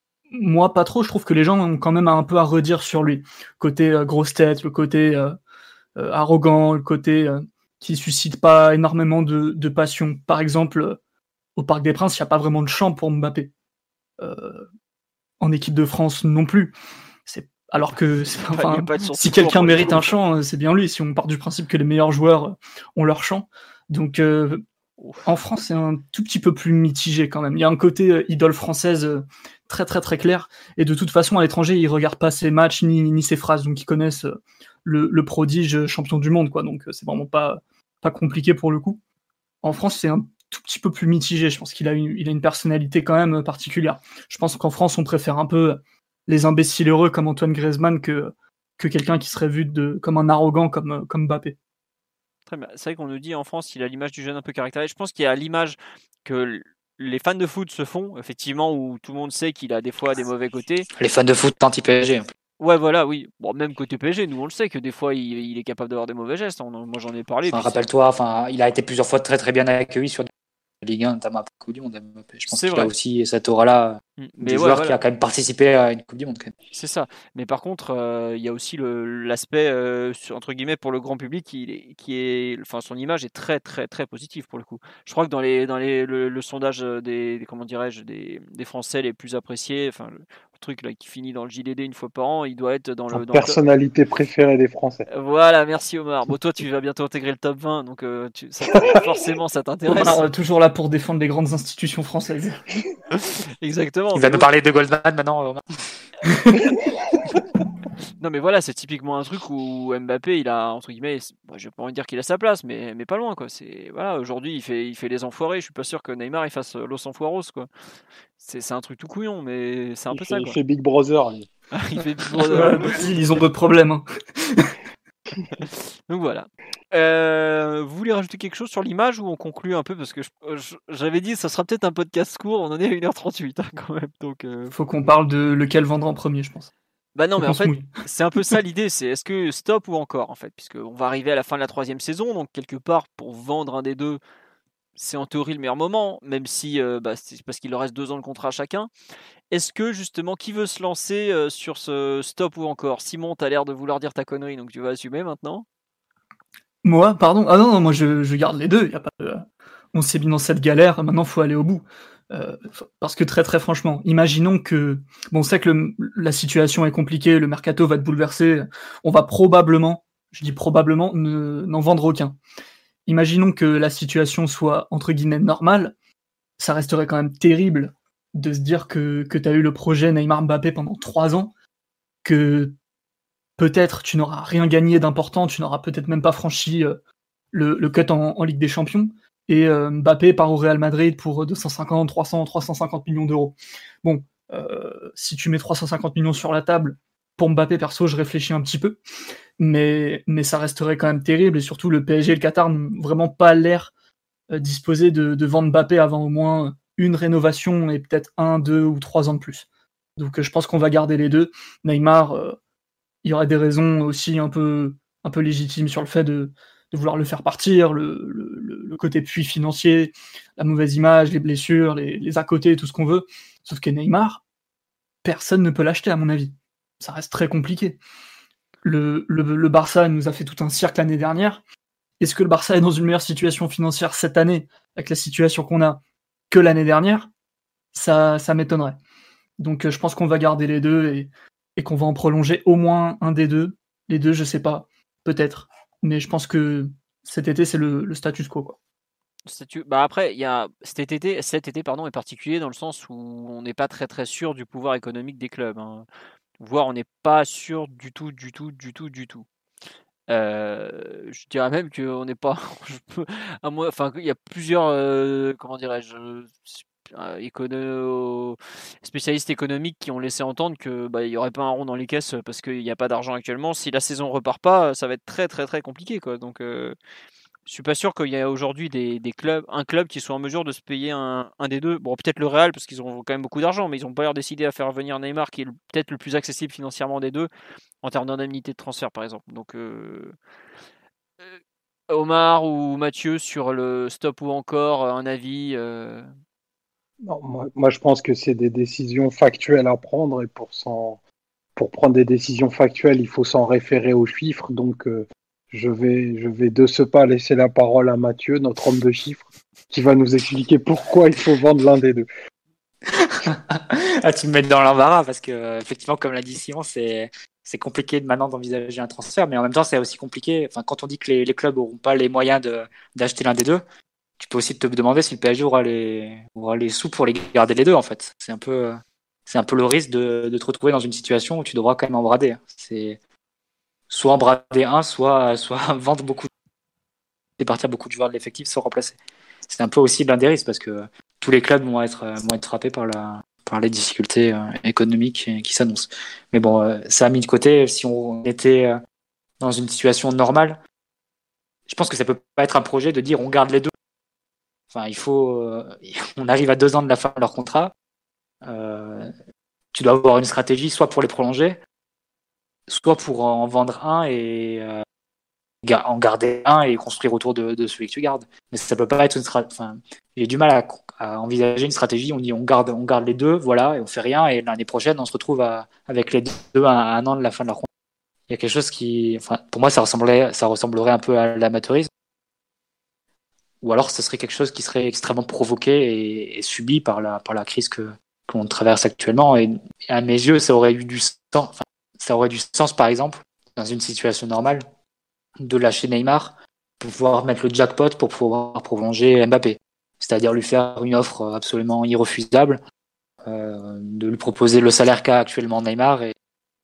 moi, pas trop, je trouve que les gens ont quand même un peu à redire sur lui. Côté euh, grosse tête, le côté euh, euh, arrogant, le côté euh, qui suscite pas énormément de, de passion. Par exemple, euh, au Parc des Princes, il n'y a pas vraiment de chant pour Mbappé. Euh, en équipe de France non plus. C'est, alors que c'est, enfin, si quelqu'un mérite un chant, c'est bien lui, si on part du principe que les meilleurs joueurs ont leur chant. Donc euh, en France, c'est un tout petit peu plus mitigé quand même. Il y a un côté euh, idole française euh, très très très clair. Et de toute façon, à l'étranger, ils regardent pas ses matchs ni, ni ses phrases, donc ils connaissent euh, le, le prodige champion du monde, quoi. Donc euh, c'est vraiment pas, pas compliqué pour le coup. En France, c'est un tout petit peu plus mitigé. Je pense qu'il a une, il a une personnalité quand même particulière. Je pense qu'en France, on préfère un peu les imbéciles heureux comme Antoine Griezmann que, que quelqu'un qui serait vu de, comme un arrogant comme, comme Mbappé. Très bien. C'est vrai qu'on nous dit en France qu'il a l'image du jeune un peu caractérisé. Je pense qu'il y a l'image que les fans de foot se font, effectivement, où tout le monde sait qu'il a des fois des mauvais côtés. Les fans de foot anti-P S G. Ouais, voilà, oui. Bon, même côté P S G, nous on le sait que des fois il, il est capable d'avoir des mauvais gestes. On, moi j'en ai parlé. Enfin, rappelle-toi, enfin, il a été plusieurs fois très très bien accueilli sur Ligue un, notamment à la Coupe du Monde. Je pense qu'il vrai. a aussi cette aura-là mmh, du ouais, joueur voilà. qui a quand même participé à une Coupe du Monde. Quand même. C'est ça. Mais par contre, euh, il y a aussi le, l'aspect, euh, entre guillemets, pour le grand public, qui, qui est, enfin, son image est très très très positive pour le coup. Je crois que dans les dans les le, le sondage des, des comment dirais-je des, des Français les plus appréciés, enfin le truc là qui finit dans le J D D une fois par an, il doit être dans le dans personnalité le... préférée des Français. Voilà, merci Omar. Bon, toi tu vas bientôt intégrer le top vingt, donc euh, tu, ça, forcément ça t'intéresse. Omar euh, toujours là pour défendre les grandes institutions françaises. Exactement. Il va nous parler de Goldman maintenant, Omar. Non mais voilà, c'est typiquement un truc où Mbappé, il a entre guillemets, bon, je vais pas envie de dire qu'il a sa place, mais mais pas loin quoi. C'est voilà, aujourd'hui il fait il fait les enfoirés. Je suis pas sûr que Neymar il fasse Los Enfoiros quoi. C'est c'est un truc tout couillon, mais c'est un il peu fait, ça quoi. Il fait Big Brother. Lui. Il fait Big Brother. Ils ont d'autres problèmes. Hein. Donc voilà. Euh, vous voulez rajouter quelque chose sur l'image ou on conclut un peu parce que je, je, j'avais dit ça sera peut-être un podcast court. On en est à une heure trente-huit hein, quand même. Donc euh... faut qu'on parle de lequel vendre en premier, je pense. Bah non, mais en fait, c'est un peu ça l'idée, c'est est-ce que stop ou encore en fait, puisqu'on va arriver à la fin de la troisième saison, donc quelque part pour vendre un des deux, c'est en théorie le meilleur moment, même si euh, bah, c'est parce qu'il leur reste deux ans de contrat à chacun. Est-ce que justement, qui veut se lancer euh, sur ce stop ou encore? Simon, t'as l'air de vouloir dire ta connerie, donc tu vas assumer maintenant. Moi, pardon. Ah non, non moi je, je garde les deux. Y a pas de... On s'est mis dans cette galère, maintenant faut aller au bout. Euh, parce que très très franchement, imaginons que, bon, on sait que le, la situation est compliquée, le mercato va être bouleversé, on va probablement, je dis probablement, ne, n'en vendre aucun. Imaginons que la situation soit entre guillemets normale, ça resterait quand même terrible de se dire que, que tu as eu le projet Neymar Mbappé pendant trois ans, que peut-être tu n'auras rien gagné d'important, tu n'auras peut-être même pas franchi euh, le, le cut en, en Ligue des Champions, et euh, Mbappé part au Real Madrid pour deux cent cinquante, trois cents, trois cent cinquante millions d'euros. Bon, euh, si tu mets trois cent cinquante millions sur la table, pour Mbappé, perso, je réfléchis un petit peu, mais, mais ça resterait quand même terrible, et surtout le P S G et le Qatar n'ont vraiment pas l'air euh, disposés de, de vendre Mbappé avant au moins une rénovation et peut-être un, deux ou trois ans de plus. Donc euh, je pense qu'on va garder les deux. Neymar, euh, il y aurait des raisons aussi un peu, un peu légitimes sur le fait de de vouloir le faire partir, le, le, le côté puits financier, la mauvaise image, les blessures, les, les à côté, tout ce qu'on veut. Sauf que Neymar, personne ne peut l'acheter à mon avis. ça reste très compliqué. Le, le, le Barça nous a fait tout un cirque l'année dernière. Est-ce que le Barça est dans une meilleure situation financière cette année, avec la situation qu'on a, que l'année dernière? Ça, ça m'étonnerait. Donc euh, je pense qu'on va garder les deux et, et qu'on va en prolonger au moins un des deux. Les deux, je sais pas, peut-être. Mais je pense que cet été, c'est le, le status quo, quoi. Statut... Bah après, il y a cet été, cet été pardon, est particulier dans le sens où on n'est pas très très sûr du pouvoir économique des clubs. Hein. Voire on n'est pas sûr du tout, du tout, du tout, du tout. Euh, je dirais même qu'on n'est pas. Je peux, à moi, enfin, il y a plusieurs, euh, comment dirais-je, euh, écono... spécialistes économiques qui ont laissé entendre que bah, il y aurait pas un rond dans les caisses parce qu'il n'y a pas d'argent actuellement. Si la saison repart pas, ça va être très très très compliqué, quoi. Donc euh, je suis pas sûr qu'il y ait aujourd'hui des, des clubs, un club qui soit en mesure de se payer un, un des deux. Bon, peut-être le Real parce qu'ils ont quand même beaucoup d'argent, mais ils ont pas l'air décidé à faire venir Neymar, qui est le- peut-être le plus accessible financièrement des deux en termes d'indemnité de transfert, par exemple. Donc euh, euh, Omar ou Mathieu sur le stop ou encore un avis. euh, Non, moi, moi, je pense que c'est des décisions factuelles à prendre et pour s'en, pour prendre des décisions factuelles, il faut s'en référer aux chiffres. Donc, euh, je vais, je vais de ce pas laisser la parole à Mathieu, notre homme de chiffres, qui va nous expliquer pourquoi il faut vendre l'un des deux. Ah, tu me mets dans l'embarras parce que euh, effectivement, comme l'a dit Simon, c'est c'est compliqué de maintenant d'envisager un transfert, mais en même temps, c'est aussi compliqué. Enfin, quand on dit que les, les clubs n'auront pas les moyens de d'acheter l'un des deux, tu peux aussi te demander si le P S G aura les aura les sous pour les garder les deux. En fait, c'est un peu c'est un peu le risque de, de te retrouver dans une situation où tu devras quand même en brader. C'est soit en brader un, soit soit vendre beaucoup et partir beaucoup de joueurs de l'effectif sans remplacer. C'est un peu aussi l'un des risques parce que tous les clubs vont être vont être frappés par la par les difficultés euh, économiques qui, qui s'annoncent. Mais bon, euh, ça a mis de côté. Si on était euh, dans une situation normale, je pense que ça peut pas être un projet de dire on garde les deux. Enfin, il faut, euh, on arrive à deux ans de la fin de leur contrat. Euh, tu dois avoir une stratégie, soit pour les prolonger, soit pour en vendre un et euh, en garder un et construire autour de, de celui que tu gardes. Mais ça peut pas être une stratégie. Enfin, j'ai du mal à, à envisager une stratégie. On dit on garde, on garde les deux, voilà, et on fait rien. Et l'année prochaine, on se retrouve à, avec les deux à un an de la fin de leur contrat. Il y a quelque chose qui, enfin, pour moi, ça ressemblerait, ça ressemblerait un peu à l'amateurisme. Ou alors, ce serait quelque chose qui serait extrêmement provoqué et, et subi par la, par la crise que qu'on traverse actuellement. Et, et à mes yeux, ça aurait eu du sens. Enfin, ça aurait du sens, par exemple, dans une situation normale, de lâcher Neymar pour pouvoir mettre le jackpot pour pouvoir prolonger Mbappé. C'est-à-dire lui faire une offre absolument irrefusable, euh, de lui proposer le salaire qu'a actuellement Neymar et,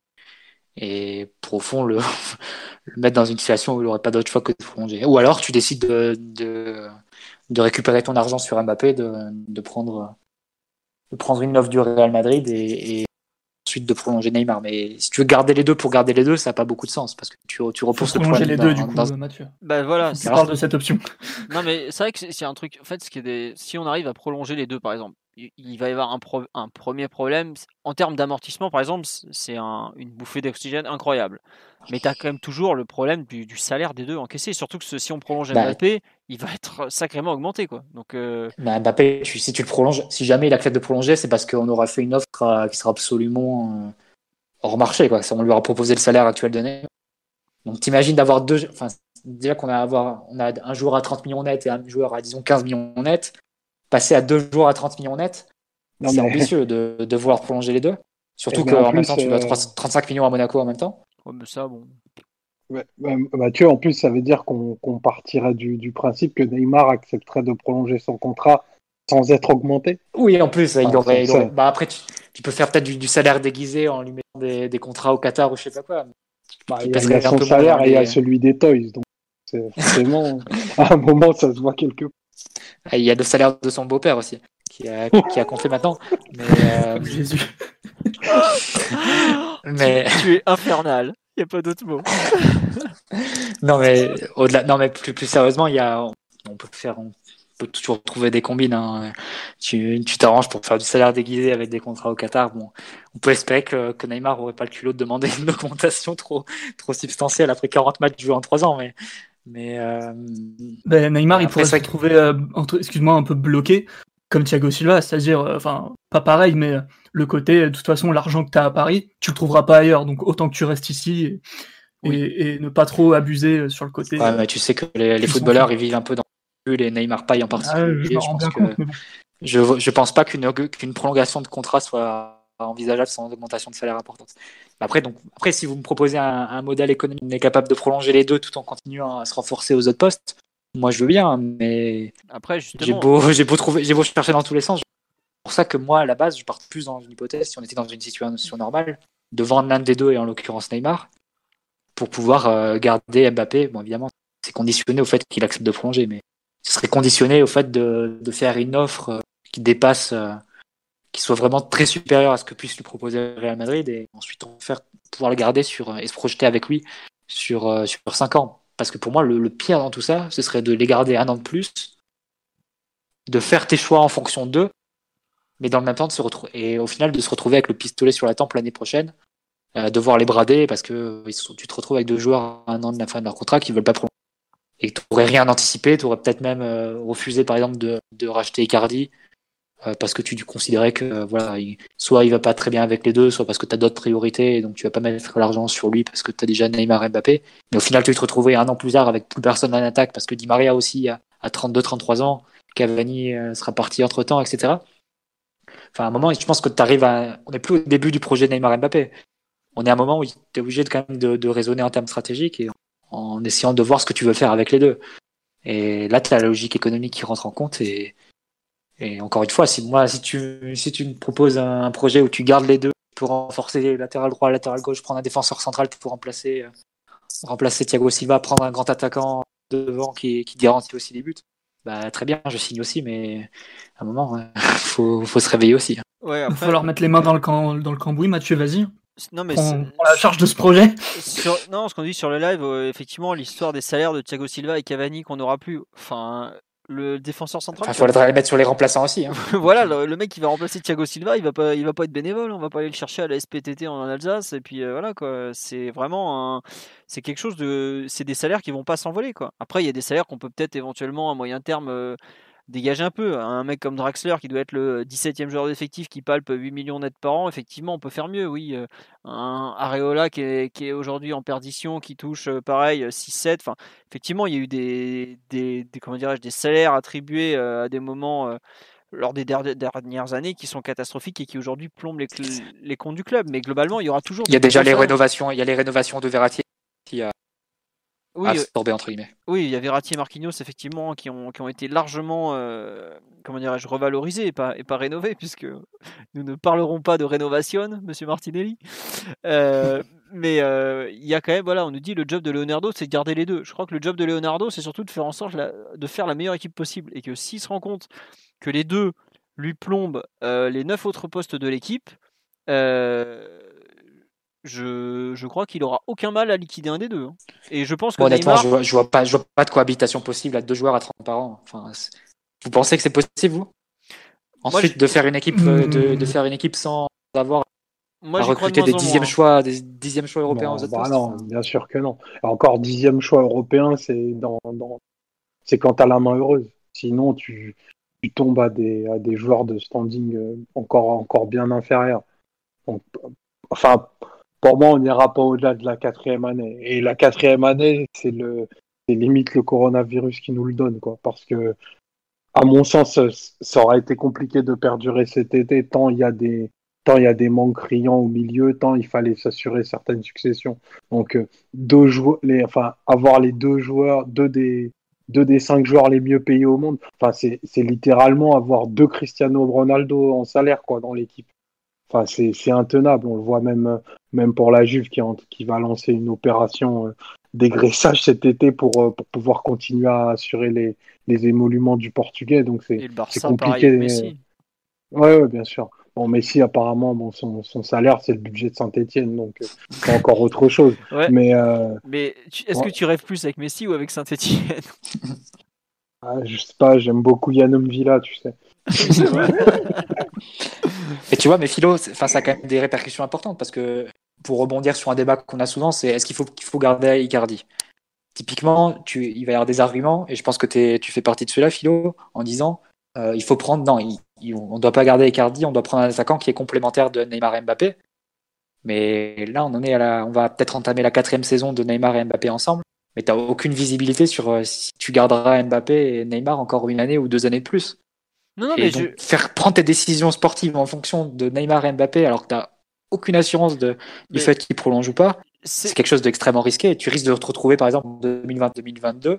et pour au fond le, le mettre dans une situation où il n'aurait pas d'autre choix que de prolonger. Ou alors tu décides de, de, de récupérer ton argent sur Mbappé, de, de, prendre, de prendre une offre du Real Madrid et, et ensuite de prolonger Neymar. Mais si tu veux garder les deux pour garder les deux, ça n'a pas beaucoup de sens parce que tu, tu repousses le problème. Prolonger les deux, du coup, dans... Mathieu. Bah voilà. Tu parles de cette option. Non, mais c'est vrai que c'est un truc. En fait, ce qui est des... si on arrive à prolonger les deux, par exemple, il va y avoir un, pro... un premier problème. En termes d'amortissement, par exemple, c'est un... une bouffée d'oxygène incroyable. Mais tu as quand même toujours le problème du, du salaire des deux encaissé. Surtout que si on prolonge Mbappé, bah, il va être sacrément augmenté, quoi. Donc, euh... bah, Mbappé, tu, si tu le prolonges, si jamais il accepte de prolonger, c'est parce qu'on aura fait une offre euh, qui sera absolument euh, hors marché, quoi. On lui aura proposé le salaire actuel de Neymar. Donc t'imagines d'avoir deux, enfin déjà qu'on a avoir, on a un joueur à trente millions net et un joueur à disons quinze millions net, passer à deux joueurs à trente millions net, non, c'est mais... ambitieux de, de vouloir prolonger les deux. Surtout qu'en même temps tu dois euh... trente-cinq millions à Monaco en même temps. Ouais, mais ça bon. Ouais, Mathieu, en plus ça veut dire qu'on qu'on partirait du, du principe que Neymar accepterait de prolonger son contrat sans être augmenté. Oui, en plus enfin, il aurait, il aurait... Bah, après tu, tu peux faire peut-être du, du salaire déguisé en lui mettant des, des contrats au Qatar ou je sais pas quoi. Bah, il y a, il y a son salaire et il y a celui des Toys, donc c'est forcément à un moment ça se voit quelque part. Il y a le salaire de son beau-père aussi, qui a, qui a compté maintenant. Mais, euh... Jésus. mais... Tu, tu es infernal, il n'y a pas d'autre mot. non mais au-delà, non mais plus, plus sérieusement, il y a, on peut faire, on peut toujours trouver des combines. Hein. Tu, tu t'arranges pour faire du salaire déguisé avec des contrats au Qatar. Bon, on peut espérer que, que Neymar aurait pas le culot de demander une augmentation trop, trop substantielle après quarante matchs joués en trois ans, mais, mais. Euh... Ben, Neymar, il pourrait se retrouver, euh, entre, excuse-moi, un peu bloqué comme Thiago Silva, c'est-à-dire, enfin, euh, pas pareil, mais le côté, de toute façon, l'argent que tu as à Paris, tu le trouveras pas ailleurs, donc autant que tu restes ici et, oui. et, et ne pas trop abuser sur le côté. Ouais, mais tu sais que les, les footballeurs, ils vivent un peu dans les Neymar Paille en particulier. Ah, je m'en rends bien compte, mais bon. Je je pense pas qu'une qu'une prolongation de contrat soit envisageable sans augmentation de salaire importante. Après donc après si vous me proposez un, un modèle économique qui est capable de prolonger les deux tout en continuant à se renforcer aux autres postes, moi je veux bien, mais après justement j'ai beau j'ai beau trouver j'ai beau chercher dans tous les sens. C'est pour ça que moi à la base je pars plus dans une hypothèse, si on était dans une situation normale, de vendre l'un des deux et en l'occurrence Neymar pour pouvoir euh, garder Mbappé. Bon évidemment c'est conditionné au fait qu'il accepte de prolonger, mais ce serait conditionné au fait de, de faire une offre euh, qui dépasse, euh, qui soit vraiment très supérieure à ce que puisse lui proposer le Real Madrid, et ensuite on faire, pouvoir le garder sur, et se projeter avec lui sur, euh, sur cinq ans. Parce que pour moi, le, le pire dans tout ça, ce serait de les garder un an de plus, de faire tes choix en fonction d'eux, mais dans le même temps de se retrouver, et au final de se retrouver avec le pistolet sur la tempe l'année prochaine, euh, devoir les brader parce que tu te retrouves avec deux joueurs à un an de la fin de leur contrat qui veulent pas prolonger. Et tu n'aurais rien anticipé, tu aurais peut-être même euh, refusé par exemple de, de racheter Icardi euh, parce que tu considérais que euh, voilà, il, soit il va pas très bien avec les deux, soit parce que tu as d'autres priorités et donc tu vas pas mettre l'argent sur lui parce que tu as déjà Neymar et Mbappé. Mais au final, tu vas te retrouver un an plus tard avec plus personne en attaque parce que Di Maria aussi a, a trente-deux trente-trois ans, Cavani euh, sera parti entre temps, et cetera. Enfin, à un moment, je pense que tu arrives à. On n'est plus au début du projet Neymar et Mbappé. On est à un moment où tu es obligé de, quand même de, de raisonner en termes stratégiques et en essayant de voir ce que tu veux faire avec les deux. Et là, tu as la logique économique qui rentre en compte. Et, et encore une fois, si, moi, si, tu, si tu me proposes un projet où tu gardes les deux pour renforcer latéral droit, latéral gauche, prendre un défenseur central pour remplacer, euh, remplacer Thiago Silva, prendre un grand attaquant devant qui, qui garantit aussi les buts, bah, très bien, je signe aussi, mais à un moment, il faut, faut se réveiller aussi. Ouais, après... Il va falloir mettre les mains dans le, camp, dans le cambouis. Mathieu, vas-y. Non, mais prends, prends la charge de ce projet. Sur, non, ce qu'on dit sur le live, euh, effectivement, l'histoire des salaires de Thiago Silva et Cavani qu'on n'aura plus. Enfin, le défenseur central. Il enfin, faudrait les mettre sur les remplaçants aussi. Hein. Voilà, le, le mec qui va remplacer Thiago Silva, il va pas, il va pas être bénévole. On va pas aller le chercher à la S P T T en Alsace. Et puis euh, voilà quoi. C'est vraiment, un, c'est quelque chose de, c'est des salaires qui vont pas s'envoler quoi. Après, il y a des salaires qu'on peut peut-être éventuellement à moyen terme. Euh, dégager un peu. Un mec comme Draxler qui doit être le dix-septième joueur d'effectif qui palpe huit millions net par an, effectivement on peut faire mieux, oui. Un Areola qui est, qui est aujourd'hui en perdition, qui touche pareil six sept, enfin effectivement il y a eu des, des, des, comment dirais-je, des salaires attribués à des moments euh, lors des dernières années qui sont catastrophiques et qui aujourd'hui plombent les, les comptes du club, mais globalement il y aura toujours... Il y a déjà les rénovations, il y a les rénovations de Verratti qui a oui, absorbé entre guillemets. Oui, il y a Verratti et Marquinhos effectivement qui ont, qui ont été largement euh, comment dirais-je, revalorisés et pas, et pas rénovés, puisque nous ne parlerons pas de rénovation, monsieur Martinelli. Euh, mais euh, il y a quand même, voilà, on nous dit le job de Leonardo c'est de garder les deux. Je crois que le job de Leonardo c'est surtout de faire en sorte la, de faire la meilleure équipe possible, et que s'il se rend compte que les deux lui plombent euh, les neuf autres postes de l'équipe, euh, Je, je crois qu'il aura aucun mal à liquider un des deux. Hein. Et je pense que bon, honnêtement, Neymar... je vois, je vois pas, je vois pas de cohabitation possible à deux joueurs à trente par an. Enfin, vous pensez que c'est possible, vous? Ensuite, Moi, je... de faire une équipe, mmh. de, de faire une équipe sans avoir Moi, à recruter de des dixièmes moins. choix, des dixièmes choix européens non, aux autres bah postes. Non, enfin... bien sûr que non. Encore dixième choix européen, c'est dans, dans... c'est quand t'as la main heureuse. Sinon, tu, tu tombes à des, à des joueurs de standing encore, encore bien inférieurs. Donc, enfin. Pour moi, on n'ira pas au-delà de la quatrième année. Et la quatrième année, c'est le, c'est limite le coronavirus qui nous le donne, quoi. Parce que, à mon sens, ça aurait été compliqué de perdurer cet été tant il y a des, tant il y a des manques criants au milieu, tant il fallait s'assurer certaines successions. Donc, deux joueurs, les, enfin, avoir les deux joueurs, deux des, deux des cinq joueurs les mieux payés au monde. Enfin, c'est, c'est littéralement avoir deux Cristiano Ronaldo en salaire, quoi, dans l'équipe. Enfin, c'est, c'est intenable. On le voit même, même pour la Juve qui, en, qui va lancer une opération euh, dégraissage cet été pour, euh, pour pouvoir continuer à assurer les, les émoluments du Portugais. Donc, c'est, Et le Barça, c'est compliqué. Pareil, Messi. Ouais, ouais, bien sûr. Bon, Messi, apparemment, bon, son, son salaire, c'est le budget de Saint-Etienne. Donc, euh, c'est encore autre chose. Ouais. Mais, euh, Mais tu, est-ce ouais. que tu rêves plus avec Messi ou avec Saint-Etienne? ah, Je sais pas, j'aime beaucoup Yannom Villa, tu sais. Et tu vois, mais Philo, ça a quand même des répercussions importantes parce que pour rebondir sur un débat qu'on a souvent, c'est est-ce qu'il faut, qu'il faut garder Icardi? Typiquement, tu, il va y avoir des arguments, et je pense que tu fais partie de ceux-là, Philo, en disant euh, il faut prendre. Non, il, on ne doit pas garder Icardi, on doit prendre un attaquant qui est complémentaire de Neymar et Mbappé. Mais là, on en est à la, on va peut-être entamer la quatrième saison de Neymar et Mbappé ensemble. Mais tu n'as aucune visibilité sur euh, si tu garderas Mbappé et Neymar encore une année ou deux années de plus. Non, non, et mais donc, je... faire prendre tes décisions sportives en fonction de Neymar et Mbappé alors que tu n'as aucune assurance de, mais du fait qu'ils prolongent ou pas, c'est... c'est quelque chose d'extrêmement risqué. Et tu risques de te retrouver, par exemple, en deux mille vingt deux mille vingt-deux,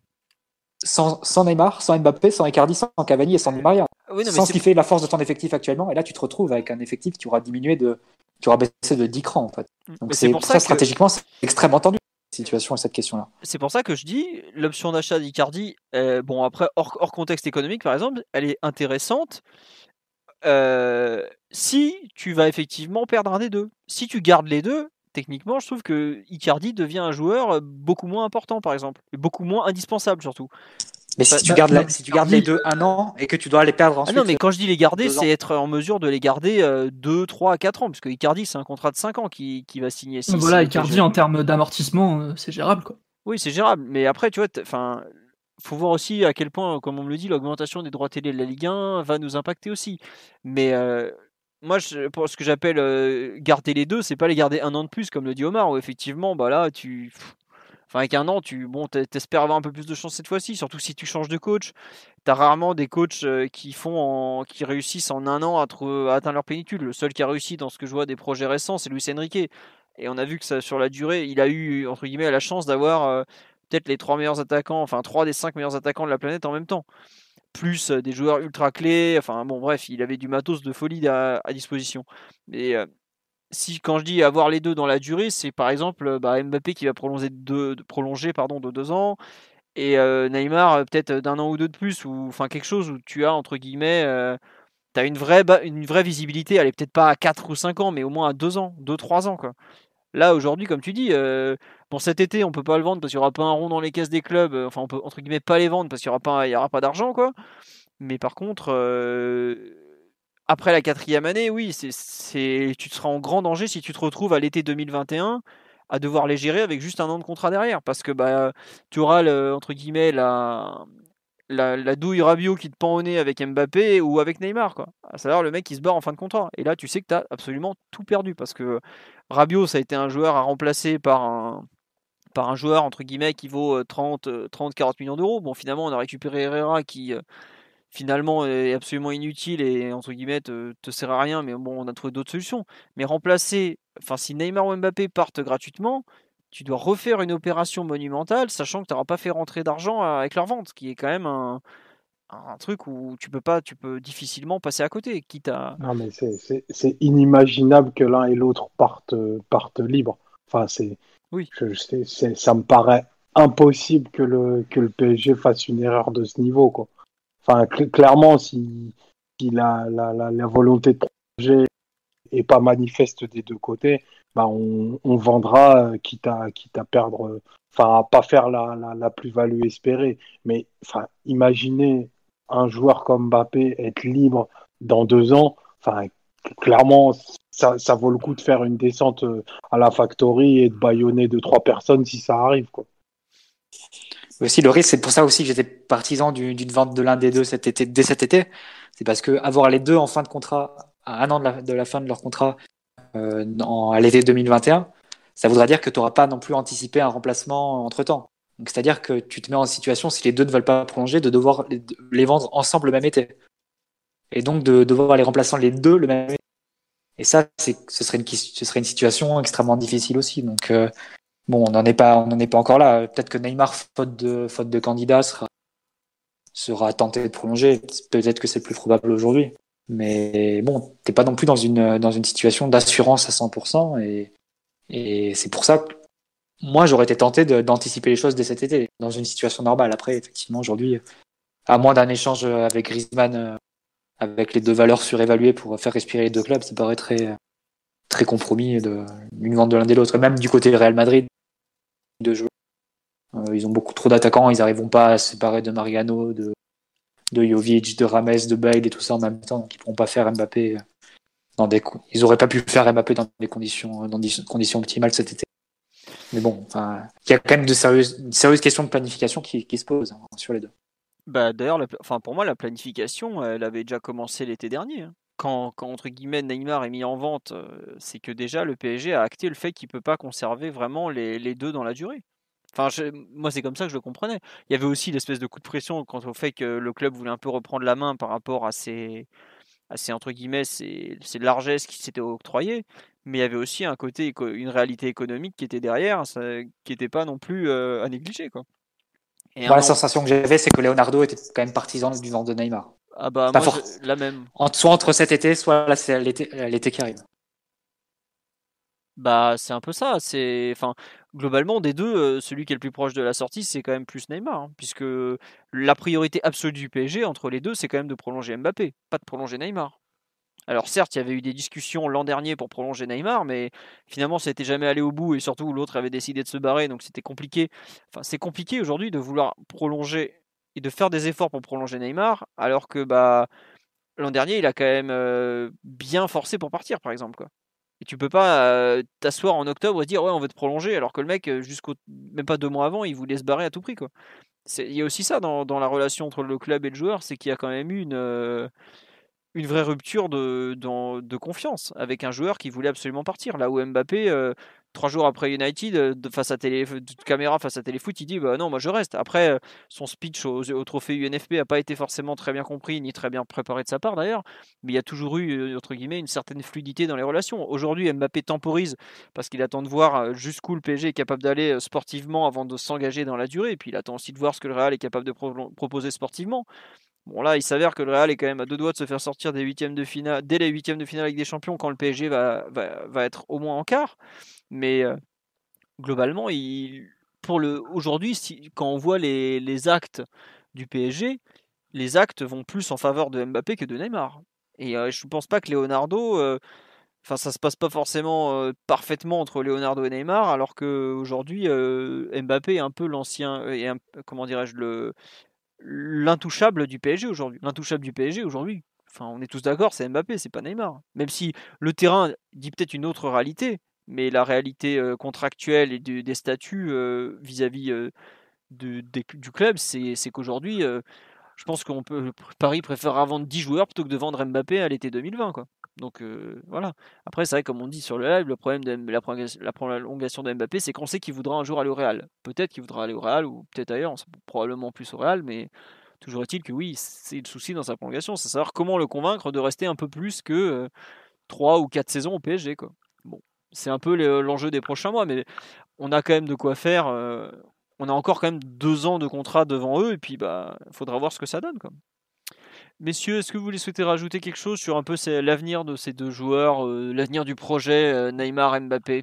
sans, sans Neymar, sans Mbappé, sans Icardi, sans Cavani et sans Di Maria. Oui, non, mais sans ce c'est... qui fait la force de ton effectif actuellement. Et là, tu te retrouves avec un effectif qui aura diminué de, qui aura baissé de dix crans, en fait. Donc, Mais c'est, c'est pour ça, ça que... stratégiquement, c'est extrêmement tendu, cette situation et cette question-là. C'est pour ça que je dis, l'option d'achat d'Icardi, euh, bon, après, hors, hors contexte économique, par exemple, elle est intéressante euh, si tu vas effectivement perdre un des deux. Si tu gardes les deux, techniquement, je trouve que Icardi devient un joueur beaucoup moins important, par exemple, et beaucoup moins indispensable, surtout. Mais si Bah, tu bah, gardes, non, la, si tu gardes les deux un an et que tu dois les perdre Ah ensuite. non, mais quand je dis les garder, deux ans. c'est être en mesure de les garder euh, deux, trois, quatre ans, parce que Icardi, c'est un contrat de cinq ans qui, qui va signer. Si, voilà, si Icardi en termes d'amortissement, euh, c'est gérable, quoi. Oui, c'est gérable, mais après, tu vois, enfin, faut voir aussi à quel point, comme on me le dit, l'augmentation des droits télé de la Ligue un va nous impacter aussi. Mais euh, moi, je, pour ce que j'appelle euh, garder les deux, c'est pas les garder un an de plus, comme le dit Omar, où effectivement, bah là, tu, enfin, avec un an, tu, bon, t'espères avoir un peu plus de chance cette fois-ci, surtout si tu changes de coach. T'as rarement des coachs euh, qui font, en, qui réussissent en un an à, trou- à atteindre leur plénitude. Le seul qui a réussi dans ce que je vois des projets récents, c'est Luis Enrique. Et on a vu que ça, sur la durée, il a eu entre guillemets la chance d'avoir euh, peut-être les trois meilleurs attaquants, enfin trois des cinq meilleurs attaquants de la planète en même temps, plus euh, des joueurs ultra clés. Enfin bon, bref, il avait du matos de folie à, à disposition. Mais euh, si quand je dis avoir les deux dans la durée, c'est par exemple bah, Mbappé qui va prolonger de, de prolonger pardon de deux ans et euh, Neymar euh, peut-être d'un an ou deux de plus ou enfin quelque chose où tu as entre guillemets euh, t'as une vraie une vraie visibilité. Elle est peut-être pas à quatre ou cinq ans, mais au moins à deux ans, deux trois ans quoi. Là, aujourd'hui, comme tu dis, euh, bon, cet été, on peut pas le vendre parce qu'il y aura pas un rond dans les caisses des clubs. euh, Enfin, on peut entre guillemets pas les vendre parce qu'il y aura pas, il y aura pas d'argent, quoi. Mais par contre, euh, après la quatrième année, oui, c'est, c'est, tu seras en grand danger si tu te retrouves à l'été deux mille vingt et un à devoir les gérer avec juste un an de contrat derrière, parce que bah, tu auras le, entre guillemets la, la, la douille Rabiot qui te pend au nez avec Mbappé ou avec Neymar, quoi. À savoir le mec qui se barre en fin de contrat. Et là, tu sais que tu as absolument tout perdu parce que Rabiot, ça a été un joueur à remplacer par un, par un joueur entre guillemets qui vaut trente, trente, quarante millions d'euros. Bon, finalement, on a récupéré Herrera qui euh, finalement est absolument inutile et entre guillemets te, te sert à rien. Mais bon, on a trouvé d'autres solutions. Mais remplacer, enfin, si Neymar ou Mbappé partent gratuitement, tu dois refaire une opération monumentale, sachant que tu n'auras pas fait rentrer d'argent avec leur vente, ce qui est quand même un, un truc où tu peux pas, tu peux difficilement passer à côté, quitte à. Non, mais c'est, c'est, c'est inimaginable que l'un et l'autre partent, partent libres. Enfin, c'est, Oui. je, c'est, c'est, ça me paraît impossible que le, que le P S G fasse une erreur de ce niveau, quoi. Enfin, cl- clairement, si, si la, la, la, la volonté de projet est pas manifeste des deux côtés, bah on, on vendra euh, quitte à, quitte à perdre, euh, enfin, à pas faire la, la, la plus-value espérée. Mais enfin, imaginez un joueur comme Mbappé être libre dans deux ans. Enfin, clairement, ça, ça vaut le coup de faire une descente euh, à la factory et de bâillonner deux, trois personnes si ça arrive, quoi. Aussi, le risque, c'est pour ça aussi que j'étais partisan du- d'une vente de l'un des deux cet été, dès cet été. C'est parce que avoir les deux en fin de contrat, à un an de la, de la fin de leur contrat, euh, en, à l'été deux mille vingt et un, ça voudra dire que tu n'auras pas non plus anticipé un remplacement entre-temps. Donc, c'est-à-dire que tu te mets en situation, si les deux ne veulent pas prolonger, de devoir les, les vendre ensemble le même été. Et donc, de devoir les remplacer les deux le même été. Et ça, c'est, ce, serait une, ce serait une situation extrêmement difficile aussi. Donc, euh, bon, on n'en est pas, on n'en est pas encore là. Peut-être que Neymar, faute de, faute de candidat, sera, sera tenté de prolonger. Peut-être que c'est le plus probable aujourd'hui. Mais bon, t'es pas non plus dans une, dans une situation d'assurance à cent pour cent. Et, et c'est pour ça que moi, j'aurais été tenté de, d'anticiper les choses dès cet été, dans une situation normale. Après, effectivement, aujourd'hui, à moins d'un échange avec Griezmann, avec les deux valeurs surévaluées pour faire respirer les deux clubs, ça paraît très, très compromis de, une vente de l'un des l'autre. Même du côté Real Madrid, de joueurs. Euh, ils ont beaucoup trop d'attaquants, ils n'arriveront pas à se séparer de Mariano, de, de Jovic, de Rames, de Bale et tout ça en même temps, donc ils ne pourront pas faire Mbappé dans des, ils n'auraient pas pu faire Mbappé dans des conditions, dans des conditions optimales cet été. Mais bon, enfin, il y a quand même de sérieuses, de sérieuses questions de planification qui, qui se posent hein, sur les deux. Bah, d'ailleurs, la pla- enfin, pour moi, la planification, elle avait déjà commencé l'été dernier, hein. Quand, quand, entre guillemets, Neymar est mis en vente, euh, c'est que déjà le P S G a acté le fait qu'il peut pas conserver vraiment les, les deux dans la durée. Enfin, je- moi, c'est comme ça que je le comprenais. Il y avait aussi l'espèce de coup de pression quant au fait que le club voulait un peu reprendre la main par rapport à ses, à ses entre guillemets, ses, ses largesses qui s'étaient octroyées. Mais il y avait aussi un côté, éco- une réalité économique qui était derrière, ça- qui n'était pas non plus euh, à négliger, quoi. Et Moi, un la an. sensation que j'avais, c'est que Leonardo était quand même partisan du vent de Neymar. Ah bah Pas moi, je- fort. la même. En- Soit entre cet été, soit là, c'est l'été, euh, l'été qui arrive. Bah, c'est un peu ça. C'est, enfin, globalement, des deux, euh, celui qui est le plus proche de la sortie, c'est quand même plus Neymar, hein, puisque la priorité absolue du P S G entre les deux, c'est quand même de prolonger Mbappé, pas de prolonger Neymar. Alors certes, il y avait eu des discussions l'an dernier pour prolonger Neymar, mais finalement, ça n'était jamais allé au bout et surtout l'autre avait décidé de se barrer, donc c'était compliqué. Enfin, c'est compliqué aujourd'hui de vouloir prolonger et de faire des efforts pour prolonger Neymar, alors que bah l'an dernier, il a quand même euh, bien forcé pour partir, par exemple, quoi. Et tu peux pas euh, t'asseoir en octobre et dire ouais on veut te prolonger alors que le mec euh, jusqu'au même pas deux mois avant il voulait se barrer à tout prix quoi. C'est- Il y a aussi ça dans, dans la relation entre le club et le joueur, c'est qu'il y a quand même eu une, euh, une vraie rupture de, dans- de confiance avec un joueur qui voulait absolument partir. Là où Mbappé, euh, trois jours après United, euh, de- face à télé, de caméra face à Téléfoot, il dit bah non, moi je reste. Après, euh, son speech au, au trophée U N F P n'a pas été forcément très bien compris ni très bien préparé de sa part d'ailleurs, mais il y a toujours eu, euh, entre guillemets, une certaine fluidité dans les relations. Aujourd'hui, Mbappé temporise parce qu'il attend de voir euh, jusqu'où le P S G est capable d'aller euh, sportivement avant de s'engager dans la durée, et puis il attend aussi de voir ce que le Real est capable de pro- proposer sportivement. Bon là, il s'avère que le Real est quand même à deux doigts de se faire sortir des huitièmes de finale, dès les huitièmes de finale avec des champions quand le P S G va, va, va être au moins en quart. Mais euh, globalement, il, pour le, aujourd'hui, si, quand on voit les, les actes du P S G, les actes vont plus en faveur de Mbappé que de Neymar. Et euh, je ne pense pas que Leonardo, euh, enfin ça se passe pas forcément euh, parfaitement entre Leonardo et Neymar, alors qu'aujourd'hui euh, Mbappé est un peu l'ancien, et un- comment dirais-je, le l'intouchable du P S G aujourd'hui. L'intouchable du P S G aujourd'hui, enfin, on est tous d'accord, c'est Mbappé, c'est pas Neymar. Même si le terrain dit peut-être une autre réalité, mais la réalité euh, contractuelle et du- des statuts euh, vis-à-vis euh, de- des- du club, c'est c'est qu'aujourd'hui, euh, je pense qu'on peut Paris préférera vendre dix joueurs plutôt que de vendre Mbappé à l'été deux mille vingt, quoi. Donc euh, voilà. Après, c'est vrai, comme on dit sur le live, le problème de la, prolongation- la prolongation de Mbappé, c'est qu'on sait qu'il voudra un jour aller au Real. Peut-être qu'il voudra aller au Real ou peut-être ailleurs, probablement plus au Real, mais toujours est-il que oui, c'est le souci dans sa prolongation, c'est savoir comment le convaincre de rester un peu plus que euh, trois ou quatre saisons au P S G, quoi. Bon, c'est un peu le- l'enjeu des prochains mois, mais on a quand même de quoi faire. euh, on a encore quand même deux ans de contrat devant eux, et puis bah, faudra voir ce que ça donne, quoi. Messieurs, est-ce que vous voulez souhaiter rajouter quelque chose sur un peu c'est- l'avenir de ces deux joueurs, euh, l'avenir du projet euh, Neymar-Mbappé,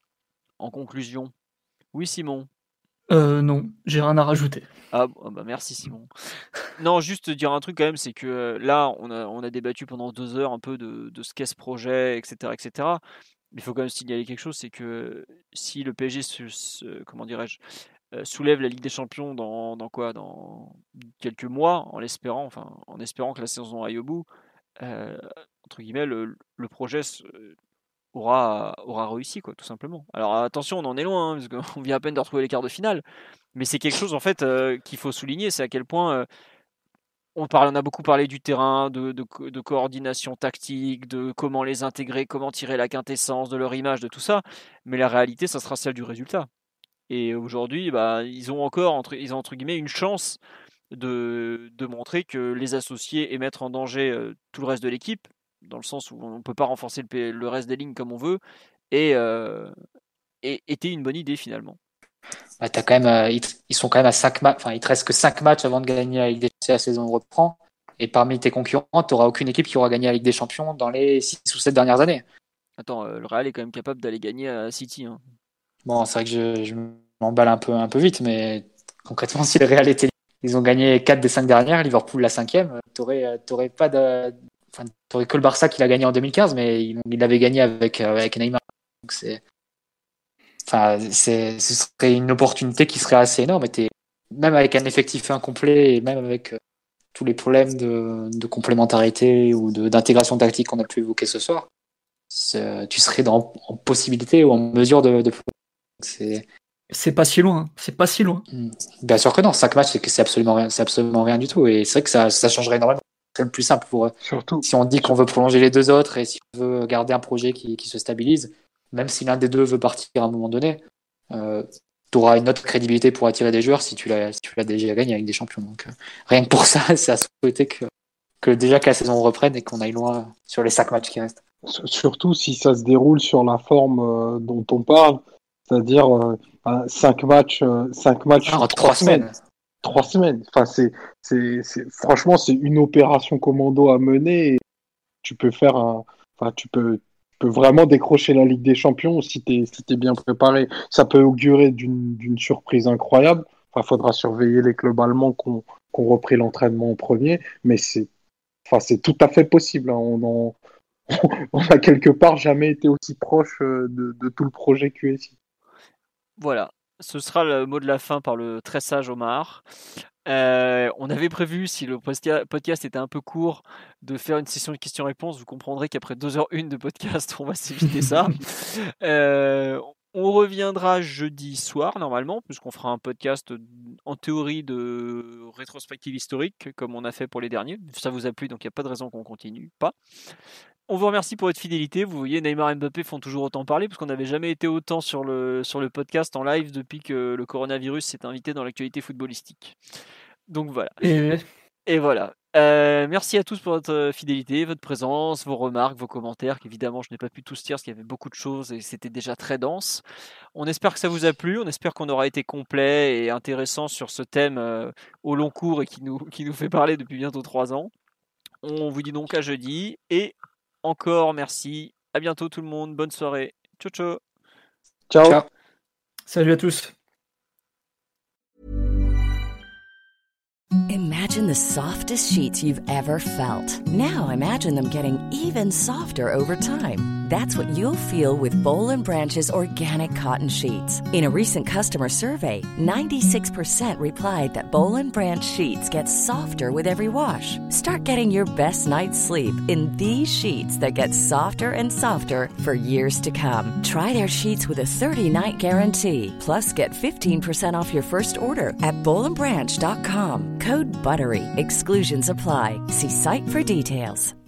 en conclusion? Oui, Simon. Euh, non, j'ai rien à rajouter. Ah, ah bah merci Simon. Non, juste dire un truc quand même, c'est que euh, là, on a, on a débattu pendant deux heures un peu de, de ce qu'est ce projet, et cetera, et cetera. Mais il faut quand même signaler quelque chose, c'est que si le P S G se, se- comment dirais-je, euh, soulève la Ligue des Champions dans, dans quoi, dans quelques mois, en l'espérant, enfin, en espérant que la saison aille au bout, euh, entre guillemets, le, le projet se- aura, aura réussi, quoi, tout simplement. Alors attention, on en est loin, hein, parce qu'on vient à peine de retrouver les quarts de finale, mais c'est quelque chose en fait euh, qu'il faut souligner, c'est à quel point euh, on parle, on a beaucoup parlé du terrain, de, de, de coordination tactique, de comment les intégrer, comment tirer la quintessence de leur image, de tout ça, mais la réalité, ça sera celle du résultat. Et aujourd'hui, bah, ils ont encore entre, ils ont entre guillemets une chance de, de montrer que les associés et mettre en danger euh, tout le reste de l'équipe, dans le sens où on ne peut pas renforcer le, le reste des lignes comme on veut, et, euh, et était une bonne idée finalement. Bah, t'as quand même, euh, ils, ils sont quand même à cinq matchs, enfin, il te reste que cinq matchs avant de gagner la Ligue des Champions, la saison reprend. Et parmi tes concurrents, tu n'auras aucune équipe qui aura gagné la Ligue des Champions dans les six ou sept dernières années. Attends, euh, le Real est quand même capable d'aller gagner à City, hein. Bon, c'est vrai que je, je m'emballe un peu, un peu vite, mais concrètement, si le Real était, ils ont gagné quatre des cinq dernières, Liverpool la cinquième, t'aurais, t'aurais pas de, enfin, t'aurais que le Barça qui l'a gagné en deux mille quinze, mais ils, ils l'avaient gagné avec, avec Neymar. Donc c'est, enfin, c'est, ce serait une opportunité qui serait assez énorme. Et t'es, même avec un effectif incomplet et même avec euh, tous les problèmes de, de complémentarité ou de, d'intégration tactique qu'on a pu évoquer ce soir, c'est- tu serais dans, en possibilité ou en mesure de, de c'est, C'est pas si loin, c'est pas si loin. Bien sûr que non, cinq matchs, c'est, c'est, absolument rien, c'est absolument rien du tout. Et c'est vrai que ça, ça changerait énormément. C'est le plus simple pour Surtout. Si on dit qu'on veut prolonger les deux autres et si on veut garder un projet qui, qui se stabilise, même si l'un des deux veut partir à un moment donné, euh, tu auras une autre crédibilité pour attirer des joueurs si tu l'as, si tu l'as déjà gagné avec des champions. Donc, euh, rien que pour ça, c'est à souhaiter que, que déjà que la saison reprenne et qu'on aille loin sur les cinq matchs qui restent. Surtout si ça se déroule sur la forme euh, dont on parle, c'est-à-dire euh, cinq matchs, euh, cinq matchs ah, en trois, trois semaines. semaines. Trois semaines. Enfin, c'est, c'est, c'est, franchement, c'est une opération commando à mener. Et tu peux faire un, enfin, tu peux, tu peux vraiment décrocher la Ligue des Champions si t'es, si t'es bien préparé. Ça peut augurer d'une, d'une surprise incroyable. Enfin, faudra surveiller les clubs allemands qui ont, qui ont repris l'entraînement en premier, mais c'est, enfin, c'est tout à fait possible. Hein. On en, on a quelque part jamais été aussi proche de, de tout le projet Q S I. Voilà. Ce sera le mot de la fin par le très sage Omar. Euh, on avait prévu, si le podcast était un peu court, de faire une session de questions-réponses. Vous comprendrez qu'après deux heures une de podcast, on va s'éviter ça. euh, on reviendra jeudi soir, normalement, puisqu'on fera un podcast en théorie de rétrospective historique, comme on a fait pour les derniers. Ça vous a plu, donc il n'y a pas de raison qu'on continue pas. On vous remercie pour votre fidélité. Vous voyez, Neymar et Mbappé font toujours autant parler parce qu'on n'avait jamais été autant sur le, sur le podcast en live depuis que le coronavirus s'est invité dans l'actualité footballistique. Donc voilà. Et, et voilà. Euh, merci à tous pour votre fidélité, votre présence, vos remarques, vos commentaires. Évidemment, je n'ai pas pu tous lire parce qu'il y avait beaucoup de choses et c'était déjà très dense. On espère que ça vous a plu. On espère qu'on aura été complet et intéressant sur ce thème euh, au long cours et qui nous, qui nous fait parler depuis bientôt trois ans. On vous dit donc à jeudi et encore merci. À bientôt tout le monde. Bonne soirée. Ciao ciao. Ciao. Ciao. Salut à tous. Imagine the softest sheets you've ever felt. Now imagine them getting even softer over time. That's what you'll feel with Boll and Branch's organic cotton sheets. In a recent customer survey, ninety-six percent replied that Boll and Branch sheets get softer with every wash. Start getting your best night's sleep in these sheets that get softer and softer for years to come. Try their sheets with a thirty-night guarantee. Plus, get fifteen percent off your first order at boll and branch dot com. Code BUTTERY. Exclusions apply. See site for details.